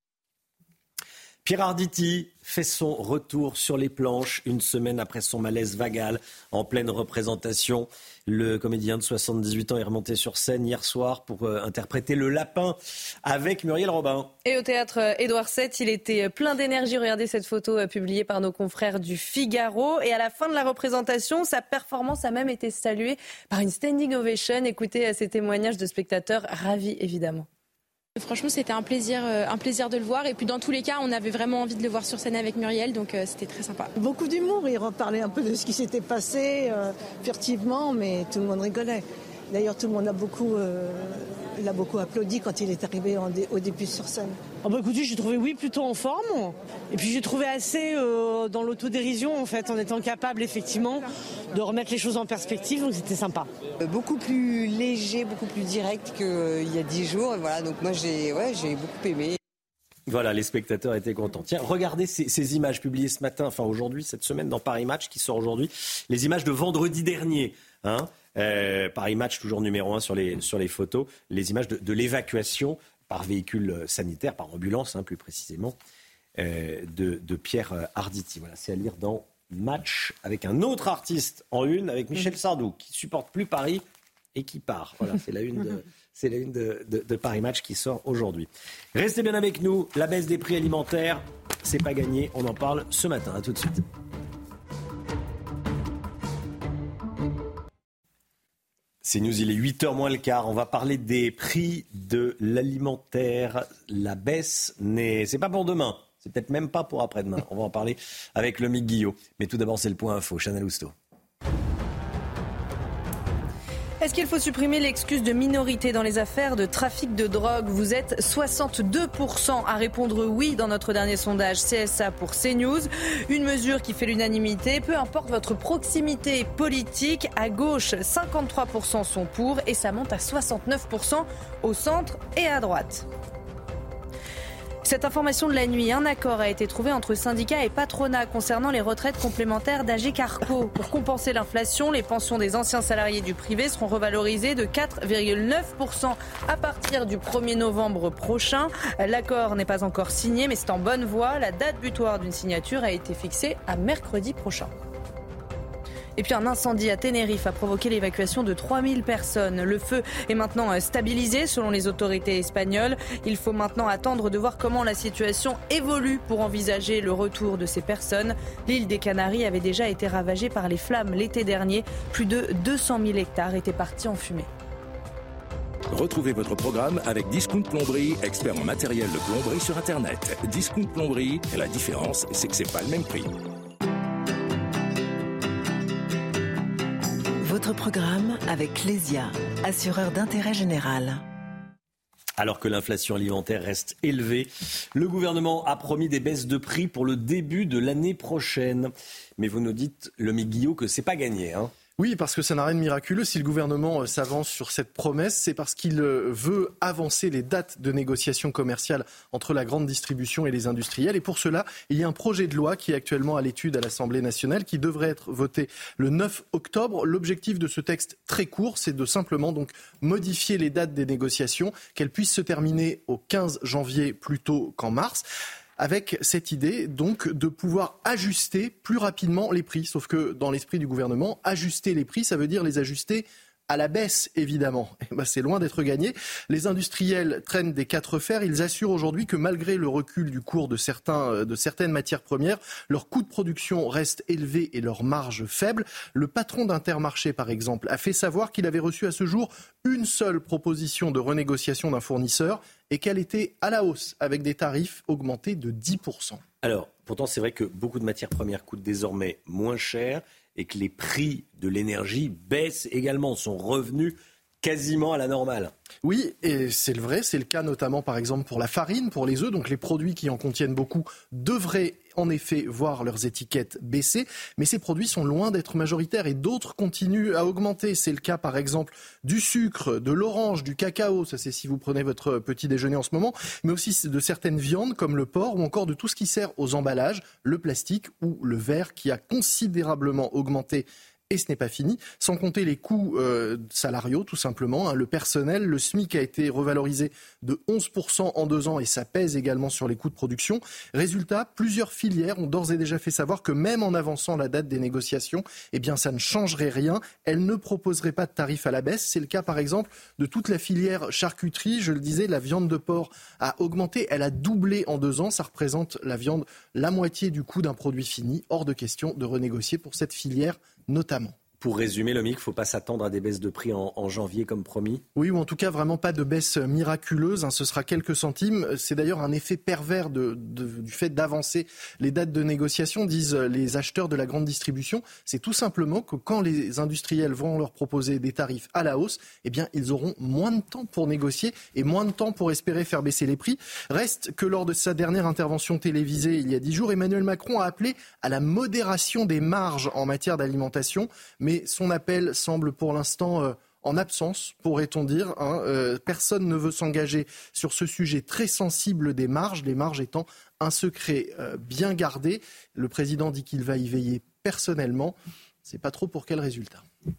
Pierre Arditi fait son retour sur les planches une semaine après son malaise vagal en pleine représentation. Le comédien de soixante-dix-huit ans est remonté sur scène hier soir pour euh, interpréter Le Lapin avec Muriel Robin. Et au théâtre Édouard sept, il était plein d'énergie. Regardez cette photo euh, publiée par nos confrères du Figaro. Et à la fin de la représentation, sa performance a même été saluée par une standing ovation. Écoutez euh, ces témoignages de spectateurs ravis évidemment. Franchement, c'était un plaisir, un plaisir de le voir. Et puis, dans tous les cas, on avait vraiment envie de le voir sur scène avec Muriel, donc euh, c'était très sympa. Beaucoup d'humour. Il reparlait un peu de ce qui s'était passé, euh, furtivement, mais tout le monde rigolait. D'ailleurs, tout le monde a beaucoup, euh, l'a beaucoup applaudi quand il est arrivé en dé- au début sur scène. Oh bah écoutez, j'ai trouvé, oui, plutôt en forme. Et puis, j'ai trouvé assez euh, dans l'autodérision, en fait, en étant capable, effectivement, de remettre les choses en perspective. Donc, c'était sympa. Beaucoup plus léger, beaucoup plus direct qu'il euh, y a dix jours. Et voilà, donc moi, j'ai, ouais, j'ai beaucoup aimé. Voilà, les spectateurs étaient contents. Tiens, regardez ces, ces images publiées ce matin, enfin aujourd'hui, cette semaine dans Paris Match, qui sort aujourd'hui. Les images de vendredi dernier, hein. Euh, Paris Match, toujours numéro un sur les, sur les photos. Les images de, de l'évacuation par véhicule sanitaire, par ambulance, hein, plus précisément, euh, de, de Pierre Arditi. Voilà, c'est à lire dans Match, avec un autre artiste en une, avec Michel Sardou, qui supporte plus Paris et qui part. Voilà, c'est la une de, c'est la une de, de, de Paris Match qui sort aujourd'hui. Restez bien avec nous. La baisse des prix alimentaires, c'est pas gagné. On en parle ce matin. À tout de suite. C'est News, il est huit heures moins le quart. On va parler des prix de l'alimentaire. La baisse, n'est, c'est pas pour demain. C'est peut-être même pas pour après-demain. On va en parler avec Lomique Guillot. Mais tout d'abord, c'est le point info. Chana Lousteau. Est-ce qu'il faut supprimer l'excuse de minorité dans les affaires de trafic de drogue ? Vous êtes soixante-deux pour cent à répondre oui dans notre dernier sondage C S A pour CNews. Une mesure qui fait l'unanimité, peu importe votre proximité politique. À gauche, cinquante-trois pour cent sont pour et ça monte à soixante-neuf pour cent au centre et à droite. Cette information de la nuit, un accord a été trouvé entre syndicats et patronat concernant les retraites complémentaires d'A G Carco. Pour compenser l'inflation, les pensions des anciens salariés du privé seront revalorisées de quatre virgule neuf pour cent à partir du premier novembre prochain. L'accord n'est pas encore signé, mais c'est en bonne voie. La date butoir d'une signature a été fixée à mercredi prochain. Et puis un incendie à Tenerife a provoqué l'évacuation de trois mille personnes. Le feu est maintenant stabilisé selon les autorités espagnoles. Il faut maintenant attendre de voir comment la situation évolue pour envisager le retour de ces personnes. L'île des Canaries avait déjà été ravagée par les flammes l'été dernier. Plus de deux cent mille hectares étaient partis en fumée. Retrouvez votre programme avec Discount Plomberie, expert en matériel de plomberie sur Internet. Discount Plomberie, la différence, c'est que c'est pas le même prix. Votre programme avec Clésia, assureur d'intérêt général. Alors que l'inflation alimentaire reste élevée, le gouvernement a promis des baisses de prix pour le début de l'année prochaine. Mais vous nous dites, Lomi Guillot, que c'est pas gagné, hein ? Oui, parce que ça n'a rien de miraculeux. Si le gouvernement s'avance sur cette promesse, c'est parce qu'il veut avancer les dates de négociation commerciale entre la grande distribution et les industriels. Et pour cela, il y a un projet de loi qui est actuellement à l'étude à l'Assemblée nationale, qui devrait être voté le neuf octobre. L'objectif de ce texte très court, c'est de simplement donc modifier les dates des négociations, qu'elles puissent se terminer au quinze janvier plutôt qu'en mars. Avec cette idée, donc, de pouvoir ajuster plus rapidement les prix. Sauf que, dans l'esprit du gouvernement, ajuster les prix, ça veut dire les ajuster à la baisse, évidemment. Et ben, c'est loin d'être gagné. Les industriels traînent des quatre fers. Ils assurent aujourd'hui que malgré le recul du cours de, certains, de certaines matières premières, leur coût de production reste élevé et leur marge faible. Le patron d'Intermarché, par exemple, a fait savoir qu'il avait reçu à ce jour une seule proposition de renégociation d'un fournisseur et qu'elle était à la hausse, avec des tarifs augmentés de dix pour cent. Alors, pourtant, c'est vrai que beaucoup de matières premières coûtent désormais moins cher et que les prix de l'énergie baissent également, sont revenus quasiment à la normale. Oui, et c'est le vrai, c'est le cas notamment par exemple pour la farine, pour les œufs, donc les produits qui en contiennent beaucoup devraient en effet voir leurs étiquettes baisser, mais ces produits sont loin d'être majoritaires et d'autres continuent à augmenter. C'est le cas par exemple du sucre, de l'orange, du cacao, ça c'est si vous prenez votre petit déjeuner en ce moment, mais aussi de certaines viandes comme le porc ou encore de tout ce qui sert aux emballages, le plastique ou le verre qui a considérablement augmenté. Et ce n'est pas fini, sans compter les coûts euh, salariaux tout simplement. Hein. Le personnel, le SMIC a été revalorisé de onze pour cent en deux ans et ça pèse également sur les coûts de production. Résultat, plusieurs filières ont d'ores et déjà fait savoir que même en avançant la date des négociations, eh bien ça ne changerait rien. Elles ne proposeraient pas de tarifs à la baisse. C'est le cas par exemple de toute la filière charcuterie. Je le disais, la viande de porc a augmenté, elle a doublé en deux ans. Ça représente la viande la moitié du coût d'un produit fini. Hors de question de renégocier pour cette filière notamment. Pour résumer, Lomic, il ne faut pas s'attendre à des baisses de prix en, en janvier comme promis. Oui, ou en tout cas vraiment pas de baisse miraculeuse. Hein, ce sera quelques centimes. C'est d'ailleurs un effet pervers de, de, du fait d'avancer les dates de négociation, disent les acheteurs de la grande distribution. C'est tout simplement que quand les industriels vont leur proposer des tarifs à la hausse, eh bien ils auront moins de temps pour négocier et moins de temps pour espérer faire baisser les prix. Reste que lors de sa dernière intervention télévisée il y a dix jours, Emmanuel Macron a appelé à la modération des marges en matière d'alimentation, mais son appel semble pour l'instant euh, en absence, pourrait-on dire. Hein. Euh, personne ne veut s'engager sur ce sujet très sensible des marges, les marges étant un secret euh, bien gardé. Le président dit qu'il va y veiller personnellement. C'est pas trop pour quel résultat.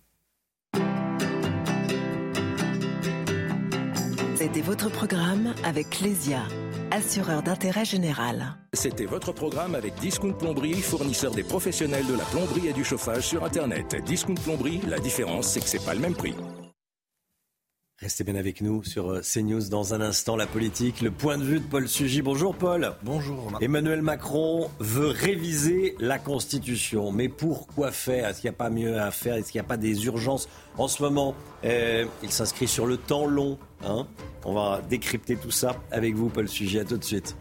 C'était votre programme avec Clésia, assureur d'intérêt général. C'était votre programme avec Discount Plomberie, fournisseur des professionnels de la plomberie et du chauffage sur Internet. Discount Plomberie, la différence, c'est que c'est pas le même prix. Restez bien avec nous sur CNews dans un instant. La politique, le point de vue de Paul Sugy. Bonjour Paul. Bonjour Romain. Emmanuel Macron veut réviser la Constitution. Mais pourquoi faire ? Est-ce qu'il n'y a pas mieux à faire ? Est-ce qu'il n'y a pas des urgences en ce moment ? euh, Il s'inscrit sur le temps long. Hein. On va décrypter tout ça avec vous Paul Sugy. À tout de suite.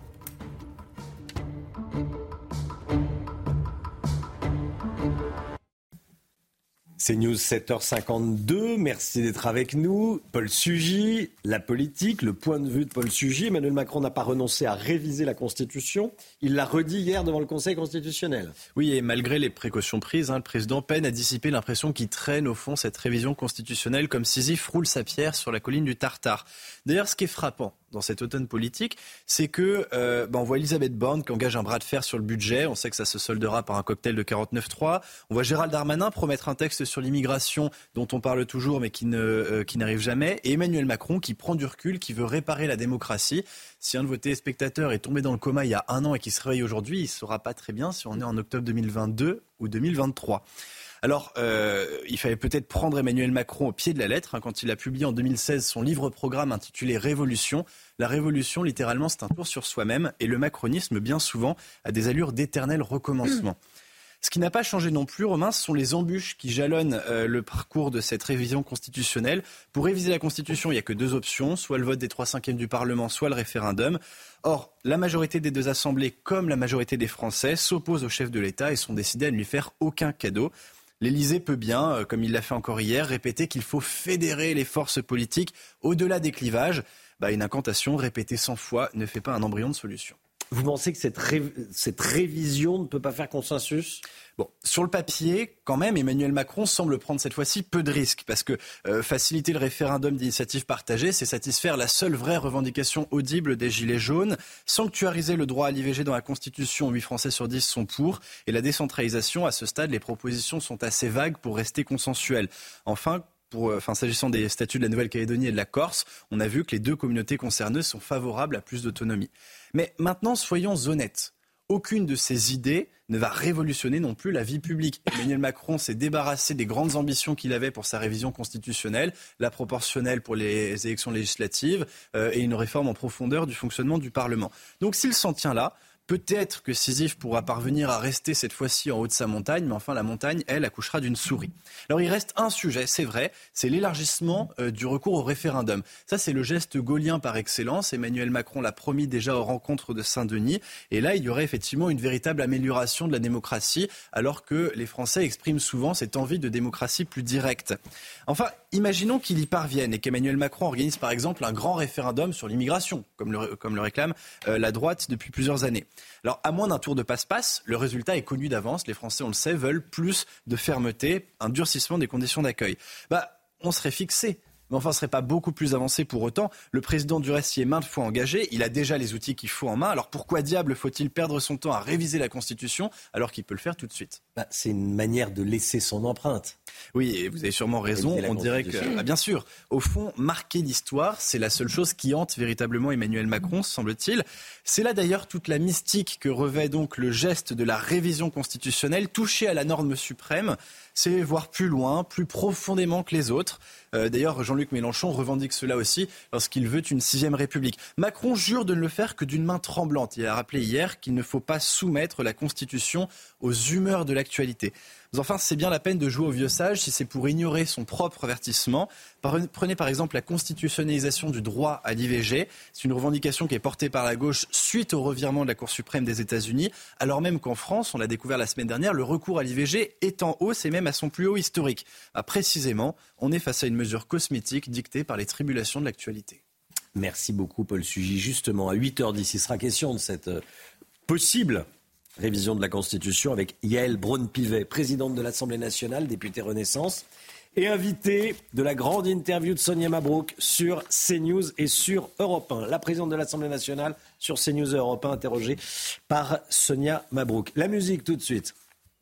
C'est News sept heures cinquante-deux, merci d'être avec nous. Paul Sugy, la politique, le point de vue de Paul Sugy. Emmanuel Macron n'a pas renoncé à réviser la Constitution. Il l'a redit hier devant le Conseil constitutionnel. Oui, et malgré les précautions prises, hein, le président peine à dissiper l'impression qu'il traîne au fond cette révision constitutionnelle comme Sisyphe roule sa pierre sur la colline du Tartare. D'ailleurs, ce qui est frappant dans cet automne politique, c'est que euh, ben on voit Elisabeth Borne qui engage un bras de fer sur le budget. On sait que ça se soldera par un cocktail de quarante-neuf trois. On voit Gérald Darmanin promettre un texte sur l'immigration dont on parle toujours mais qui, ne, euh, qui n'arrive jamais. Et Emmanuel Macron qui prend du recul, qui veut réparer la démocratie. Si un de vos téléspectateurs est tombé dans le coma il y a un an et qui se réveille aujourd'hui, il ne saura pas très bien si on est en octobre deux mille vingt-deux ou deux mille vingt-trois. Alors, euh, il fallait peut-être prendre Emmanuel Macron au pied de la lettre hein, quand il a publié en deux mille seize son livre-programme intitulé « Révolution ». La révolution, littéralement, c'est un tour sur soi-même et le macronisme, bien souvent, a des allures d'éternel recommencement. Ce qui n'a pas changé non plus, Romain, ce sont les embûches qui jalonnent euh, le parcours de cette révision constitutionnelle. Pour réviser la Constitution, il n'y a que deux options, soit le vote des trois cinquièmes du Parlement, soit le référendum. Or, la majorité des deux assemblées, comme la majorité des Français, s'opposent au chef de l'État et sont décidés à ne lui faire aucun cadeau. L'Élysée peut bien, comme il l'a fait encore hier, répéter qu'il faut fédérer les forces politiques au-delà des clivages. Bah, une incantation répétée cent fois ne fait pas un embryon de solution. Vous pensez que cette, ré... cette révision ne peut pas faire consensus ? Bon, sur le papier, quand même, Emmanuel Macron semble prendre cette fois-ci peu de risques parce que euh, faciliter le référendum d'initiative partagée, c'est satisfaire la seule vraie revendication audible des Gilets jaunes. Sanctuariser le droit à l'I V G dans la Constitution, huit Français sur dix sont pour. Et la décentralisation, à ce stade, les propositions sont assez vagues pour rester consensuelles. Enfin, Pour, enfin, s'agissant des statuts de la Nouvelle-Calédonie et de la Corse, on a vu que les deux communautés concernées sont favorables à plus d'autonomie. Mais maintenant, soyons honnêtes. Aucune de ces idées ne va révolutionner non plus la vie publique. Emmanuel Macron s'est débarrassé des grandes ambitions qu'il avait pour sa révision constitutionnelle, la proportionnelle pour les élections législatives euh, et une réforme en profondeur du fonctionnement du Parlement. Donc s'il s'en tient là, peut-être que Sisyphe pourra parvenir à rester cette fois-ci en haut de sa montagne, mais enfin la montagne, elle, accouchera d'une souris. Alors il reste un sujet, c'est vrai, c'est l'élargissement euh, du recours au référendum. Ça, c'est le geste gaullien par excellence. Emmanuel Macron l'a promis déjà aux rencontres de Saint-Denis. Et là, il y aurait effectivement une véritable amélioration de la démocratie, alors que les Français expriment souvent cette envie de démocratie plus directe. Enfin, imaginons qu'il y parvienne et qu'Emmanuel Macron organise par exemple un grand référendum sur l'immigration, comme le, comme le réclame euh, la droite depuis plusieurs années. Alors, à moins d'un tour de passe-passe, le résultat est connu d'avance. Les Français, on le sait, veulent plus de fermeté, un durcissement des conditions d'accueil. Bah, on serait fixé. Mais enfin, ce ne serait pas beaucoup plus avancé pour autant. Le président du reste y est maintes fois engagé. Il a déjà les outils qu'il faut en main. Alors pourquoi diable faut-il perdre son temps à réviser la Constitution alors qu'il peut le faire tout de suite ? Bah, c'est une manière de laisser son empreinte. Oui, et vous avez sûrement raison. On dirait que, ah, bien sûr, au fond, marquer l'histoire, c'est la seule chose qui hante véritablement Emmanuel Macron, semble-t-il. C'est là d'ailleurs toute la mystique que revêt donc le geste de la révision constitutionnelle, toucher à la norme suprême. C'est voir plus loin, plus profondément que les autres. Euh, d'ailleurs, Jean-Luc Mélenchon revendique cela aussi lorsqu'il veut une sixième République. Macron jure de ne le faire que d'une main tremblante. Il a rappelé hier qu'il ne faut pas soumettre la Constitution aux humeurs de l'actualité. Mais enfin, c'est bien la peine de jouer au vieux sage si c'est pour ignorer son propre avertissement. Prenez par exemple la constitutionnalisation du droit à l'I V G. C'est une revendication qui est portée par la gauche suite au revirement de la Cour suprême des États-Unis, alors même qu'en France, on l'a découvert la semaine dernière, le recours à l'I V G est en hausse et même à son plus haut historique. Bah, précisément, on est face à une mesure cosmétique dictée par les tribulations de l'actualité. Merci beaucoup Paul Sugy. Justement, à huit heures dix, il sera question de cette euh, possible révision de la Constitution avec Yaël Braun-Pivet, présidente de l'Assemblée nationale, députée Renaissance, et invitée de la grande interview de Sonia Mabrouk sur CNews et sur Europe un. La présidente de l'Assemblée nationale sur CNews et Europe un, interrogée par Sonia Mabrouk. La musique tout de suite.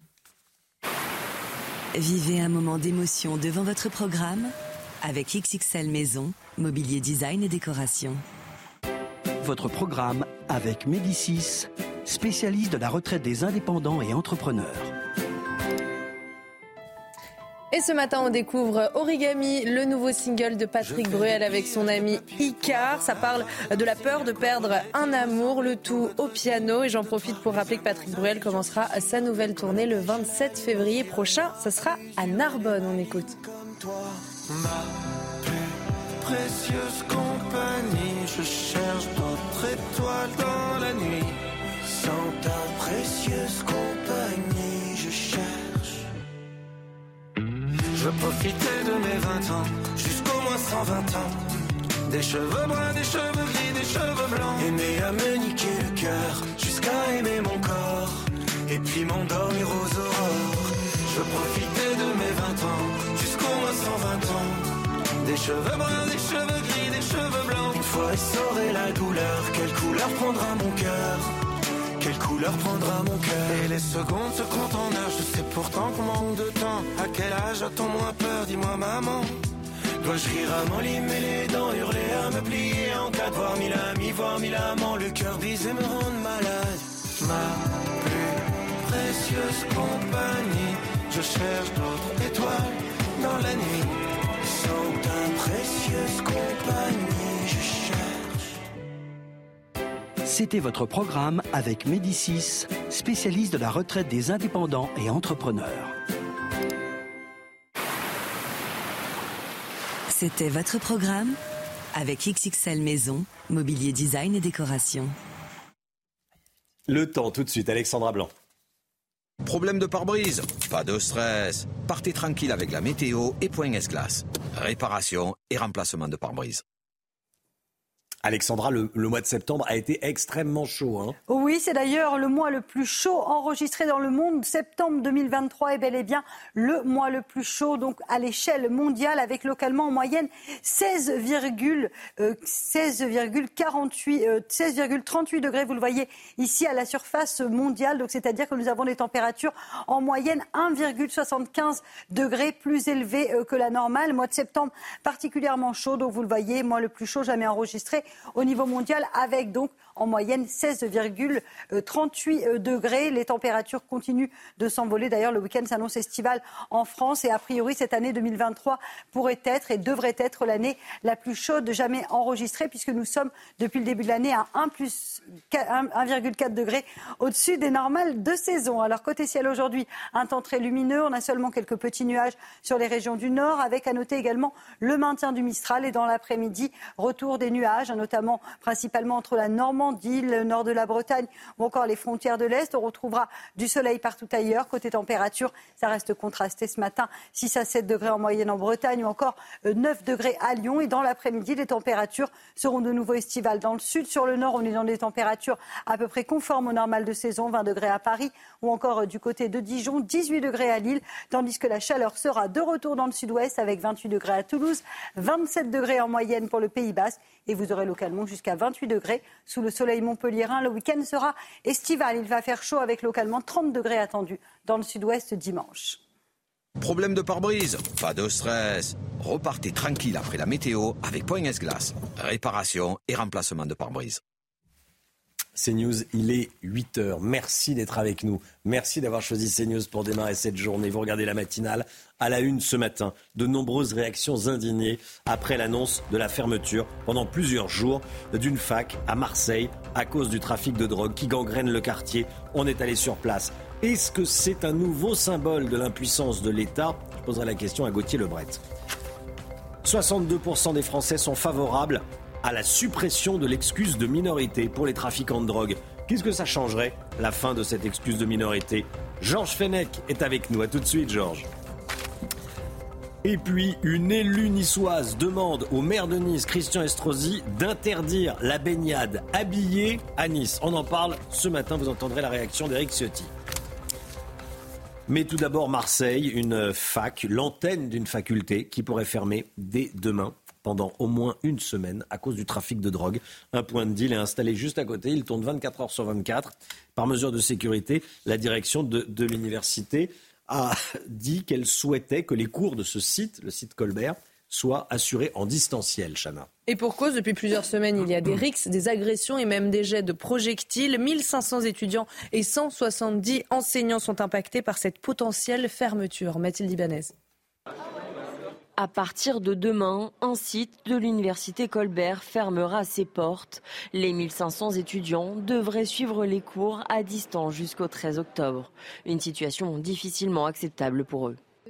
Vivez un moment d'émotion devant votre programme avec X X L Maison, mobilier design et décoration. Votre programme avec Médicis, spécialiste de la retraite des indépendants et entrepreneurs. Et ce matin, on découvre Origami, le nouveau single de Patrick Bruel avec son ami Icar. Ça parle de la peur de perdre un amour, le tout au piano. Et j'en profite pour rappeler que Patrick Bruel commencera sa nouvelle tournée le vingt-sept février prochain. Ça sera à Narbonne, on écoute. Comme toi, ma plus précieuse compagnie, je cherche d'autres étoiles dans la nuit. Sans ta précieuse compagnie, je cherche. Je profitais de mes vingt ans, jusqu'au moins cent vingt ans. Des cheveux bruns, des cheveux gris, des cheveux blancs. Aimer à me niquer le cœur, jusqu'à aimer mon corps. Et puis m'endormir aux aurores. Je profitais de mes vingt ans, jusqu'au moins cent vingt ans. Des cheveux bruns, des cheveux gris, des cheveux blancs. Une fois essorée la douleur, quelle couleur prendra mon cœur? Quelle couleur prendra mon cœur? Et les secondes se comptent en heures, je sais pourtant qu'on manque de temps. À quel âge a-t-on moins peur, dis-moi maman? Dois-je rire à m'enlimer les dents, hurler à me plier en cas de voir mille amis, voir mille amants, le cœur brisé me rendre malade? Ma plus précieuse compagnie, je cherche d'autres étoiles dans la nuit. Sans ta précieuse compagnie, je cherche. C'était votre programme avec Médicis, spécialiste de la retraite des indépendants et entrepreneurs. C'était votre programme avec X X L Maison, mobilier design et décoration. Le temps tout de suite, Alexandra Blanc. Problème de pare-brise? Pas de stress. Partez tranquille avec la météo et Point S-Glace. Réparation et remplacement de pare-brise. Alexandra, le, le mois de septembre a été extrêmement chaud. Hein. Oui, c'est d'ailleurs le mois le plus chaud enregistré dans le monde. Septembre deux mille vingt-trois est bel et bien le mois le plus chaud donc à l'échelle mondiale, avec localement en moyenne seize virgule quarante-huit, seize virgule trente-huit degrés. Vous le voyez ici à la surface mondiale. Donc c'est-à-dire que nous avons des températures en moyenne un virgule soixante-quinze degrés plus élevées que la normale. Mois de septembre particulièrement chaud. Donc vous le voyez, mois le plus chaud jamais enregistré au niveau mondial, avec donc en moyenne seize virgule trente-huit degrés. Les températures continuent de s'envoler. D'ailleurs, le week-end s'annonce estival en France et a priori, cette année deux mille vingt-trois pourrait être et devrait être l'année la plus chaude jamais enregistrée, puisque nous sommes depuis le début de l'année à un virgule quatre degrés au-dessus des normales de saison. Alors, côté ciel aujourd'hui, un temps très lumineux. On a seulement quelques petits nuages sur les régions du nord, avec à noter également le maintien du Mistral. Et dans l'après-midi, retour des nuages, notamment principalement entre la Normandie, le nord de la Bretagne ou encore les frontières de l'Est. On retrouvera du soleil partout ailleurs. Côté température, ça reste contrasté ce matin, six à sept degrés en moyenne en Bretagne ou encore neuf degrés à Lyon. Et dans l'après-midi, les températures seront de nouveau estivales. Dans le sud, sur le nord, on est dans des températures à peu près conformes au normal de saison, vingt degrés à Paris ou encore du côté de Dijon, dix-huit degrés à Lille, tandis que la chaleur sera de retour dans le sud-ouest avec vingt-huit degrés à Toulouse, vingt-sept degrés en moyenne pour le Pays Basque. Et vous aurez localement jusqu'à vingt-huit degrés sous le soleil montpelliérain. Le week-end sera estival. Il va faire chaud avec localement trente degrés attendus dans le sud-ouest dimanche. Problème de pare-brise? Pas de stress. Repartez tranquille après la météo avec Point S-Glace. Réparation et remplacement de pare-brise. CNews, il est huit heures. Merci d'être avec nous. Merci d'avoir choisi CNews pour démarrer cette journée. Vous regardez la matinale. À la une ce matin, de nombreuses réactions indignées après l'annonce de la fermeture pendant plusieurs jours d'une fac à Marseille à cause du trafic de drogue qui gangrène le quartier. On est allé sur place. Est-ce que c'est un nouveau symbole de l'impuissance de l'État? Je poserai la question à Gauthier Lebret. soixante-deux pour cent des Français sont favorables à la suppression de l'excuse de minorité pour les trafiquants de drogue. Qu'est-ce que ça changerait, la fin de cette excuse de minorité? Georges Fenech est avec nous. À tout de suite, Georges. Et puis, une élue niçoise demande au maire de Nice, Christian Estrosi, d'interdire la baignade habillée à Nice. On en parle ce matin, vous entendrez la réaction d'Éric Ciotti. Mais tout d'abord, Marseille, une fac, l'antenne d'une faculté qui pourrait fermer dès demain pendant au moins une semaine à cause du trafic de drogue. Un point de deal est installé juste à côté. Il tourne vingt-quatre heures sur vingt-quatre. Par mesure de sécurité, la direction de, de l'université a dit qu'elle souhaitait que les cours de ce site, le site Colbert, soient assurés en distanciel, Chana. Et pour cause, depuis plusieurs semaines, il y a des rixes, des agressions et même des jets de projectiles. mille cinq cents étudiants et cent soixante-dix enseignants sont impactés par cette potentielle fermeture. Mathilde Ibanez. À partir de demain, un site de l'université Colbert fermera ses portes. Les mille cinq cents étudiants devraient suivre les cours à distance jusqu'au treize octobre. Une situation difficilement acceptable pour eux.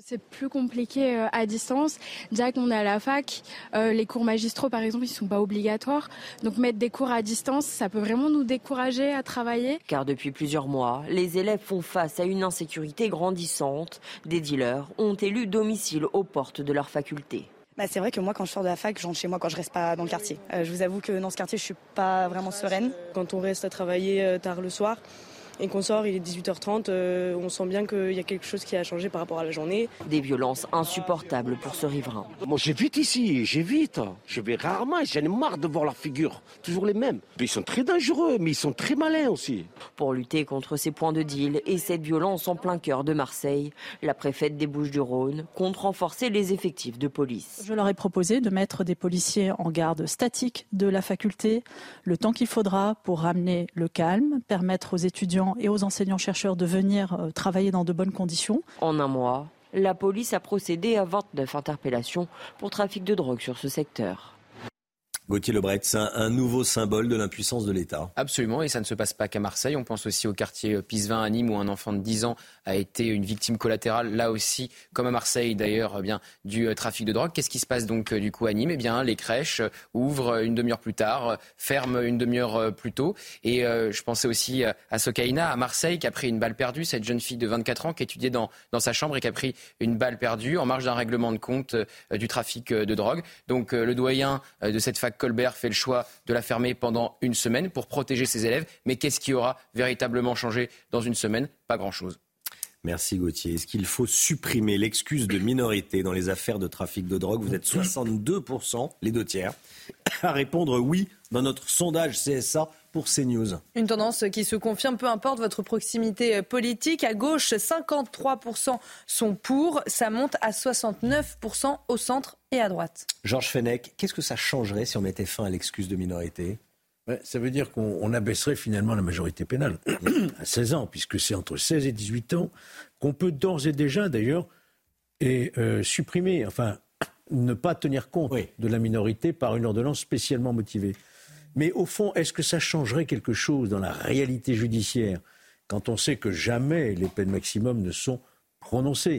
C'est plus compliqué euh, à distance. Déjà qu'on est à la fac, euh, les cours magistraux par exemple, ils ne sont pas obligatoires. Donc mettre des cours à distance, ça peut vraiment nous décourager à travailler. Car depuis plusieurs mois, les élèves font face à une insécurité grandissante. Des dealers ont élu domicile aux portes de leur faculté. Bah, c'est vrai que moi, quand je sors de la fac, je rentre chez moi quand je reste pas dans le quartier. Euh, je vous avoue que dans ce quartier, je suis pas vraiment sereine. Quand on reste à travailler euh, tard le soir et qu'on sort, il est dix-huit heures trente, euh, on sent bien qu'il y a quelque chose qui a changé par rapport à la journée. Des violences insupportables pour ce riverain. Moi, j'évite ici, j'évite. Je vais rarement, j'en ai marre de voir leurs figures, toujours les mêmes. Ils sont très dangereux, mais ils sont très malins aussi. Pour lutter contre ces points de deal et cette violence en plein cœur de Marseille, la préfète des Bouches-du-Rhône compte renforcer les effectifs de police. Je leur ai proposé de mettre des policiers en garde statique de la faculté, le temps qu'il faudra pour ramener le calme, permettre aux étudiants et aux enseignants-chercheurs de venir euh, travailler dans de bonnes conditions. En un mois, la police a procédé à vingt-neuf interpellations pour trafic de drogue sur ce secteur. Gauthier Lebret, c'est un, un nouveau symbole de l'impuissance de l'État. Absolument, et ça ne se passe pas qu'à Marseille. On pense aussi au quartier Pisevin à Nîmes où un enfant de dix ans a été une victime collatérale, là aussi, comme à Marseille d'ailleurs, eh bien, du euh, trafic de drogue. Qu'est-ce qui se passe donc euh, du coup à Nîmes ? Eh bien, les crèches euh, ouvrent une demi-heure plus tard, euh, ferment une demi-heure euh, plus tôt. Et euh, je pensais aussi euh, à Sokaina, à Marseille, qui a pris une balle perdue, cette jeune fille de vingt-quatre ans qui étudiait dans, dans sa chambre et qui a pris une balle perdue en marge d'un règlement de compte euh, du trafic euh, de drogue. Donc euh, le doyen euh, de cette fac Colbert fait le choix de la fermer pendant une semaine pour protéger ses élèves. Mais qu'est-ce qui aura véritablement changé dans une semaine ? Pas grand-chose. Merci Gauthier. Est-ce qu'il faut supprimer l'excuse de minorité dans les affaires de trafic de drogue ? Vous êtes soixante-deux pour cent, les deux tiers, à répondre oui dans notre sondage C S A pour CNews. Une tendance qui se confirme, peu importe votre proximité politique. À gauche, cinquante-trois pour cent sont pour, ça monte à soixante-neuf pour cent au centre et à droite. Georges Fenech, qu'est-ce que ça changerait si on mettait fin à l'excuse de minorité ? Ouais, ça veut dire qu'on on abaisserait finalement la majorité pénale à seize ans, puisque c'est entre seize et dix-huit ans qu'on peut d'ores et déjà, d'ailleurs, et, euh, supprimer, enfin, ne pas tenir compte oui. de la minorité par une ordonnance spécialement motivée. Mais au fond, est-ce que ça changerait quelque chose dans la réalité judiciaire quand on sait que jamais les peines maximum ne sont prononcées ?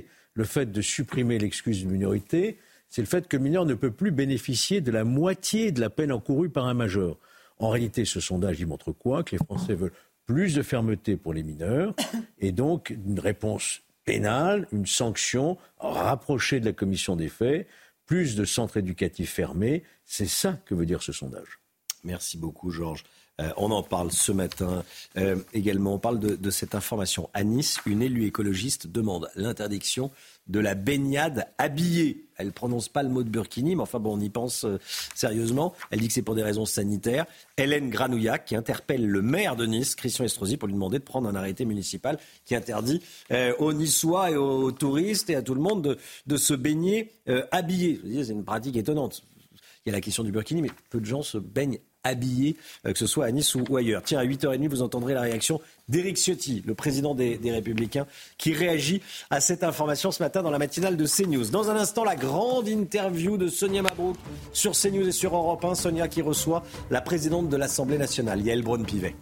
Le fait de supprimer l'excuse de minorité, c'est le fait que le mineur ne peut plus bénéficier de la moitié de la peine encourue par un majeur. En réalité, ce sondage, il montre quoi ? Que les Français veulent plus de fermeté pour les mineurs et donc une réponse pénale, une sanction rapprochée de la commission des faits, plus de centres éducatifs fermés. C'est ça que veut dire ce sondage. Merci beaucoup, Georges. Euh, on en parle ce matin euh, également. On parle de, de cette information. À Nice, une élue écologiste demande l'interdiction de la baignade habillée. Elle ne prononce pas le mot de burkini, mais enfin bon, on y pense euh, sérieusement. Elle dit que c'est pour des raisons sanitaires. Hélène Granouillac qui interpelle le maire de Nice, Christian Estrosi, pour lui demander de prendre un arrêté municipal qui interdit euh, aux Niçois et aux touristes et à tout le monde de, de se baigner euh, habillés. Je veux dire, c'est une pratique étonnante. Il y a la question du burkini, mais peu de gens se baignent habillés, euh, que ce soit à Nice ou, ou ailleurs. Tiens, à huit heures trente, vous entendrez la réaction d'Éric Ciotti, le président des, des Républicains, qui réagit à cette information ce matin dans la matinale de CNews. Dans un instant, la grande interview de Sonia Mabrouk sur CNews et sur Europe un. Sonia qui reçoit la présidente de l'Assemblée nationale, Yael Braun-Pivet.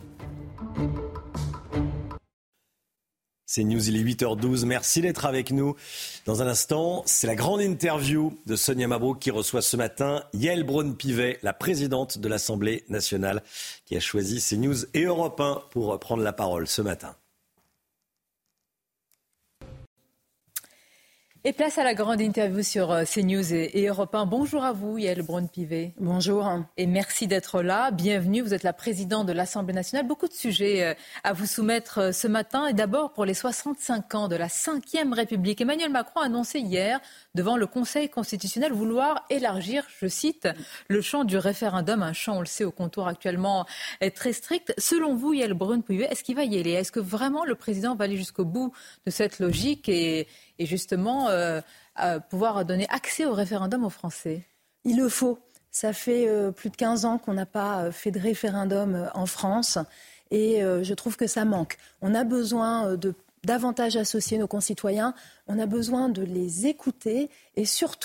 C'est News, il est huit heures douze. Merci d'être avec nous. Dans un instant, c'est la grande interview de Sonia Mabrouk qui reçoit ce matin Yael Braun-Pivet, la présidente de l'Assemblée nationale, qui a choisi CNews et Europe un pour prendre la parole ce matin. Et place à la grande interview sur CNews et, et Europe un. Bonjour à vous, Yael Braun-Pivet. Bonjour. Et merci d'être là. Bienvenue. Vous êtes la présidente de l'Assemblée nationale. Beaucoup de sujets à vous soumettre ce matin. Et d'abord, pour les soixante-cinq ans de la cinquième République, Emmanuel Macron a annoncé hier, devant le Conseil constitutionnel, vouloir élargir, je cite, le champ du référendum. Un champ, on le sait, au contour actuellement très strict. Selon vous, Yael Braun-Pivet, est-ce qu'il va y aller ? Est-ce que vraiment le président va aller jusqu'au bout de cette logique et et justement euh, euh, pouvoir donner accès au référendum aux Français ? Il le faut. Ça fait euh, plus de quinze ans qu'on n'a pas fait de référendum euh, en France et euh, je trouve que ça manque. On a besoin euh, de davantage associer nos concitoyens, on a besoin de les écouter et surtout,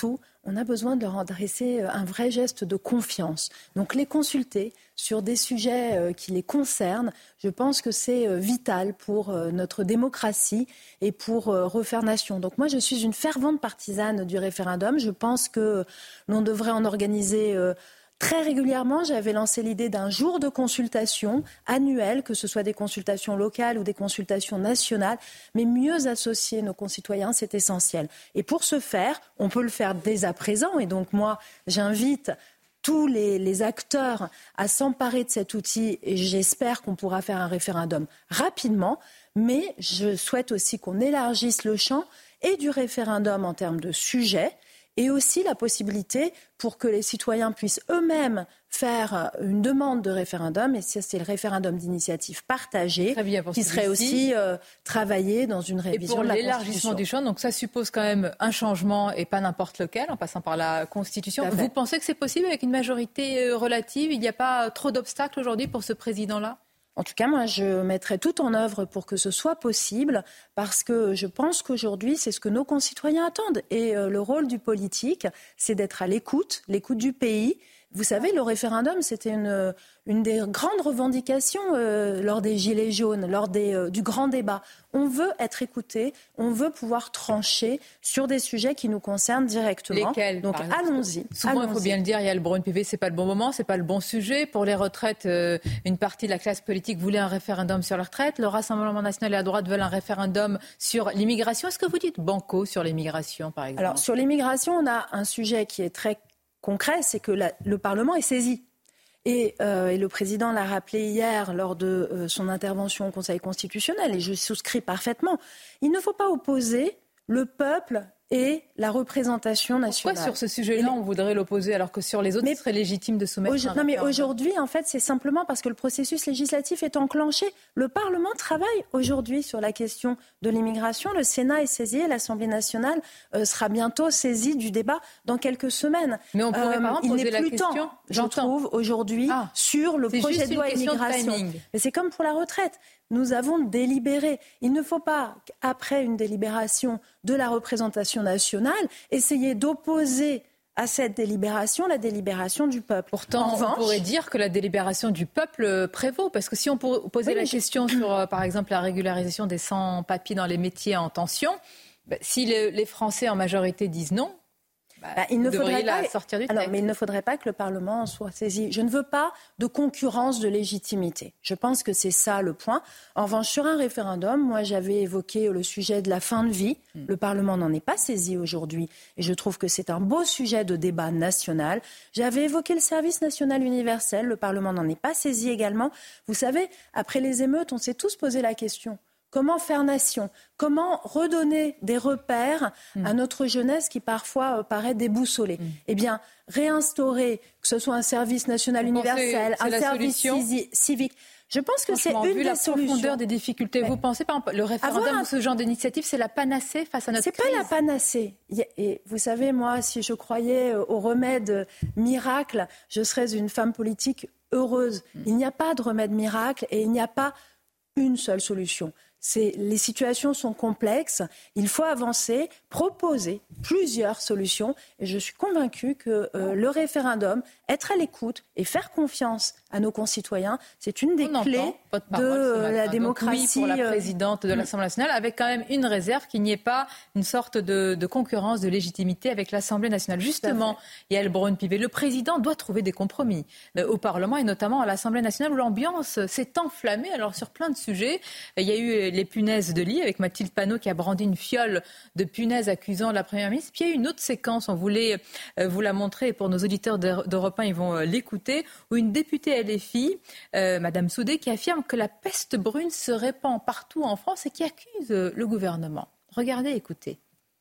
on a besoin de leur adresser un vrai geste de confiance. Donc les consulter sur des sujets qui les concernent, je pense que c'est vital pour notre démocratie et pour refaire nation. Donc moi, je suis une fervente partisane du référendum. Je pense que l'on devrait en organiser très régulièrement. J'avais lancé l'idée d'un jour de consultation annuel, que ce soit des consultations locales ou des consultations nationales, mais mieux associer nos concitoyens, c'est essentiel. Et pour ce faire, on peut le faire dès à présent. Et donc moi, j'invite tous les, les acteurs à s'emparer de cet outil et j'espère qu'on pourra faire un référendum rapidement. Mais je souhaite aussi qu'on élargisse le champ et du référendum en termes de sujet, et aussi la possibilité pour que les citoyens puissent eux-mêmes faire une demande de référendum, et ça c'est le référendum d'initiative partagée, qui serait aussi euh, travaillé dans une révision de la Constitution. Et pour l'élargissement du champ, donc ça suppose quand même un changement, et pas n'importe lequel, en passant par la Constitution. Vous pensez que c'est possible avec une majorité relative? Il n'y a pas trop d'obstacles aujourd'hui pour ce président-là? En tout cas, moi, je mettrai tout en œuvre pour que ce soit possible, parce que je pense qu'aujourd'hui, c'est ce que nos concitoyens attendent. Et euh, le rôle du politique, c'est d'être à l'écoute, l'écoute du pays. Vous savez, le référendum, c'était une, une des grandes revendications euh, lors des Gilets jaunes, lors des, euh, du grand débat. On veut être écouté, on veut pouvoir trancher sur des sujets qui nous concernent directement. Lesquels? Donc allons-y. Souvent, allons-y. il faut bien le dire, il y a le Braun-Pivet, c'est pas le bon moment, c'est pas le bon sujet. Pour les retraites, euh, une partie de la classe politique voulait un référendum sur les retraites. Le Rassemblement national et la droite veulent un référendum sur l'immigration. Est-ce que vous dites banco sur l'immigration, par exemple? Alors, sur l'immigration, on a un sujet qui est très concret, c'est que la, le Parlement est saisi. Et, euh, et le président l'a rappelé hier lors de euh, son intervention au Conseil constitutionnel, et je souscris parfaitement. Il ne faut pas opposer le peuple et la représentation nationale. Pourquoi sur ce sujet-là, on voudrait l'opposer alors que sur les autres, mais, ce serait légitime de soumettre un Non, mais aujourd'hui, en fait, c'est simplement parce que le processus législatif est enclenché. Le Parlement travaille aujourd'hui sur la question de l'immigration. Le Sénat est saisi et l'Assemblée nationale euh, sera bientôt saisie du débat dans quelques semaines. Mais on pourrait, euh, par exemple, il poser n'est la plus question, temps, je trouve, aujourd'hui, ah, sur le projet de loi immigration. Mais c'est comme pour la retraite. Nous avons délibéré. Il ne faut pas, après une délibération de la représentation nationale, essayer d'opposer à cette délibération la délibération du peuple. Pourtant, en on revanche, pourrait dire que la délibération du peuple prévaut, parce que si on posait oui, la question je... sur, par exemple, la régularisation des sans-papiers dans les métiers en tension, bah, si le, les Français en majorité disent non, Bah, bah, il ne faudrait pas... sortir du texte. Alors, mais il ne faudrait pas que le Parlement soit saisi. Je ne veux pas de concurrence de légitimité. Je pense que c'est ça le point. En revanche, sur un référendum, moi j'avais évoqué le sujet de la fin de vie. Mmh. Le Parlement n'en est pas saisi aujourd'hui. Et je trouve que c'est un beau sujet de débat national. J'avais évoqué le service national universel. Le Parlement n'en est pas saisi également. Vous savez, après les émeutes, on s'est tous posé la question. Comment faire nation? Comment redonner des repères mmh. à notre jeunesse qui parfois euh, paraît déboussolée? mmh. Eh bien, réinstaurer, que ce soit un service national Vous universel, un service solution civique. Je pense que c'est une vu des la solutions. profondeur des difficultés. Mais vous pensez, par exemple, le référendum un... ou ce genre d'initiative, c'est la panacée face à notre c'est crise? C'est pas la panacée. Et vous savez, moi, si je croyais au remède miracle, je serais une femme politique heureuse. mmh. Il n'y a pas de remède miracle et il n'y a pas une seule solution. C'est, les situations sont complexes, il faut avancer, proposer plusieurs solutions. Et je suis convaincue que euh, le référendum, être à l'écoute et faire confiance à nos concitoyens, c'est une des On clés de euh, la démocratie. Oui, pour la présidente de l'Assemblée nationale, avec quand même une réserve qu'il n'y ait pas une sorte de, de concurrence, de légitimité avec l'Assemblée nationale. Justement, Yael Braun-Pivet, le président doit trouver des compromis euh, au Parlement et notamment à l'Assemblée nationale où l'ambiance s'est enflammée. Alors sur plein de sujets, il y a eu les punaises de lit avec Mathilde Panot qui a brandi une fiole de punaises accusant la Première ministre. Puis il y a eu une autre séquence, on voulait euh, vous la montrer et pour nos auditeurs d'Europe un, ils vont euh, l'écouter, où une députée L F I, euh, Madame Soudé, qui affirme que la peste brune se répand partout en France et qui accuse euh, le gouvernement. Regardez, écoutez.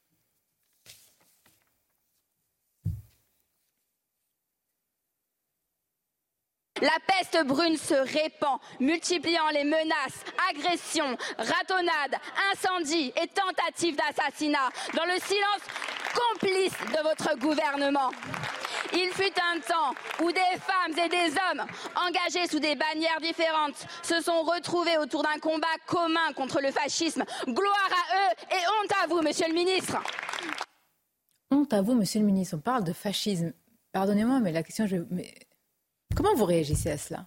La peste brune se répand, multipliant les menaces, agressions, ratonnades, incendies et tentatives d'assassinat dans le silence complice de votre gouvernement. Il fut un temps où des femmes et des hommes, engagés sous des bannières différentes, se sont retrouvés autour d'un combat commun contre le fascisme. Gloire à eux et honte à vous, monsieur le ministre. Honte à vous, monsieur le ministre, on parle de fascisme. Pardonnez-moi, mais la question, je... mais comment vous réagissez à cela ?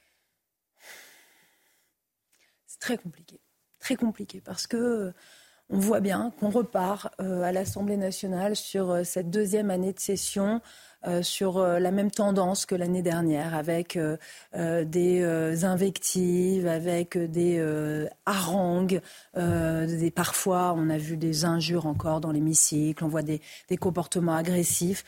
C'est très compliqué. Très compliqué parce que euh, on voit bien qu'on repart euh, à l'Assemblée nationale sur euh, cette deuxième année de session, euh, sur euh, la même tendance que l'année dernière, avec euh, euh, des euh, invectives, avec des euh, harangues, euh, des, parfois on a vu des injures encore dans l'hémicycle, on voit des, des comportements agressifs.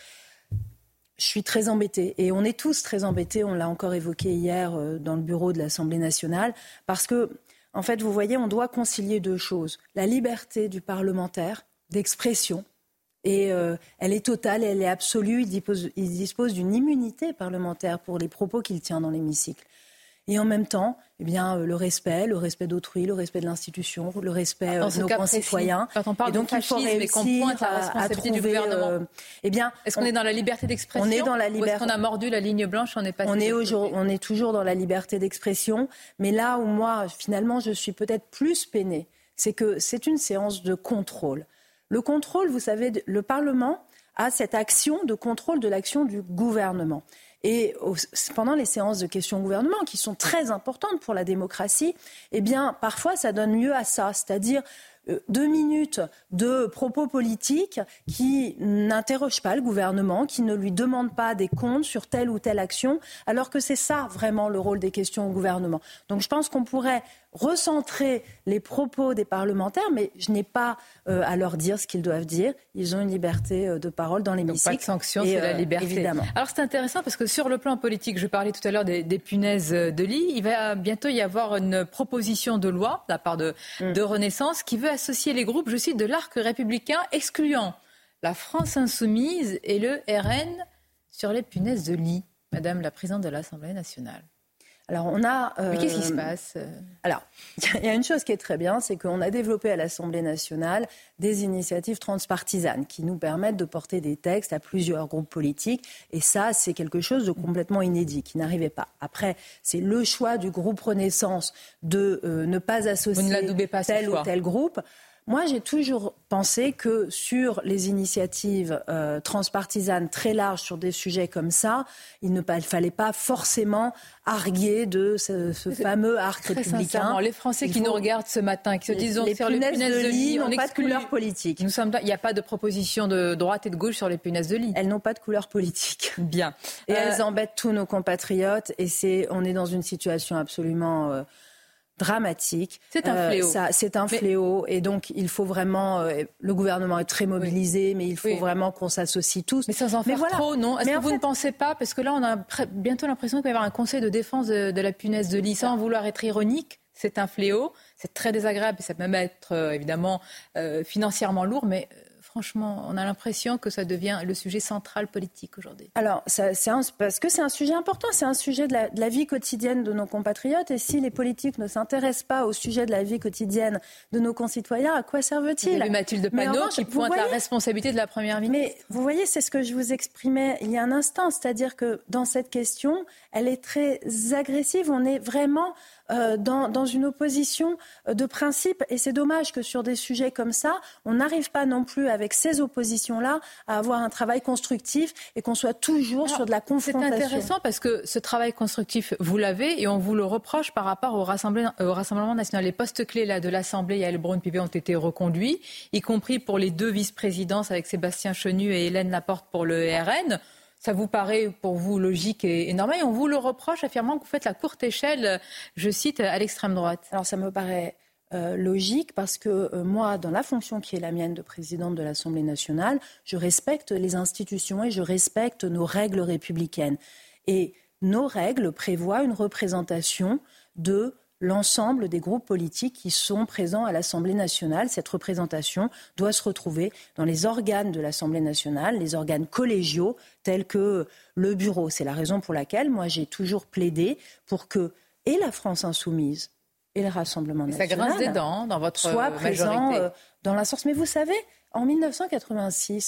Je suis très embêtée et on est tous très embêtés, on l'a encore évoqué hier euh, dans le bureau de l'Assemblée nationale, parce que en fait, vous voyez, on doit concilier deux choses. La liberté du parlementaire d'expression, et euh, elle est totale, elle est absolue. Il dispose, il dispose d'une immunité parlementaire pour les propos qu'il tient dans l'hémicycle. Et en même temps, eh bien, euh, le respect, le respect d'autrui, le respect de l'institution, le respect euh, de nos concitoyens. Quand on parle et donc, de il faut fascisme et qu'on pointe la responsabilité à, à du trouver, gouvernement, euh, eh bien, est-ce qu'on on, est dans la liberté d'expression on est dans la liber... ou liber... est-ce qu'on a mordu la ligne blanche, on est passé on est, au jour, côté. on est toujours dans la liberté d'expression. Mais là où moi, finalement, je suis peut-être plus peinée, c'est que c'est une séance de contrôle. Le contrôle, vous savez, le Parlement a cette action de contrôle de l'action du gouvernement. Et pendant les séances de questions au gouvernement, qui sont très importantes pour la démocratie, eh bien, parfois, ça donne lieu à ça, c'est-à-dire deux minutes de propos politiques qui n'interrogent pas le gouvernement, qui ne lui demandent pas des comptes sur telle ou telle action, alors que c'est ça vraiment le rôle des questions au gouvernement. Donc je pense qu'on pourrait recentrer les propos des parlementaires, mais je n'ai pas euh, à leur dire ce qu'ils doivent dire. Ils ont une liberté euh, de parole dans l'hémicycle. Donc pas de sanction, c'est euh, la liberté. Évidemment. Alors c'est intéressant parce que sur le plan politique, je parlais tout à l'heure des, des punaises de lit, il va bientôt y avoir une proposition de loi de la part de, mm. de Renaissance qui veut associer les groupes, je cite, de l'arc républicain, excluant la France insoumise et le R N sur les punaises de lit. Madame la présidente de l'Assemblée nationale. Alors on a. Euh, Mais qu'est-ce qui se passe ? Alors, il y a une chose qui est très bien, c'est qu'on a développé à l'Assemblée nationale des initiatives transpartisanes qui nous permettent de porter des textes à plusieurs groupes politiques. Et ça, c'est quelque chose de complètement inédit, qui n'arrivait pas. Après, c'est le choix du groupe Renaissance de euh, ne pas associer Vous ne l'adoubez pas, tel ou tel groupe. Moi, j'ai toujours pensé que sur les initiatives euh, transpartisanes très larges sur des sujets comme ça, il ne fallait pas forcément arguer de ce, ce fameux arc très républicain. Les Français il qui faut... nous regardent ce matin, qui se disent les sur les punaises de lit, n'ont pas de couleur politique. Nous sommes, il n'y a pas de proposition de droite et de gauche sur les punaises de lit. Elles n'ont pas de couleur politique. Bien. Et euh... elles embêtent tous nos compatriotes. Et c'est, on est dans une situation absolument euh, dramatique. C'est un fléau. Euh, ça, c'est un mais... fléau. Et donc, il faut vraiment... Euh, le gouvernement est très mobilisé, oui. mais il faut oui. vraiment qu'on s'associe tous. Mais sans en faire voilà. trop, non ? Est-ce mais que vous fait... ne pensez pas, parce que là, on a pr- bientôt l'impression qu'il va y avoir un conseil de défense de, de la punaise de lit, sans vouloir être ironique, c'est un fléau, c'est très désagréable, et ça peut même être, euh, évidemment, euh, financièrement lourd, mais... Euh, Franchement, on a l'impression que ça devient le sujet central politique aujourd'hui. Alors, ça, c'est un, parce que c'est un sujet important, c'est un sujet de la, de la vie quotidienne de nos compatriotes. Et si les politiques ne s'intéressent pas au sujet de la vie quotidienne de nos concitoyens, à quoi servent-ils ? Vous avez vu Mathilde Panot qui pointe voyez, la responsabilité de la Première ministre. Mais vous voyez, c'est ce que je vous exprimais il y a un instant. C'est-à-dire que dans cette question, elle est très agressive. On est vraiment... Euh, dans, dans une opposition de principe. Et c'est dommage que sur des sujets comme ça, on n'arrive pas non plus avec ces oppositions-là à avoir un travail constructif et qu'on soit toujours Alors, sur de la confrontation. C'est intéressant parce que ce travail constructif, vous l'avez et on vous le reproche par rapport au Rassemblement, au Rassemblement national. Les postes clés là, de l'Assemblée, Yael Braun-Pivet, ont été reconduits, y compris pour les deux vice-présidences avec Sébastien Chenu et Hélène Laporte pour le R N. Ça vous paraît pour vous logique et, et normal et on vous le reproche affirmant que vous faites la courte échelle, je cite, à l'extrême droite. Alors ça me paraît euh, logique parce que euh, moi, dans la fonction qui est la mienne de présidente de l'Assemblée nationale, je respecte les institutions et je respecte nos règles républicaines. Et nos règles prévoient une représentation de l'ensemble des groupes politiques qui sont présents à l'Assemblée nationale. Cette représentation doit se retrouver dans les organes de l'Assemblée nationale, les organes collégiaux tels que le bureau. C'est la raison pour laquelle moi j'ai toujours plaidé pour que et la France insoumise et le Rassemblement national ça grince des dents dans votre soient présents majorité. Euh, dans la source. Mais vous savez, en dix-neuf cent quatre-vingt-six,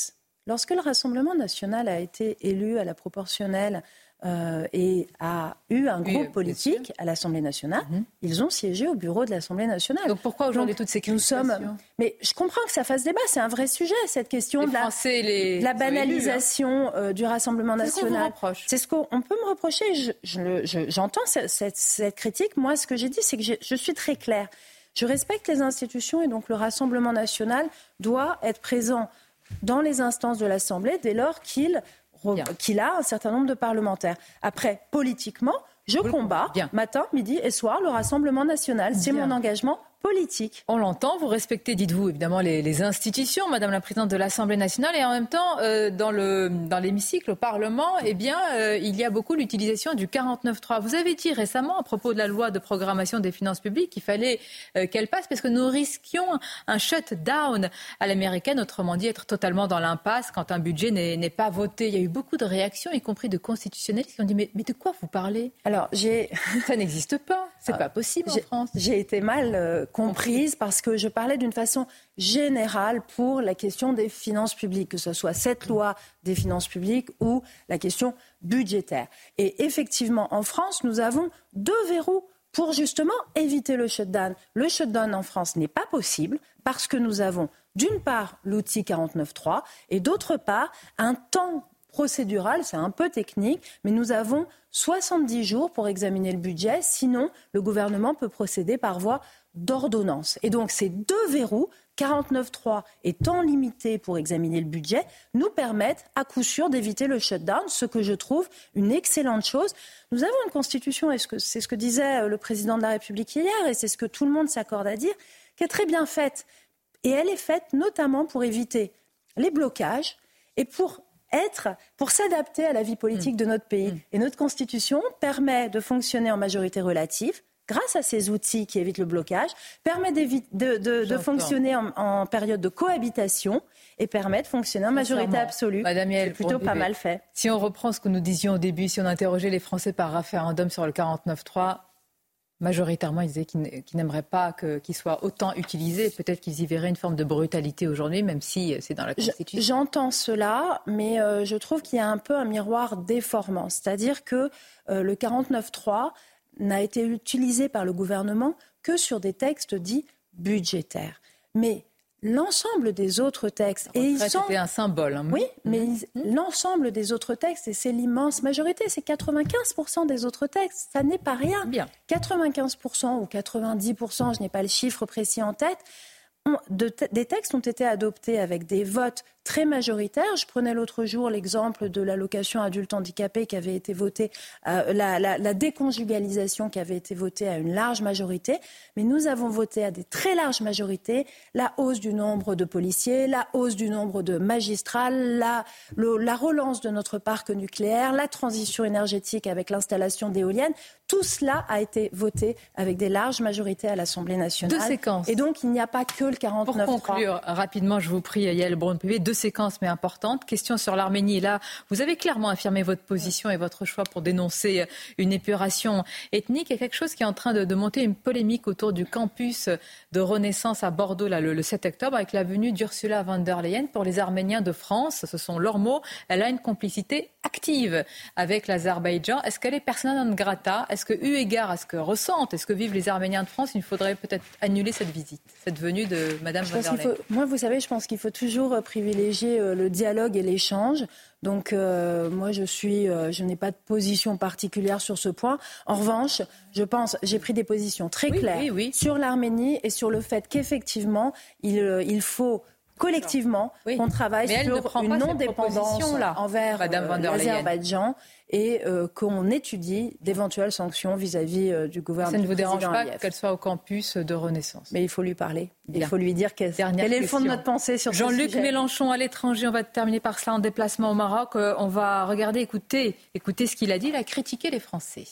Lorsque le Rassemblement national a été élu à la proportionnelle euh, et a eu un groupe oui, politique à l'Assemblée nationale, mmh. ils ont siégé au bureau de l'Assemblée nationale. Donc pourquoi aujourd'hui toutes ces critiques ? Nous sommes... Mais je comprends que ça fasse débat, c'est un vrai sujet, cette question les de la, Français, les... la banalisation élus, hein. euh, du Rassemblement c'est national. Ce qu'on vous reproche. C'est ce qu'on peut me reprocher. Je, je, je, j'entends cette, cette, cette critique. Moi, ce que j'ai dit, c'est que je, je suis très claire. Je respecte les institutions et donc le Rassemblement national doit être présent dans les instances de l'Assemblée dès lors qu'il, qu'il a un certain nombre de parlementaires. Après, politiquement, je Vous combats Bien. matin, midi et soir le Rassemblement national. C'est Bien. mon engagement politique. On l'entend, vous respectez, dites-vous, évidemment, les, les institutions, Madame la Présidente de l'Assemblée nationale, et en même temps, euh, dans, le, dans l'hémicycle, au Parlement, eh bien, euh, il y a beaucoup l'utilisation du quarante-neuf trois. Vous avez dit récemment, à propos de la loi de programmation des finances publiques, qu'il fallait euh, qu'elle passe parce que nous risquions un shutdown à l'américaine, autrement dit, être totalement dans l'impasse quand un budget n'est, n'est pas voté. Il y a eu beaucoup de réactions, y compris de constitutionnalistes, qui ont dit mais, mais de quoi vous parlez ? Alors, j'ai... ça n'existe pas, c'est ah, pas possible en j'ai, France. J'ai été mal... Euh, comprise parce que je parlais d'une façon générale pour la question des finances publiques, que ce soit cette loi des finances publiques ou la question budgétaire. Et effectivement, en France, nous avons deux verrous pour justement éviter le shutdown. Le shutdown en France n'est pas possible parce que nous avons d'une part l'outil quarante-neuf trois et d'autre part un temps procédural, c'est un peu technique, mais nous avons soixante-dix jours pour examiner le budget, sinon le gouvernement peut procéder par voie d'ordonnance. Et donc ces deux verrous, quarante-neuf trois et temps limité pour examiner le budget, nous permettent à coup sûr d'éviter le shutdown, ce que je trouve une excellente chose. Nous avons une constitution, et c'est ce que disait le président de la République hier, et c'est ce que tout le monde s'accorde à dire, qui est très bien faite. Et elle est faite notamment pour éviter les blocages et pour être, pour s'adapter à la vie politique mmh. de notre pays. Mmh. Et notre constitution permet de fonctionner en majorité relative, grâce à ces outils qui évitent le blocage, permet de, de, de fonctionner en, en période de cohabitation et permet de fonctionner en majorité absolue. Madame Yael, c'est plutôt pas mal fait. Si on reprend ce que nous disions au début, si on interrogeait les Français par référendum sur le quarante-neuf trois, majoritairement, ils disaient qu'ils, qu'ils n'aimeraient pas que, qu'il soit autant utilisé. Peut-être qu'ils y verraient une forme de brutalité aujourd'hui, même si c'est dans la Constitution. J'entends cela, mais euh, je trouve qu'il y a un peu un miroir déformant. C'est-à-dire que euh, le quarante-neuf trois n'a été utilisé par le gouvernement que sur des textes dits budgétaires. Mais l'ensemble des autres textes... Et ils sont... C'était un symbole. Hein. Oui, mais mmh. l'ensemble des autres textes, et c'est l'immense majorité, c'est quatre-vingt-quinze pour cent des autres textes, ça n'est pas rien. Bien. quatre-vingt-quinze pour cent ou quatre-vingt-dix pour cent, je n'ai pas le chiffre précis en tête, ont, de t- des textes ont été adoptés avec des votes très majoritaire. Je prenais l'autre jour l'exemple de l'allocation adulte handicapé qui avait été votée, euh, la, la, la déconjugalisation qui avait été votée à une large majorité. Mais nous avons voté à des très larges majorités la hausse du nombre de policiers, la hausse du nombre de magistrats, la, le, la relance de notre parc nucléaire, la transition énergétique avec l'installation d'éoliennes. Tout cela a été voté avec des larges majorités à l'Assemblée nationale. Deux séquences. Et donc, il n'y a pas que le quarante-neuf trois. Pour conclure rapidement, je vous prie, Yael Braun-Pivet, deux séquences mais importantes. Question sur l'Arménie. Et là, vous avez clairement affirmé votre position et votre choix pour dénoncer une épuration ethnique. Il y a quelque chose qui est en train de, de monter une polémique autour du campus de Renaissance à Bordeaux là, le, le sept octobre avec la venue d'Ursula von der Leyen. Pour les Arméniens de France, ce sont leurs mots, elle a une complicité active avec l'Azerbaïdjan. Est-ce qu'elle est persona non grata ? Est-ce que, eu égard à ce que ressentent, est-ce que vivent les Arméniens de France, il faudrait peut-être annuler cette visite, cette venue de Mme von der Leyen ? Faut, moi, vous savez, je pense qu'il faut toujours privilégier le dialogue et l'échange. Donc, euh, moi, je suis, euh, je n'ai pas de position particulière sur ce point. En revanche, je pense, j'ai pris des positions très oui, claires oui, oui. sur l'Arménie et sur le fait qu'effectivement, il, euh, il faut collectivement oui. qu'on travaille Mais sur une non-dépendance envers euh, l'Azerbaïdjan et euh, qu'on étudie d'éventuelles sanctions vis-à-vis euh, du gouvernement. Ça ne vous dérange pas qu'elle soit au campus de Renaissance ? Mais il faut lui parler. Bien. Il faut lui dire quel, quel est le fond de notre pensée sur Jean-Luc ce sujet. Jean-Luc Mélenchon à l'étranger, on va terminer par cela en déplacement au Maroc. On va regarder, écouter, écouter ce qu'il a dit. Il a critiqué les Français.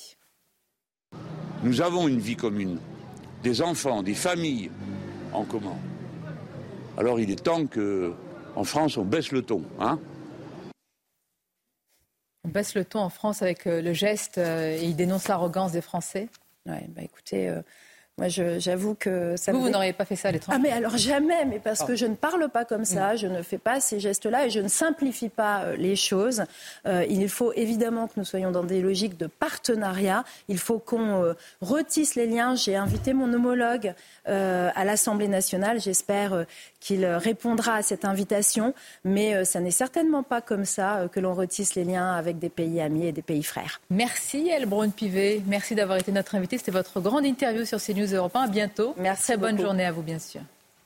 Nous avons une vie commune, des enfants, des familles en commun. Alors il est temps qu'en France, on baisse le ton. Hein on baisse le ton en France avec euh, le geste euh, et il dénonce l'arrogance des Français. Ouais, bah écoutez, euh, Moi, je, j'avoue que ça. Vous, me... vous n'auriez pas fait ça à l'étranger? Ah, mais alors jamais, mais parce ah. que je ne parle pas comme ça, mmh. je ne fais pas ces gestes-là et je ne simplifie pas euh, les choses. Euh, il faut évidemment que nous soyons dans des logiques de partenariat. Il faut qu'on euh, retisse les liens. J'ai invité mon homologue euh, à l'Assemblée nationale. J'espère euh, qu'il répondra à cette invitation. Mais euh, ça n'est certainement pas comme ça euh, que l'on retisse les liens avec des pays amis et des pays frères. Merci Yael Braun-Pivet. Merci d'avoir été notre invitée. C'était votre grande interview sur CNews Europe un. À bientôt. Merci. Très bonne beaucoup. journée à vous, bien sûr.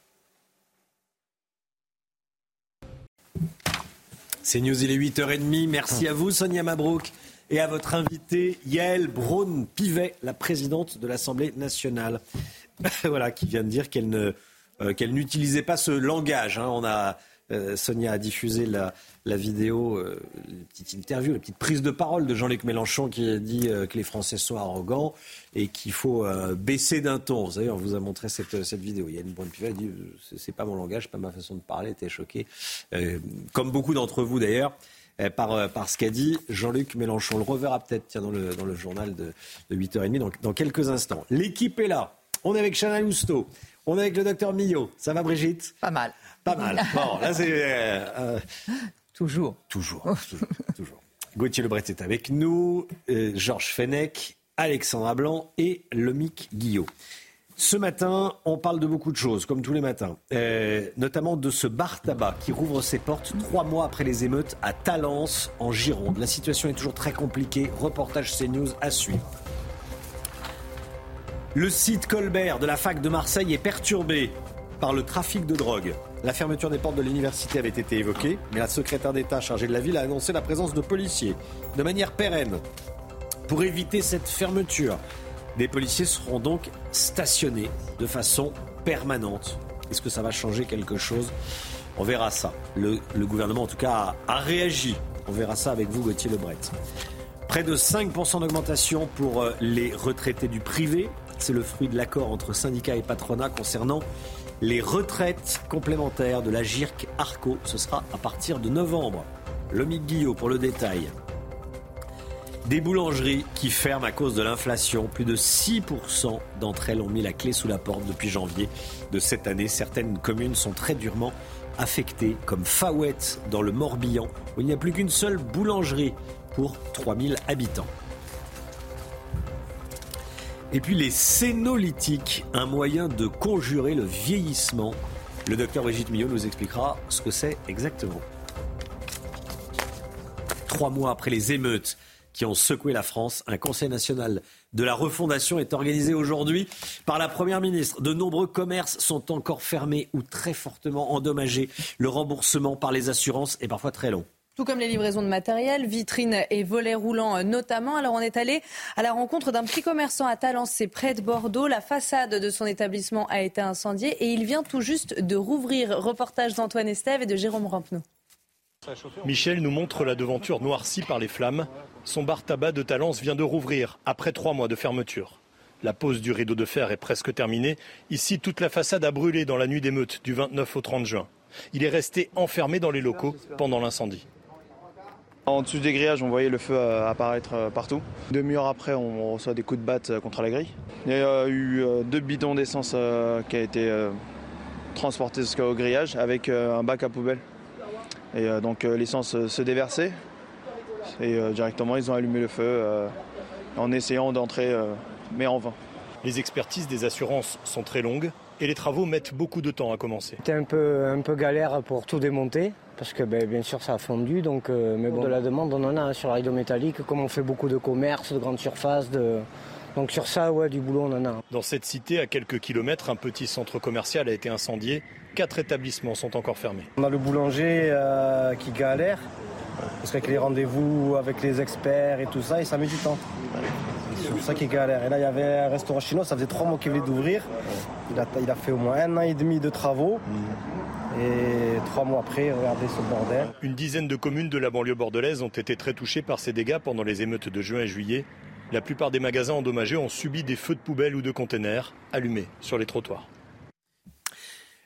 CNews, il est huit heures trente. Merci à vous, Sonia Mabrouk, et à votre invitée, Yael Braun-Pivet, la présidente de l'Assemblée nationale. Voilà, qui vient de dire qu'elle, ne, euh, qu'elle n'utilisait pas ce langage. Hein. On a, euh, Sonia a diffusé la, la vidéo, euh, la petite interview, la petite prise de parole de Jean-Luc Mélenchon qui a dit euh, que les Français sont arrogants et qu'il faut euh, baisser d'un ton. Vous savez, on vous a montré cette, cette vidéo. Il y a une bonne pivet, elle dit c'est, c'est pas mon langage, c'est pas ma façon de parler, elle était choquée. Euh, comme beaucoup d'entre vous d'ailleurs, euh, par, euh, par ce qu'a dit Jean-Luc Mélenchon. On le reverra peut-être tiens, dans, le, dans le journal de, de huit heures trente dans, dans quelques instants. L'équipe est là. On est avec Chana Lousteau. On est avec le docteur Millot. Ça va, Brigitte ? Pas mal. Pas mal. Bon, là, c'est... Euh, euh, toujours. Toujours. toujours, toujours. Gauthier Lebret est avec nous. Euh, Georges Fenech, Alexandra Blanc et Lomique Guillot. Ce matin, on parle de beaucoup de choses, comme tous les matins. Euh, notamment de ce bar tabac qui rouvre ses portes trois mois après les émeutes à Talence, en Gironde. La situation est toujours très compliquée. Reportage CNews à suivre. Le site Colbert de la fac de Marseille est perturbé par le trafic de drogue. La fermeture des portes de l'université avait été évoquée, mais la secrétaire d'État chargée de la ville a annoncé la présence de policiers de manière pérenne. Pour éviter cette fermeture, des policiers seront donc stationnés de façon permanente. Est-ce que ça va changer quelque chose ? On verra ça. Le, le gouvernement, en tout cas, a, a réagi. On verra ça avec vous, Gauthier Lebret. Près de cinq pour cent d'augmentation pour les retraités du privé. C'est le fruit de l'accord entre syndicats et patronat concernant les retraites complémentaires de la G I R C Arco. Ce sera à partir de novembre. Lomique Guillot pour le détail. Des boulangeries qui ferment à cause de l'inflation. Plus de six pour cent d'entre elles ont mis la clé sous la porte depuis janvier de cette année. Certaines communes sont très durement affectées, comme Faouette dans le Morbihan, où il n'y a plus qu'une seule boulangerie pour trois mille habitants. Et puis les sénolytiques, un moyen de conjurer le vieillissement. Le docteur Brigitte Millot nous expliquera ce que c'est exactement. Trois mois après les émeutes qui ont secoué la France, un conseil national de la refondation est organisé aujourd'hui par la Première ministre. De nombreux commerces sont encore fermés ou très fortement endommagés. Le remboursement par les assurances est parfois très long. Tout comme les livraisons de matériel, vitrines et volets roulants notamment. Alors on est allé à la rencontre d'un petit commerçant à Talence, c'est près de Bordeaux. La façade de son établissement a été incendiée et il vient tout juste de rouvrir. Reportage d'Antoine Estève et de Jérôme Rampenot. Michel nous montre la devanture noircie par les flammes. Son bar tabac de Talence vient de rouvrir après trois mois de fermeture. La pose du rideau de fer est presque terminée. Ici, toute la façade a brûlé dans la nuit d'émeute du vingt-neuf au trente juin. Il est resté enfermé dans les locaux pendant l'incendie. En dessous des grillages, on voyait le feu apparaître partout. Une demi-heure après, on reçoit des coups de batte contre la grille. Il y a eu deux bidons d'essence qui ont été transportés jusqu'au grillage avec un bac à poubelle. Et donc l'essence se déversait et directement ils ont allumé le feu en essayant d'entrer, mais en vain. Les expertises des assurances sont très longues et les travaux mettent beaucoup de temps à commencer. C'était un peu, un peu galère pour tout démonter. Parce que ben, bien sûr ça a fondu, donc, euh, mais bon, de la demande on en a hein, sur le rideau métallique, comme on fait beaucoup de commerce, de grandes surfaces, de... donc sur ça ouais, du boulot on en a. Dans cette cité, à quelques kilomètres, un petit centre commercial a été incendié, quatre établissements sont encore fermés. On a le boulanger euh, qui galère, parce qu'avec les rendez-vous avec les experts et tout ça, et ça met du temps. C'est pour ça qu'il galère. Et là il y avait un restaurant chinois, ça faisait trois mois qu'il venait d'ouvrir, il a, il a fait au moins un an et demi de travaux. Mmh. Et trois mois après, regardez ce bordel. Une dizaine de communes de la banlieue bordelaise ont été très touchées par ces dégâts pendant les émeutes de juin et juillet. La plupart des magasins endommagés ont subi des feux de poubelles ou de containers allumés sur les trottoirs.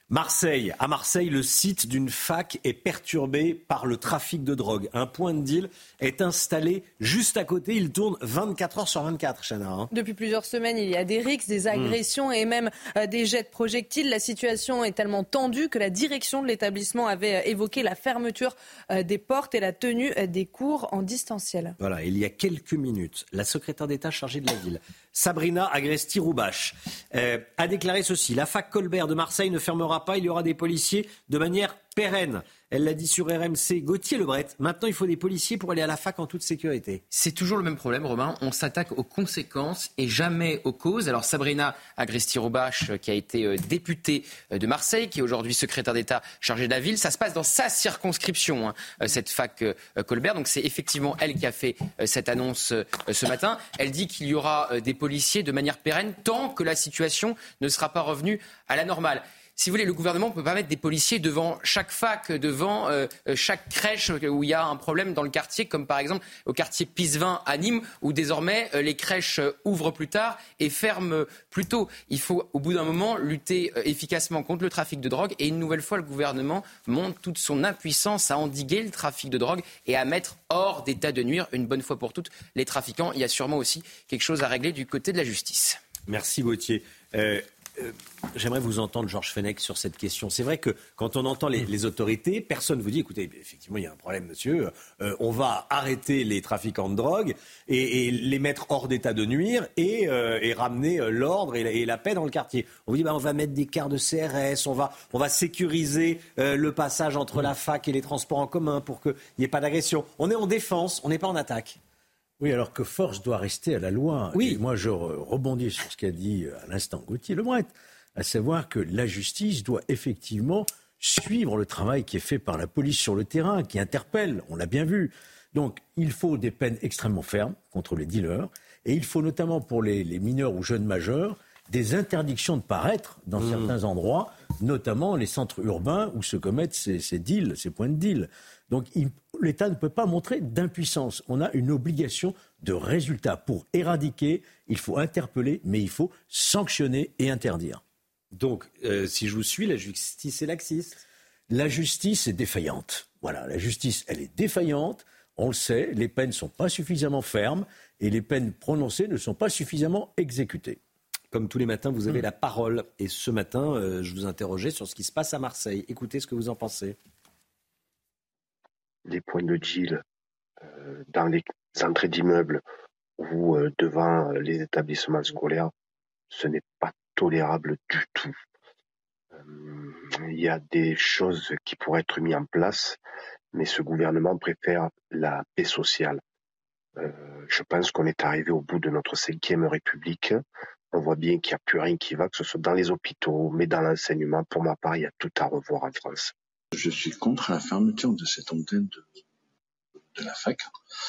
Marseille. À Marseille, le site d'une fac est perturbé par le trafic de drogue. Un point de deal est installé juste à côté. Il tourne vingt-quatre heures sur vingt-quatre, Chana. Hein. Depuis plusieurs semaines, il y a des rixes, des agressions mmh. et même euh, des jets de projectiles. La situation est tellement tendue que la direction de l'établissement avait euh, évoqué la fermeture euh, des portes et la tenue euh, des cours en distanciel. Voilà, il y a quelques minutes, la secrétaire d'État chargée de la ville, Sabrina Agresti-Roubache, euh, a déclaré ceci. La fac Colbert de Marseille ne fermera pas, il y aura des policiers de manière pérenne. Elle l'a dit sur R M C. Gauthier Lebret, maintenant il faut des policiers pour aller à la fac en toute sécurité. C'est toujours le même problème, Romain. On s'attaque aux conséquences et jamais aux causes. Alors Sabrina Agresti-Roubache, qui a été députée de Marseille, qui est aujourd'hui secrétaire d'État chargée de la ville, ça se passe dans sa circonscription, hein, cette fac Colbert. Donc c'est effectivement elle qui a fait cette annonce ce matin. Elle dit qu'il y aura des policiers de manière pérenne tant que la situation ne sera pas revenue à la normale. Si vous voulez, le gouvernement ne peut pas mettre des policiers devant chaque fac, devant euh, chaque crèche où il y a un problème dans le quartier, comme par exemple au quartier Pisevin à Nîmes, où désormais euh, les crèches ouvrent plus tard et ferment plus tôt. Il faut, au bout d'un moment, lutter euh, efficacement contre le trafic de drogue. Et une nouvelle fois, le gouvernement montre toute son impuissance à endiguer le trafic de drogue et à mettre hors d'état de nuire, une bonne fois pour toutes, les trafiquants. Il y a sûrement aussi quelque chose à régler du côté de la justice. Merci Gauthier. Euh... Euh, j'aimerais vous entendre, Georges Fenech, sur cette question. C'est vrai que quand on entend les, les autorités, personne ne vous dit, écoutez, effectivement, il y a un problème, monsieur, euh, on va arrêter les trafiquants de drogue et, et les mettre hors d'état de nuire et, euh, et ramener l'ordre et la, et la paix dans le quartier. On vous dit, bah, on va mettre des quarts de C R S, on va, on va sécuriser euh, le passage entre la fac et les transports en commun pour qu'il n'y ait pas d'agression. On est en défense, on n'est pas en attaque. Oui, alors que force doit rester à la loi. Oui. Et moi, je rebondis sur ce qu'a dit à l'instant Gauthier Lebret, à savoir que la justice doit effectivement suivre le travail qui est fait par la police sur le terrain, qui interpelle, on l'a bien vu. Donc, il faut des peines extrêmement fermes contre les dealers, et il faut notamment pour les, les mineurs ou jeunes majeurs, des interdictions de paraître dans mmh. certains endroits, notamment les centres urbains où se commettent ces, ces deals, ces points de deal. Donc il, l'État ne peut pas montrer d'impuissance. On a une obligation de résultat. Pour éradiquer, il faut interpeller, mais il faut sanctionner et interdire. Donc, euh, si je vous suis, la justice est laxiste. La justice est défaillante. Voilà, la justice, elle est défaillante. On le sait, les peines ne sont pas suffisamment fermes et les peines prononcées ne sont pas suffisamment exécutées. Comme tous les matins, vous avez mmh. la parole. Et ce matin, euh, je vous interrogeais sur ce qui se passe à Marseille. Écoutez ce que vous en pensez. Les points de deal euh, dans les entrées d'immeubles ou euh, devant euh, les établissements scolaires, ce n'est pas tolérable du tout. Euh, il y a des choses qui pourraient être mises en place, mais ce gouvernement préfère la paix sociale. Euh, je pense qu'on est arrivé au bout de notre cinquième République. On voit bien qu'il n'y a plus rien qui va, que ce soit dans les hôpitaux, mais dans l'enseignement. Pour ma part, il y a tout à revoir en France. Je suis contre la fermeture de cette antenne de, de la fac.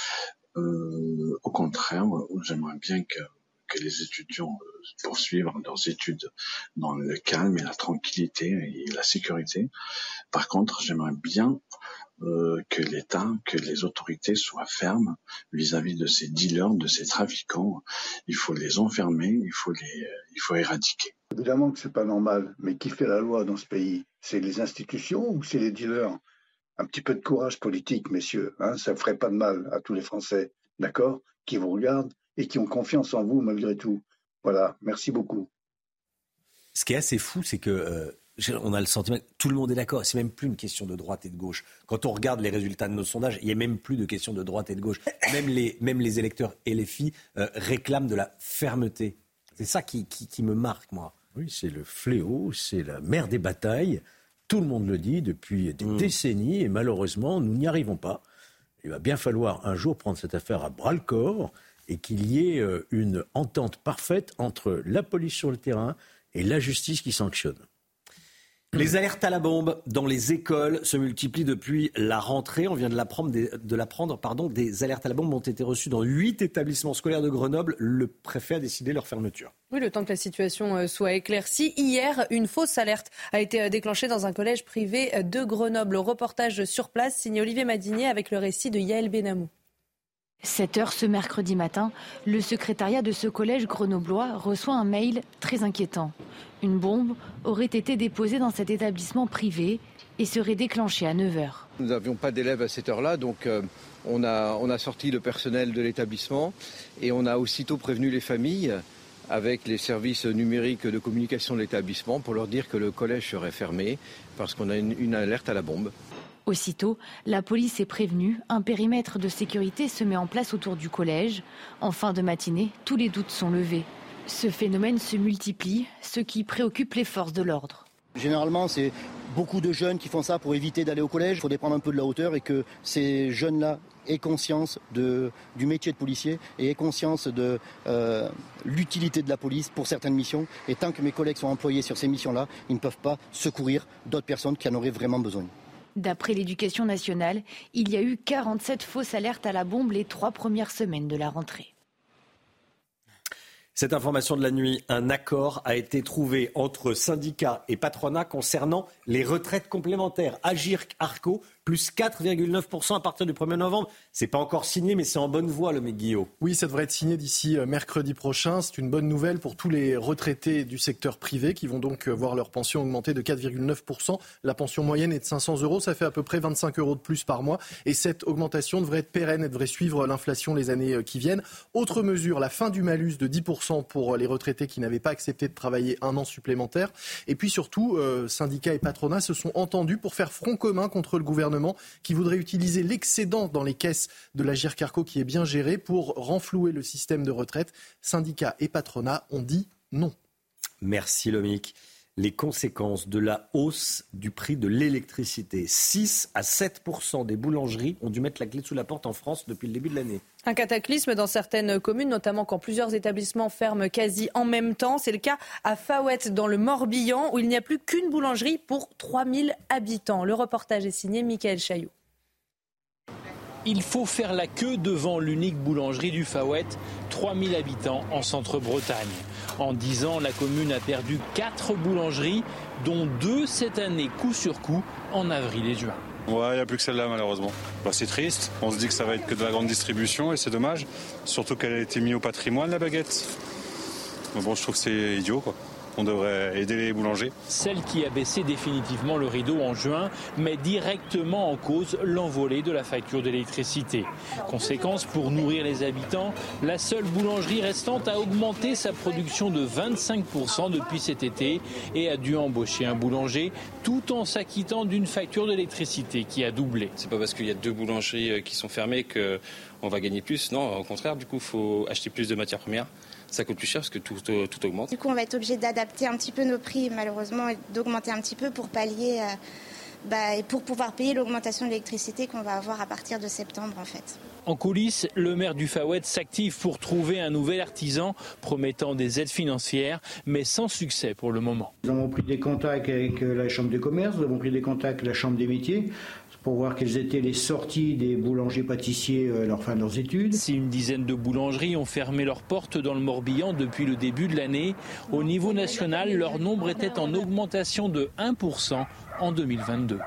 Euh, au contraire, j'aimerais bien que, que les étudiants poursuivent leurs études dans le calme et la tranquillité et la sécurité. Par contre, j'aimerais bien euh, que l'État, que les autorités soient fermes vis-à-vis de ces dealers, de ces trafiquants. Il faut les enfermer, il faut les, il faut éradiquer. Évidemment que c'est pas normal, mais qui fait la loi dans ce pays? C'est les institutions ou c'est les dealers? Un petit peu de courage politique, messieurs, hein, ça ne ferait pas de mal à tous les Français, d'accord, qui vous regardent et qui ont confiance en vous malgré tout. Voilà, merci beaucoup. Ce qui est assez fou, c'est que euh, on a le sentiment que tout le monde est d'accord. C'est même plus une question de droite et de gauche. Quand on regarde les résultats de nos sondages, il n'y a même plus de question de droite et de gauche. Même les, même les électeurs et les filles euh, réclament de la fermeté. C'est ça qui, qui, qui me marque, moi. Oui, c'est le fléau, c'est la mère des batailles. Tout le monde le dit depuis des mmh. décennies et malheureusement, nous n'y arrivons pas. Il va bien falloir un jour prendre cette affaire à bras-le-corps et qu'il y ait une entente parfaite entre la police sur le terrain et la justice qui sanctionne. Les alertes à la bombe dans les écoles se multiplient depuis la rentrée. On vient de l'apprendre, des, de l'apprendre, pardon, des alertes à la bombe ont été reçues dans huit établissements scolaires de Grenoble. Le préfet a décidé leur fermeture. Oui, le temps que la situation soit éclaircie. Hier, une fausse alerte a été déclenchée dans un collège privé de Grenoble. Reportage sur place, signé Olivier Madinier avec le récit de Yael Benamou. sept heures ce mercredi matin, le secrétariat de ce collège grenoblois reçoit un mail très inquiétant. Une bombe aurait été déposée dans cet établissement privé et serait déclenchée à neuf heures. Nous n'avions pas d'élèves à cette heure-là, donc euh, on, a, on a sorti le personnel de l'établissement et on a aussitôt prévenu les familles avec les services numériques de communication de l'établissement pour leur dire que le collège serait fermé parce qu'on a une, une alerte à la bombe. Aussitôt, la police est prévenue, un périmètre de sécurité se met en place autour du collège. En fin de matinée, tous les doutes sont levés. Ce phénomène se multiplie, ce qui préoccupe les forces de l'ordre. Généralement, c'est beaucoup de jeunes qui font ça pour éviter d'aller au collège. Il faudrait prendre un peu de la hauteur et que ces jeunes-là aient conscience de, du métier de policier et aient conscience de euh, l'utilité de la police pour certaines missions. Et tant que mes collègues sont employés sur ces missions-là, ils ne peuvent pas secourir d'autres personnes qui en auraient vraiment besoin. D'après l'Éducation nationale, il y a eu quarante-sept fausses alertes à la bombe les trois premières semaines de la rentrée. Cette information de la nuit, un accord a été trouvé entre syndicats et patronat concernant les retraites complémentaires. Agirc-Arrco, plus quatre virgule neuf pour cent à partir du premier novembre. C'est pas encore signé, mais c'est en bonne voie, le Guillaume. Oui, ça devrait être signé d'ici mercredi prochain. C'est une bonne nouvelle pour tous les retraités du secteur privé qui vont donc voir leur pension augmenter de quatre virgule neuf pour cent. La pension moyenne est de cinq cents euros. Ça fait à peu près vingt-cinq euros de plus par mois. Et cette augmentation devrait être pérenne et devrait suivre l'inflation les années qui viennent. Autre mesure, la fin du malus de dix pour cent pour les retraités qui n'avaient pas accepté de travailler un an supplémentaire. Et puis surtout, euh, syndicats et patronats se sont entendus pour faire front commun contre le gouvernement qui voudrait utiliser l'excédent dans les caisses de l'Agirc-Arrco qui est bien géré pour renflouer le système de retraite. Syndicats et patronats ont dit non. Merci Lomic. Les conséquences de la hausse du prix de l'électricité. six à sept pour cent des boulangeries ont dû mettre la clé sous la porte en France depuis le début de l'année. Un cataclysme dans certaines communes, notamment quand plusieurs établissements ferment quasi en même temps. C'est le cas à Faouët, dans le Morbihan, où il n'y a plus qu'une boulangerie pour trois mille habitants. Le reportage est signé Michael Chailloux. Il faut faire la queue devant l'unique boulangerie du Faouët, trois mille habitants en centre-Bretagne. En dix ans, la commune a perdu quatre boulangeries, dont deux cette année coup sur coup en avril et juin. Ouais, il n'y a plus que celle-là malheureusement. Bah, c'est triste, on se dit que ça va être que de la grande distribution et c'est dommage. Surtout qu'elle a été mise au patrimoine, la baguette. Mais bon, je trouve que c'est idiot quoi. On devrait aider les boulangers. Celle qui a baissé définitivement le rideau en juin met directement en cause l'envolée de la facture d'électricité. Conséquence, pour nourrir les habitants, la seule boulangerie restante a augmenté sa production de vingt-cinq pour cent depuis cet été et a dû embaucher un boulanger tout en s'acquittant d'une facture d'électricité qui a doublé. C'est pas parce qu'il y a deux boulangeries qui sont fermées qu'on va gagner plus. Non, au contraire, du coup, il faut acheter plus de matières premières. Ça coûte plus cher parce que tout, tout, tout augmente. Du coup, on va être obligé d'adapter un petit peu nos prix, malheureusement, et d'augmenter un petit peu pour pallier, euh, bah, et pour pouvoir payer l'augmentation de l'électricité qu'on va avoir à partir de septembre, en fait. En coulisses, le maire du Faouët s'active pour trouver un nouvel artisan promettant des aides financières, mais sans succès pour le moment. Nous avons pris des contacts avec la Chambre de commerce, nous avons pris des contacts avec la Chambre des métiers, pour voir quelles étaient les sorties des boulangers-pâtissiers à leur fin de leurs études. Si une dizaine de boulangeries ont fermé leurs portes dans le Morbihan depuis le début de l'année, au niveau national, leur nombre était en augmentation de un pour cent en deux mille vingt-deux.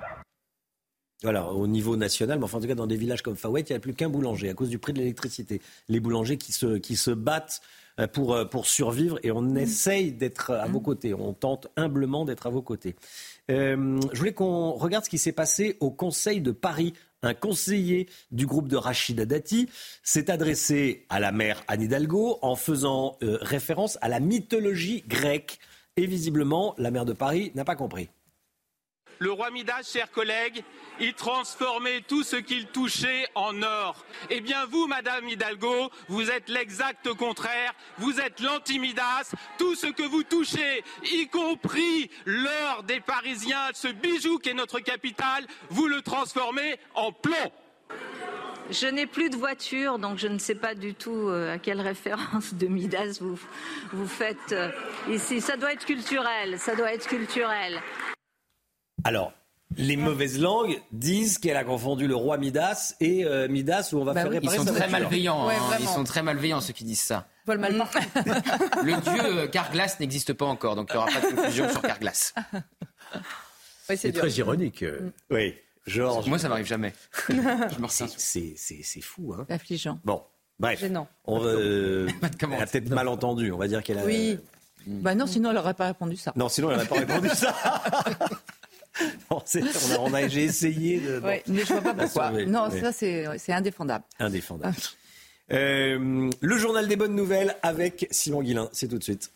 Voilà, au niveau national, mais enfin en tout cas dans des villages comme Faouët, il n'y a plus qu'un boulanger à cause du prix de l'électricité. Les boulangers qui se, qui se battent pour, pour survivre et on mmh. essaye d'être à vos côtés, on tente humblement d'être à vos côtés. Euh, je voulais qu'on regarde ce qui s'est passé au Conseil de Paris. Un conseiller du groupe de Rachida Dati s'est adressé à la maire Anne Hidalgo en faisant euh, référence à la mythologie grecque. Et visiblement, la maire de Paris n'a pas compris. Le roi Midas, chers collègues, il transformait tout ce qu'il touchait en or. Eh bien vous, Madame Hidalgo, vous êtes l'exact contraire. Vous êtes l'anti-Midas. Tout ce que vous touchez, y compris l'or des Parisiens, ce bijou qu'est notre capitale, vous le transformez en plomb. Je n'ai plus de voiture, donc je ne sais pas du tout à quelle référence de Midas vous, vous faites ici. Ça doit être culturel, ça doit être culturel. Alors, les mauvaises langues disent qu'elle a confondu le roi Midas et euh, Midas où on va bah faire oui. réparer Ils sont sa très voiture. malveillants. Ouais, hein. Ils sont très malveillants ceux qui disent ça. Vol mal partout. Le dieu euh, Carglass n'existe pas encore, donc il n'y aura pas de confusion sur Carglass. Oui, c'est très ironique. Oui. Georges. Moi, ça m'arrive jamais. Je me retiens. C'est, c'est, c'est fou, hein. Affligeant. Bon, bref. Gênant. On, euh, elle a peut-être mal entendu. On va dire qu'elle a. Oui. Bah non, sinon elle n'aurait pas répondu ça. Non, sinon elle n'aurait pas répondu ça. non, c'est, on a, on a, j'ai essayé de. Ouais, mais je vois pas pourquoi. Sauver, non, mais... ça c'est, c'est indéfendable. Indéfendable. euh, le journal des bonnes nouvelles avec Simon Guillain. C'est tout de suite.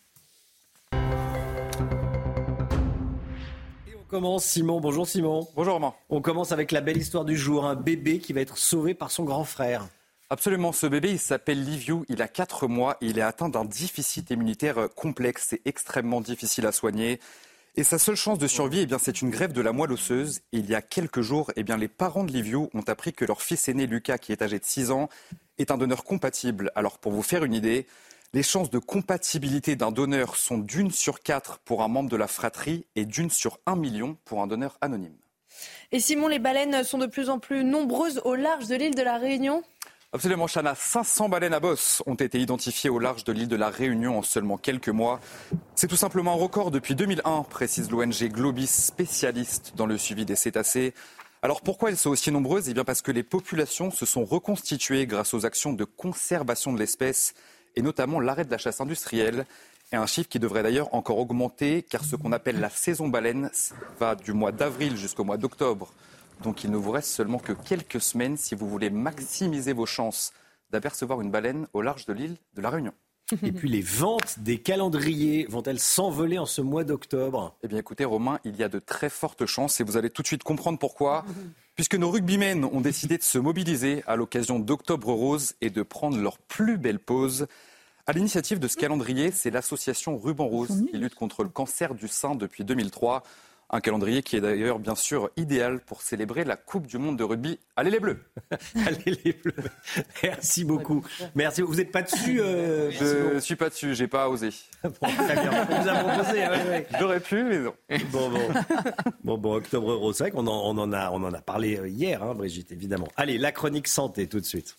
On commence, Simon. Bonjour Simon. Bonjour Romain. On commence avec la belle histoire du jour. Un bébé qui va être sauvé par son grand frère. Absolument. Ce bébé, il s'appelle Liviu. Il a quatre mois et il est atteint d'un déficit immunitaire complexe. C'est extrêmement difficile à soigner. Et sa seule chance de survie, eh bien, c'est une greffe de la moelle osseuse. Et il y a quelques jours, eh bien, les parents de Liviu ont appris que leur fils aîné, Lucas, qui est âgé de six ans, est un donneur compatible. Alors, pour vous faire une idée, les chances de compatibilité d'un donneur sont d'une sur quatre pour un membre de la fratrie et d'une sur un million pour un donneur anonyme. Et Simon, les baleines sont de plus en plus nombreuses au large de l'île de la Réunion ? Absolument, Chana. cinq cents baleines à bosse ont été identifiées au large de l'île de la Réunion en seulement quelques mois. C'est tout simplement un record depuis deux mille un, précise l'O N G Globis, spécialiste dans le suivi des cétacés. Alors pourquoi elles sont aussi nombreuses ? Eh bien parce que les populations se sont reconstituées grâce aux actions de conservation de l'espèce et notamment l'arrêt de la chasse industrielle. Et un chiffre qui devrait d'ailleurs encore augmenter car ce qu'on appelle la saison baleine va du mois d'avril jusqu'au mois d'octobre. Donc il ne vous reste seulement que quelques semaines si vous voulez maximiser vos chances d'apercevoir une baleine au large de l'île de la Réunion. Et puis les ventes des calendriers vont-elles s'envoler en ce mois d'octobre ? Eh bien écoutez Romain, il y a de très fortes chances et vous allez tout de suite comprendre pourquoi. Puisque nos rugbymen ont décidé de se mobiliser à l'occasion d'Octobre Rose et de prendre leur plus belle pause. À l'initiative de ce calendrier, c'est l'association Ruban Rose qui lutte contre le cancer du sein depuis deux mille trois. Un calendrier qui est d'ailleurs bien sûr idéal pour célébrer la Coupe du Monde de rugby. Allez les Bleus. Allez les Bleus. Merci beaucoup. Merci. Vous n'êtes pas dessus euh, Je ne suis pas dessus, j'ai pas osé. Bon, très bien. On vous a proposé. Ouais, ouais. J'aurais pu, mais non. Bon, bon. Bon, bon, Octobre Rose, c'est vrai qu'on en, on en, a, on en a parlé hier, hein, Brigitte, évidemment. Allez, la chronique santé tout de suite.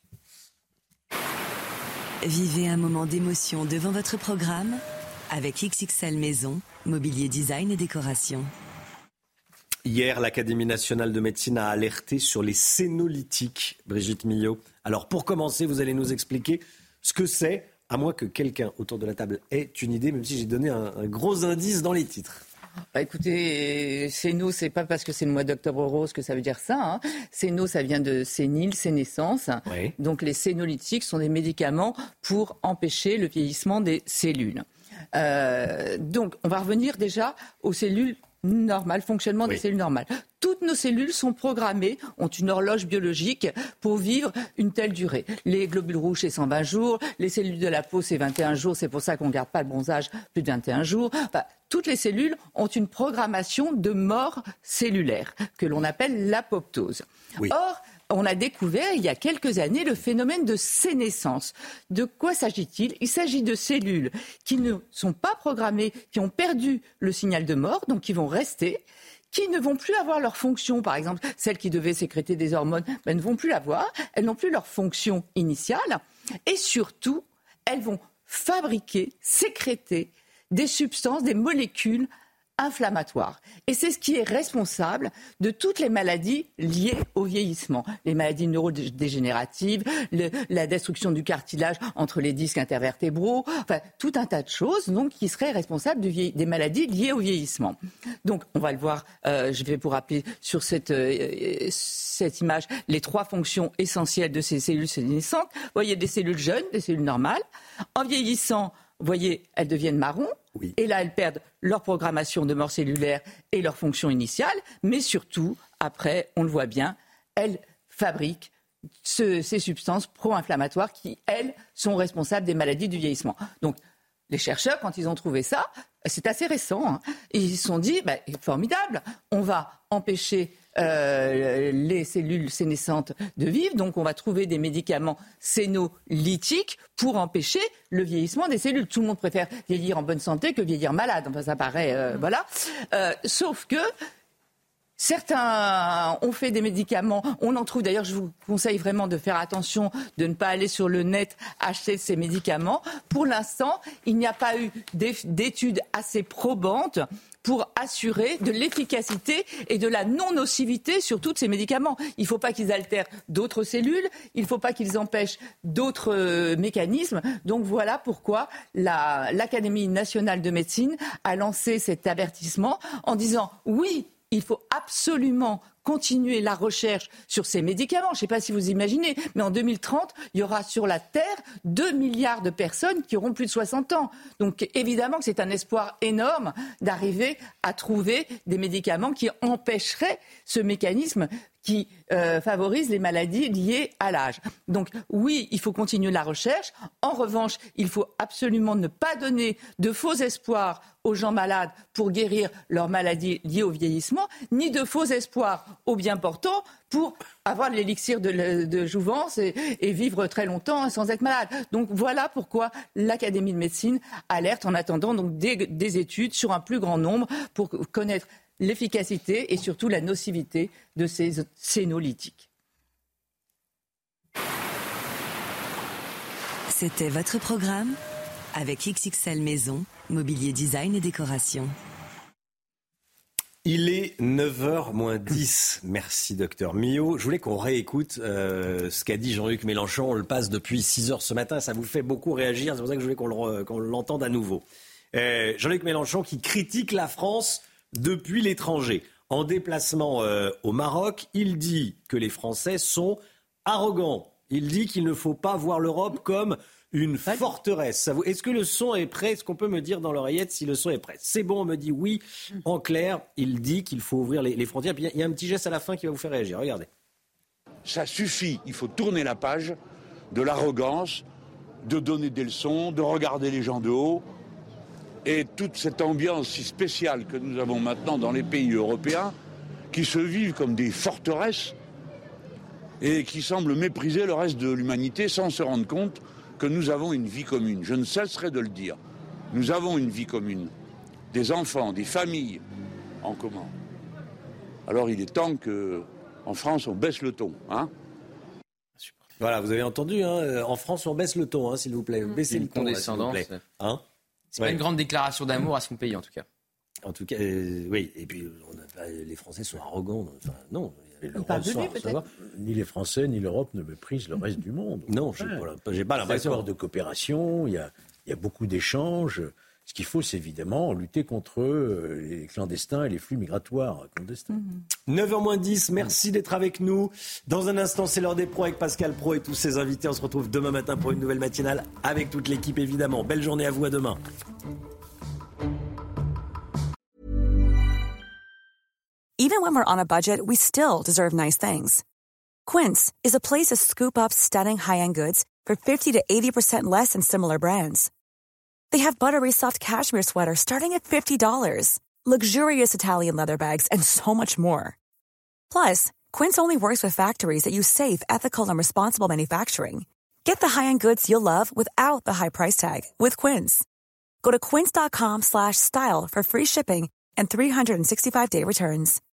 Vivez un moment d'émotion devant votre programme avec X X L Maison, mobilier design et décoration. Hier, l'Académie nationale de médecine a alerté sur les sénolytiques, Brigitte Millot. Alors, pour commencer, vous allez nous expliquer ce que c'est, à moins que quelqu'un autour de la table ait une idée, même si j'ai donné un, un gros indice dans les titres. Bah écoutez, séno, c'est pas parce que c'est le mois d'Octobre Rose que ça veut dire ça. Hein. Séno, ça vient de sénile, sénescence. Oui. Donc les sénolytiques sont des médicaments pour empêcher le vieillissement des cellules. Euh, donc on va revenir déjà aux cellules normales, fonctionnement oui. des cellules normales. Toutes nos cellules sont programmées, ont une horloge biologique pour vivre une telle durée. Les globules rouges, c'est cent vingt jours. Les cellules de la peau, c'est vingt et un jours. C'est pour ça qu'on ne garde pas le bronzage plus de vingt et un jours. Enfin, toutes les cellules ont une programmation de mort cellulaire que l'on appelle l'apoptose. Oui. Or, on a découvert il y a quelques années le phénomène de sénescence. De quoi s'agit-il ? Il s'agit de cellules qui ne sont pas programmées, qui ont perdu le signal de mort, donc qui vont rester, qui ne vont plus avoir leur fonction. Par exemple, celles qui devaient sécréter des hormones, ben, ne vont plus l'avoir. Elles n'ont plus leur fonction initiale. Et surtout, elles vont fabriquer, sécréter des substances, des molécules inflammatoires. Et c'est ce qui est responsable de toutes les maladies liées au vieillissement. Les maladies neurodégénératives, le, la destruction du cartilage entre les disques intervertébraux, enfin tout un tas de choses donc, qui seraient responsables du vieil... des maladies liées au vieillissement. Donc on va le voir, euh, je vais vous rappeler sur cette, euh, cette image les trois fonctions essentielles de ces cellules sénescentes. Vous voyez des cellules jeunes, des cellules normales. En vieillissant, vous voyez, elles deviennent marron. Oui. Et là, elles perdent leur programmation de mort cellulaire et leur fonction initiale. Mais surtout, après, on le voit bien, elles fabriquent ce, ces substances pro-inflammatoires qui, elles, sont responsables des maladies du vieillissement. Donc, les chercheurs, quand ils ont trouvé ça, c'est assez récent, hein, ils se sont dit, bah, formidable, on va empêcher Euh, les cellules sénescentes de vivre. Donc, on va trouver des médicaments sénolytiques pour empêcher le vieillissement des cellules. Tout le monde préfère vieillir en bonne santé que vieillir malade. Enfin, ça paraît... Euh, voilà. Euh, sauf que certains ont fait des médicaments. On en trouve, d'ailleurs, je vous conseille vraiment de faire attention, de ne pas aller sur le net acheter ces médicaments. Pour l'instant, il n'y a pas eu d'études assez probantes pour assurer de l'efficacité et de la non-nocivité sur tous ces médicaments. Il ne faut pas qu'ils altèrent d'autres cellules, il ne faut pas qu'ils empêchent d'autres euh, mécanismes. Donc voilà pourquoi la, l'Académie nationale de médecine a lancé cet avertissement en disant oui, il faut absolument continuer la recherche sur ces médicaments. Je ne sais pas si vous imaginez, mais en deux mille trente, il y aura sur la Terre deux milliards de personnes qui auront plus de soixante ans. Donc évidemment que c'est un espoir énorme d'arriver à trouver des médicaments qui empêcheraient ce mécanisme qui euh, favorise les maladies liées à l'âge. Donc oui, il faut continuer la recherche. En revanche, il faut absolument ne pas donner de faux espoirs aux gens malades pour guérir leurs maladies liées au vieillissement, ni de faux espoirs aux bien portants pour avoir l'élixir de, de jouvence et, et vivre très longtemps sans être malade. Donc voilà pourquoi l'Académie de médecine alerte en attendant donc des, des études sur un plus grand nombre pour connaître l'efficacité et surtout la nocivité de ces sénolytiques. C'était votre programme avec X X L Maison, mobilier design et décoration. Il est neuf heures moins dix. Merci, docteur Millot. Je voulais qu'on réécoute euh, ce qu'a dit Jean-Luc Mélenchon. On le passe depuis six heures ce matin. Ça vous fait beaucoup réagir. C'est pour ça que je voulais qu'on, le, qu'on l'entende à nouveau. Euh, Jean-Luc Mélenchon qui critique la France depuis l'étranger. En déplacement euh, au Maroc, il dit que les Français sont arrogants. Il dit qu'il ne faut pas voir l'Europe comme une forteresse. Est-ce que le son est prêt ? Est-ce qu'on peut me dire dans l'oreillette si le son est prêt ? C'est bon, on me dit oui. En clair, il dit qu'il faut ouvrir les, les frontières. Puis il y a un petit geste à la fin qui va vous faire réagir. Regardez. Ça suffit. Il faut tourner la page de l'arrogance, de donner des leçons, de regarder les gens de haut. Et toute cette ambiance si spéciale que nous avons maintenant dans les pays européens, qui se vivent comme des forteresses et qui semblent mépriser le reste de l'humanité sans se rendre compte que nous avons une vie commune. Je ne cesserai de le dire. Nous avons une vie commune. Des enfants, des familles en commun. Alors il est temps qu'en France, on baisse le ton. Hein ? Voilà, vous avez entendu. Hein, en France, on baisse le ton, hein, s'il vous plaît. Baissez le ton, là, s'il vous plaît. Hein ? C'est ouais. pas une grande déclaration d'amour à son pays, en tout cas. En tout cas, euh, oui. Et puis, on a pas, les Français sont arrogants. Enfin, non. L'Europe, sans savoir, ni les Français ni l'Europe ne méprisent le reste du monde. Non, je n'ai pas, j'ai pas l'impression. Il y a des accords de coopération, il y a, il y a beaucoup d'échanges. Ce qu'il faut, c'est évidemment lutter contre les clandestins et les flux migratoires clandestins. Mmh. neuf heures moins dix, merci d'être avec nous. Dans un instant, c'est l'heure des pros avec Pascal Praud et tous ses invités. On se retrouve demain matin pour une nouvelle matinale avec toute l'équipe, évidemment. Belle journée à vous, à demain. Even when we're on a budget, we still deserve nice things. Quince is a place to scoop up stunning high-end goods for fifty to eighty percent less than similar brands. They have buttery soft cashmere sweaters starting at fifty dollars, luxurious Italian leather bags, and so much more. Plus, Quince only works with factories that use safe, ethical, and responsible manufacturing. Get the high-end goods you'll love without the high price tag with Quince. Go to quince.com slash style for free shipping and three sixty-five day returns.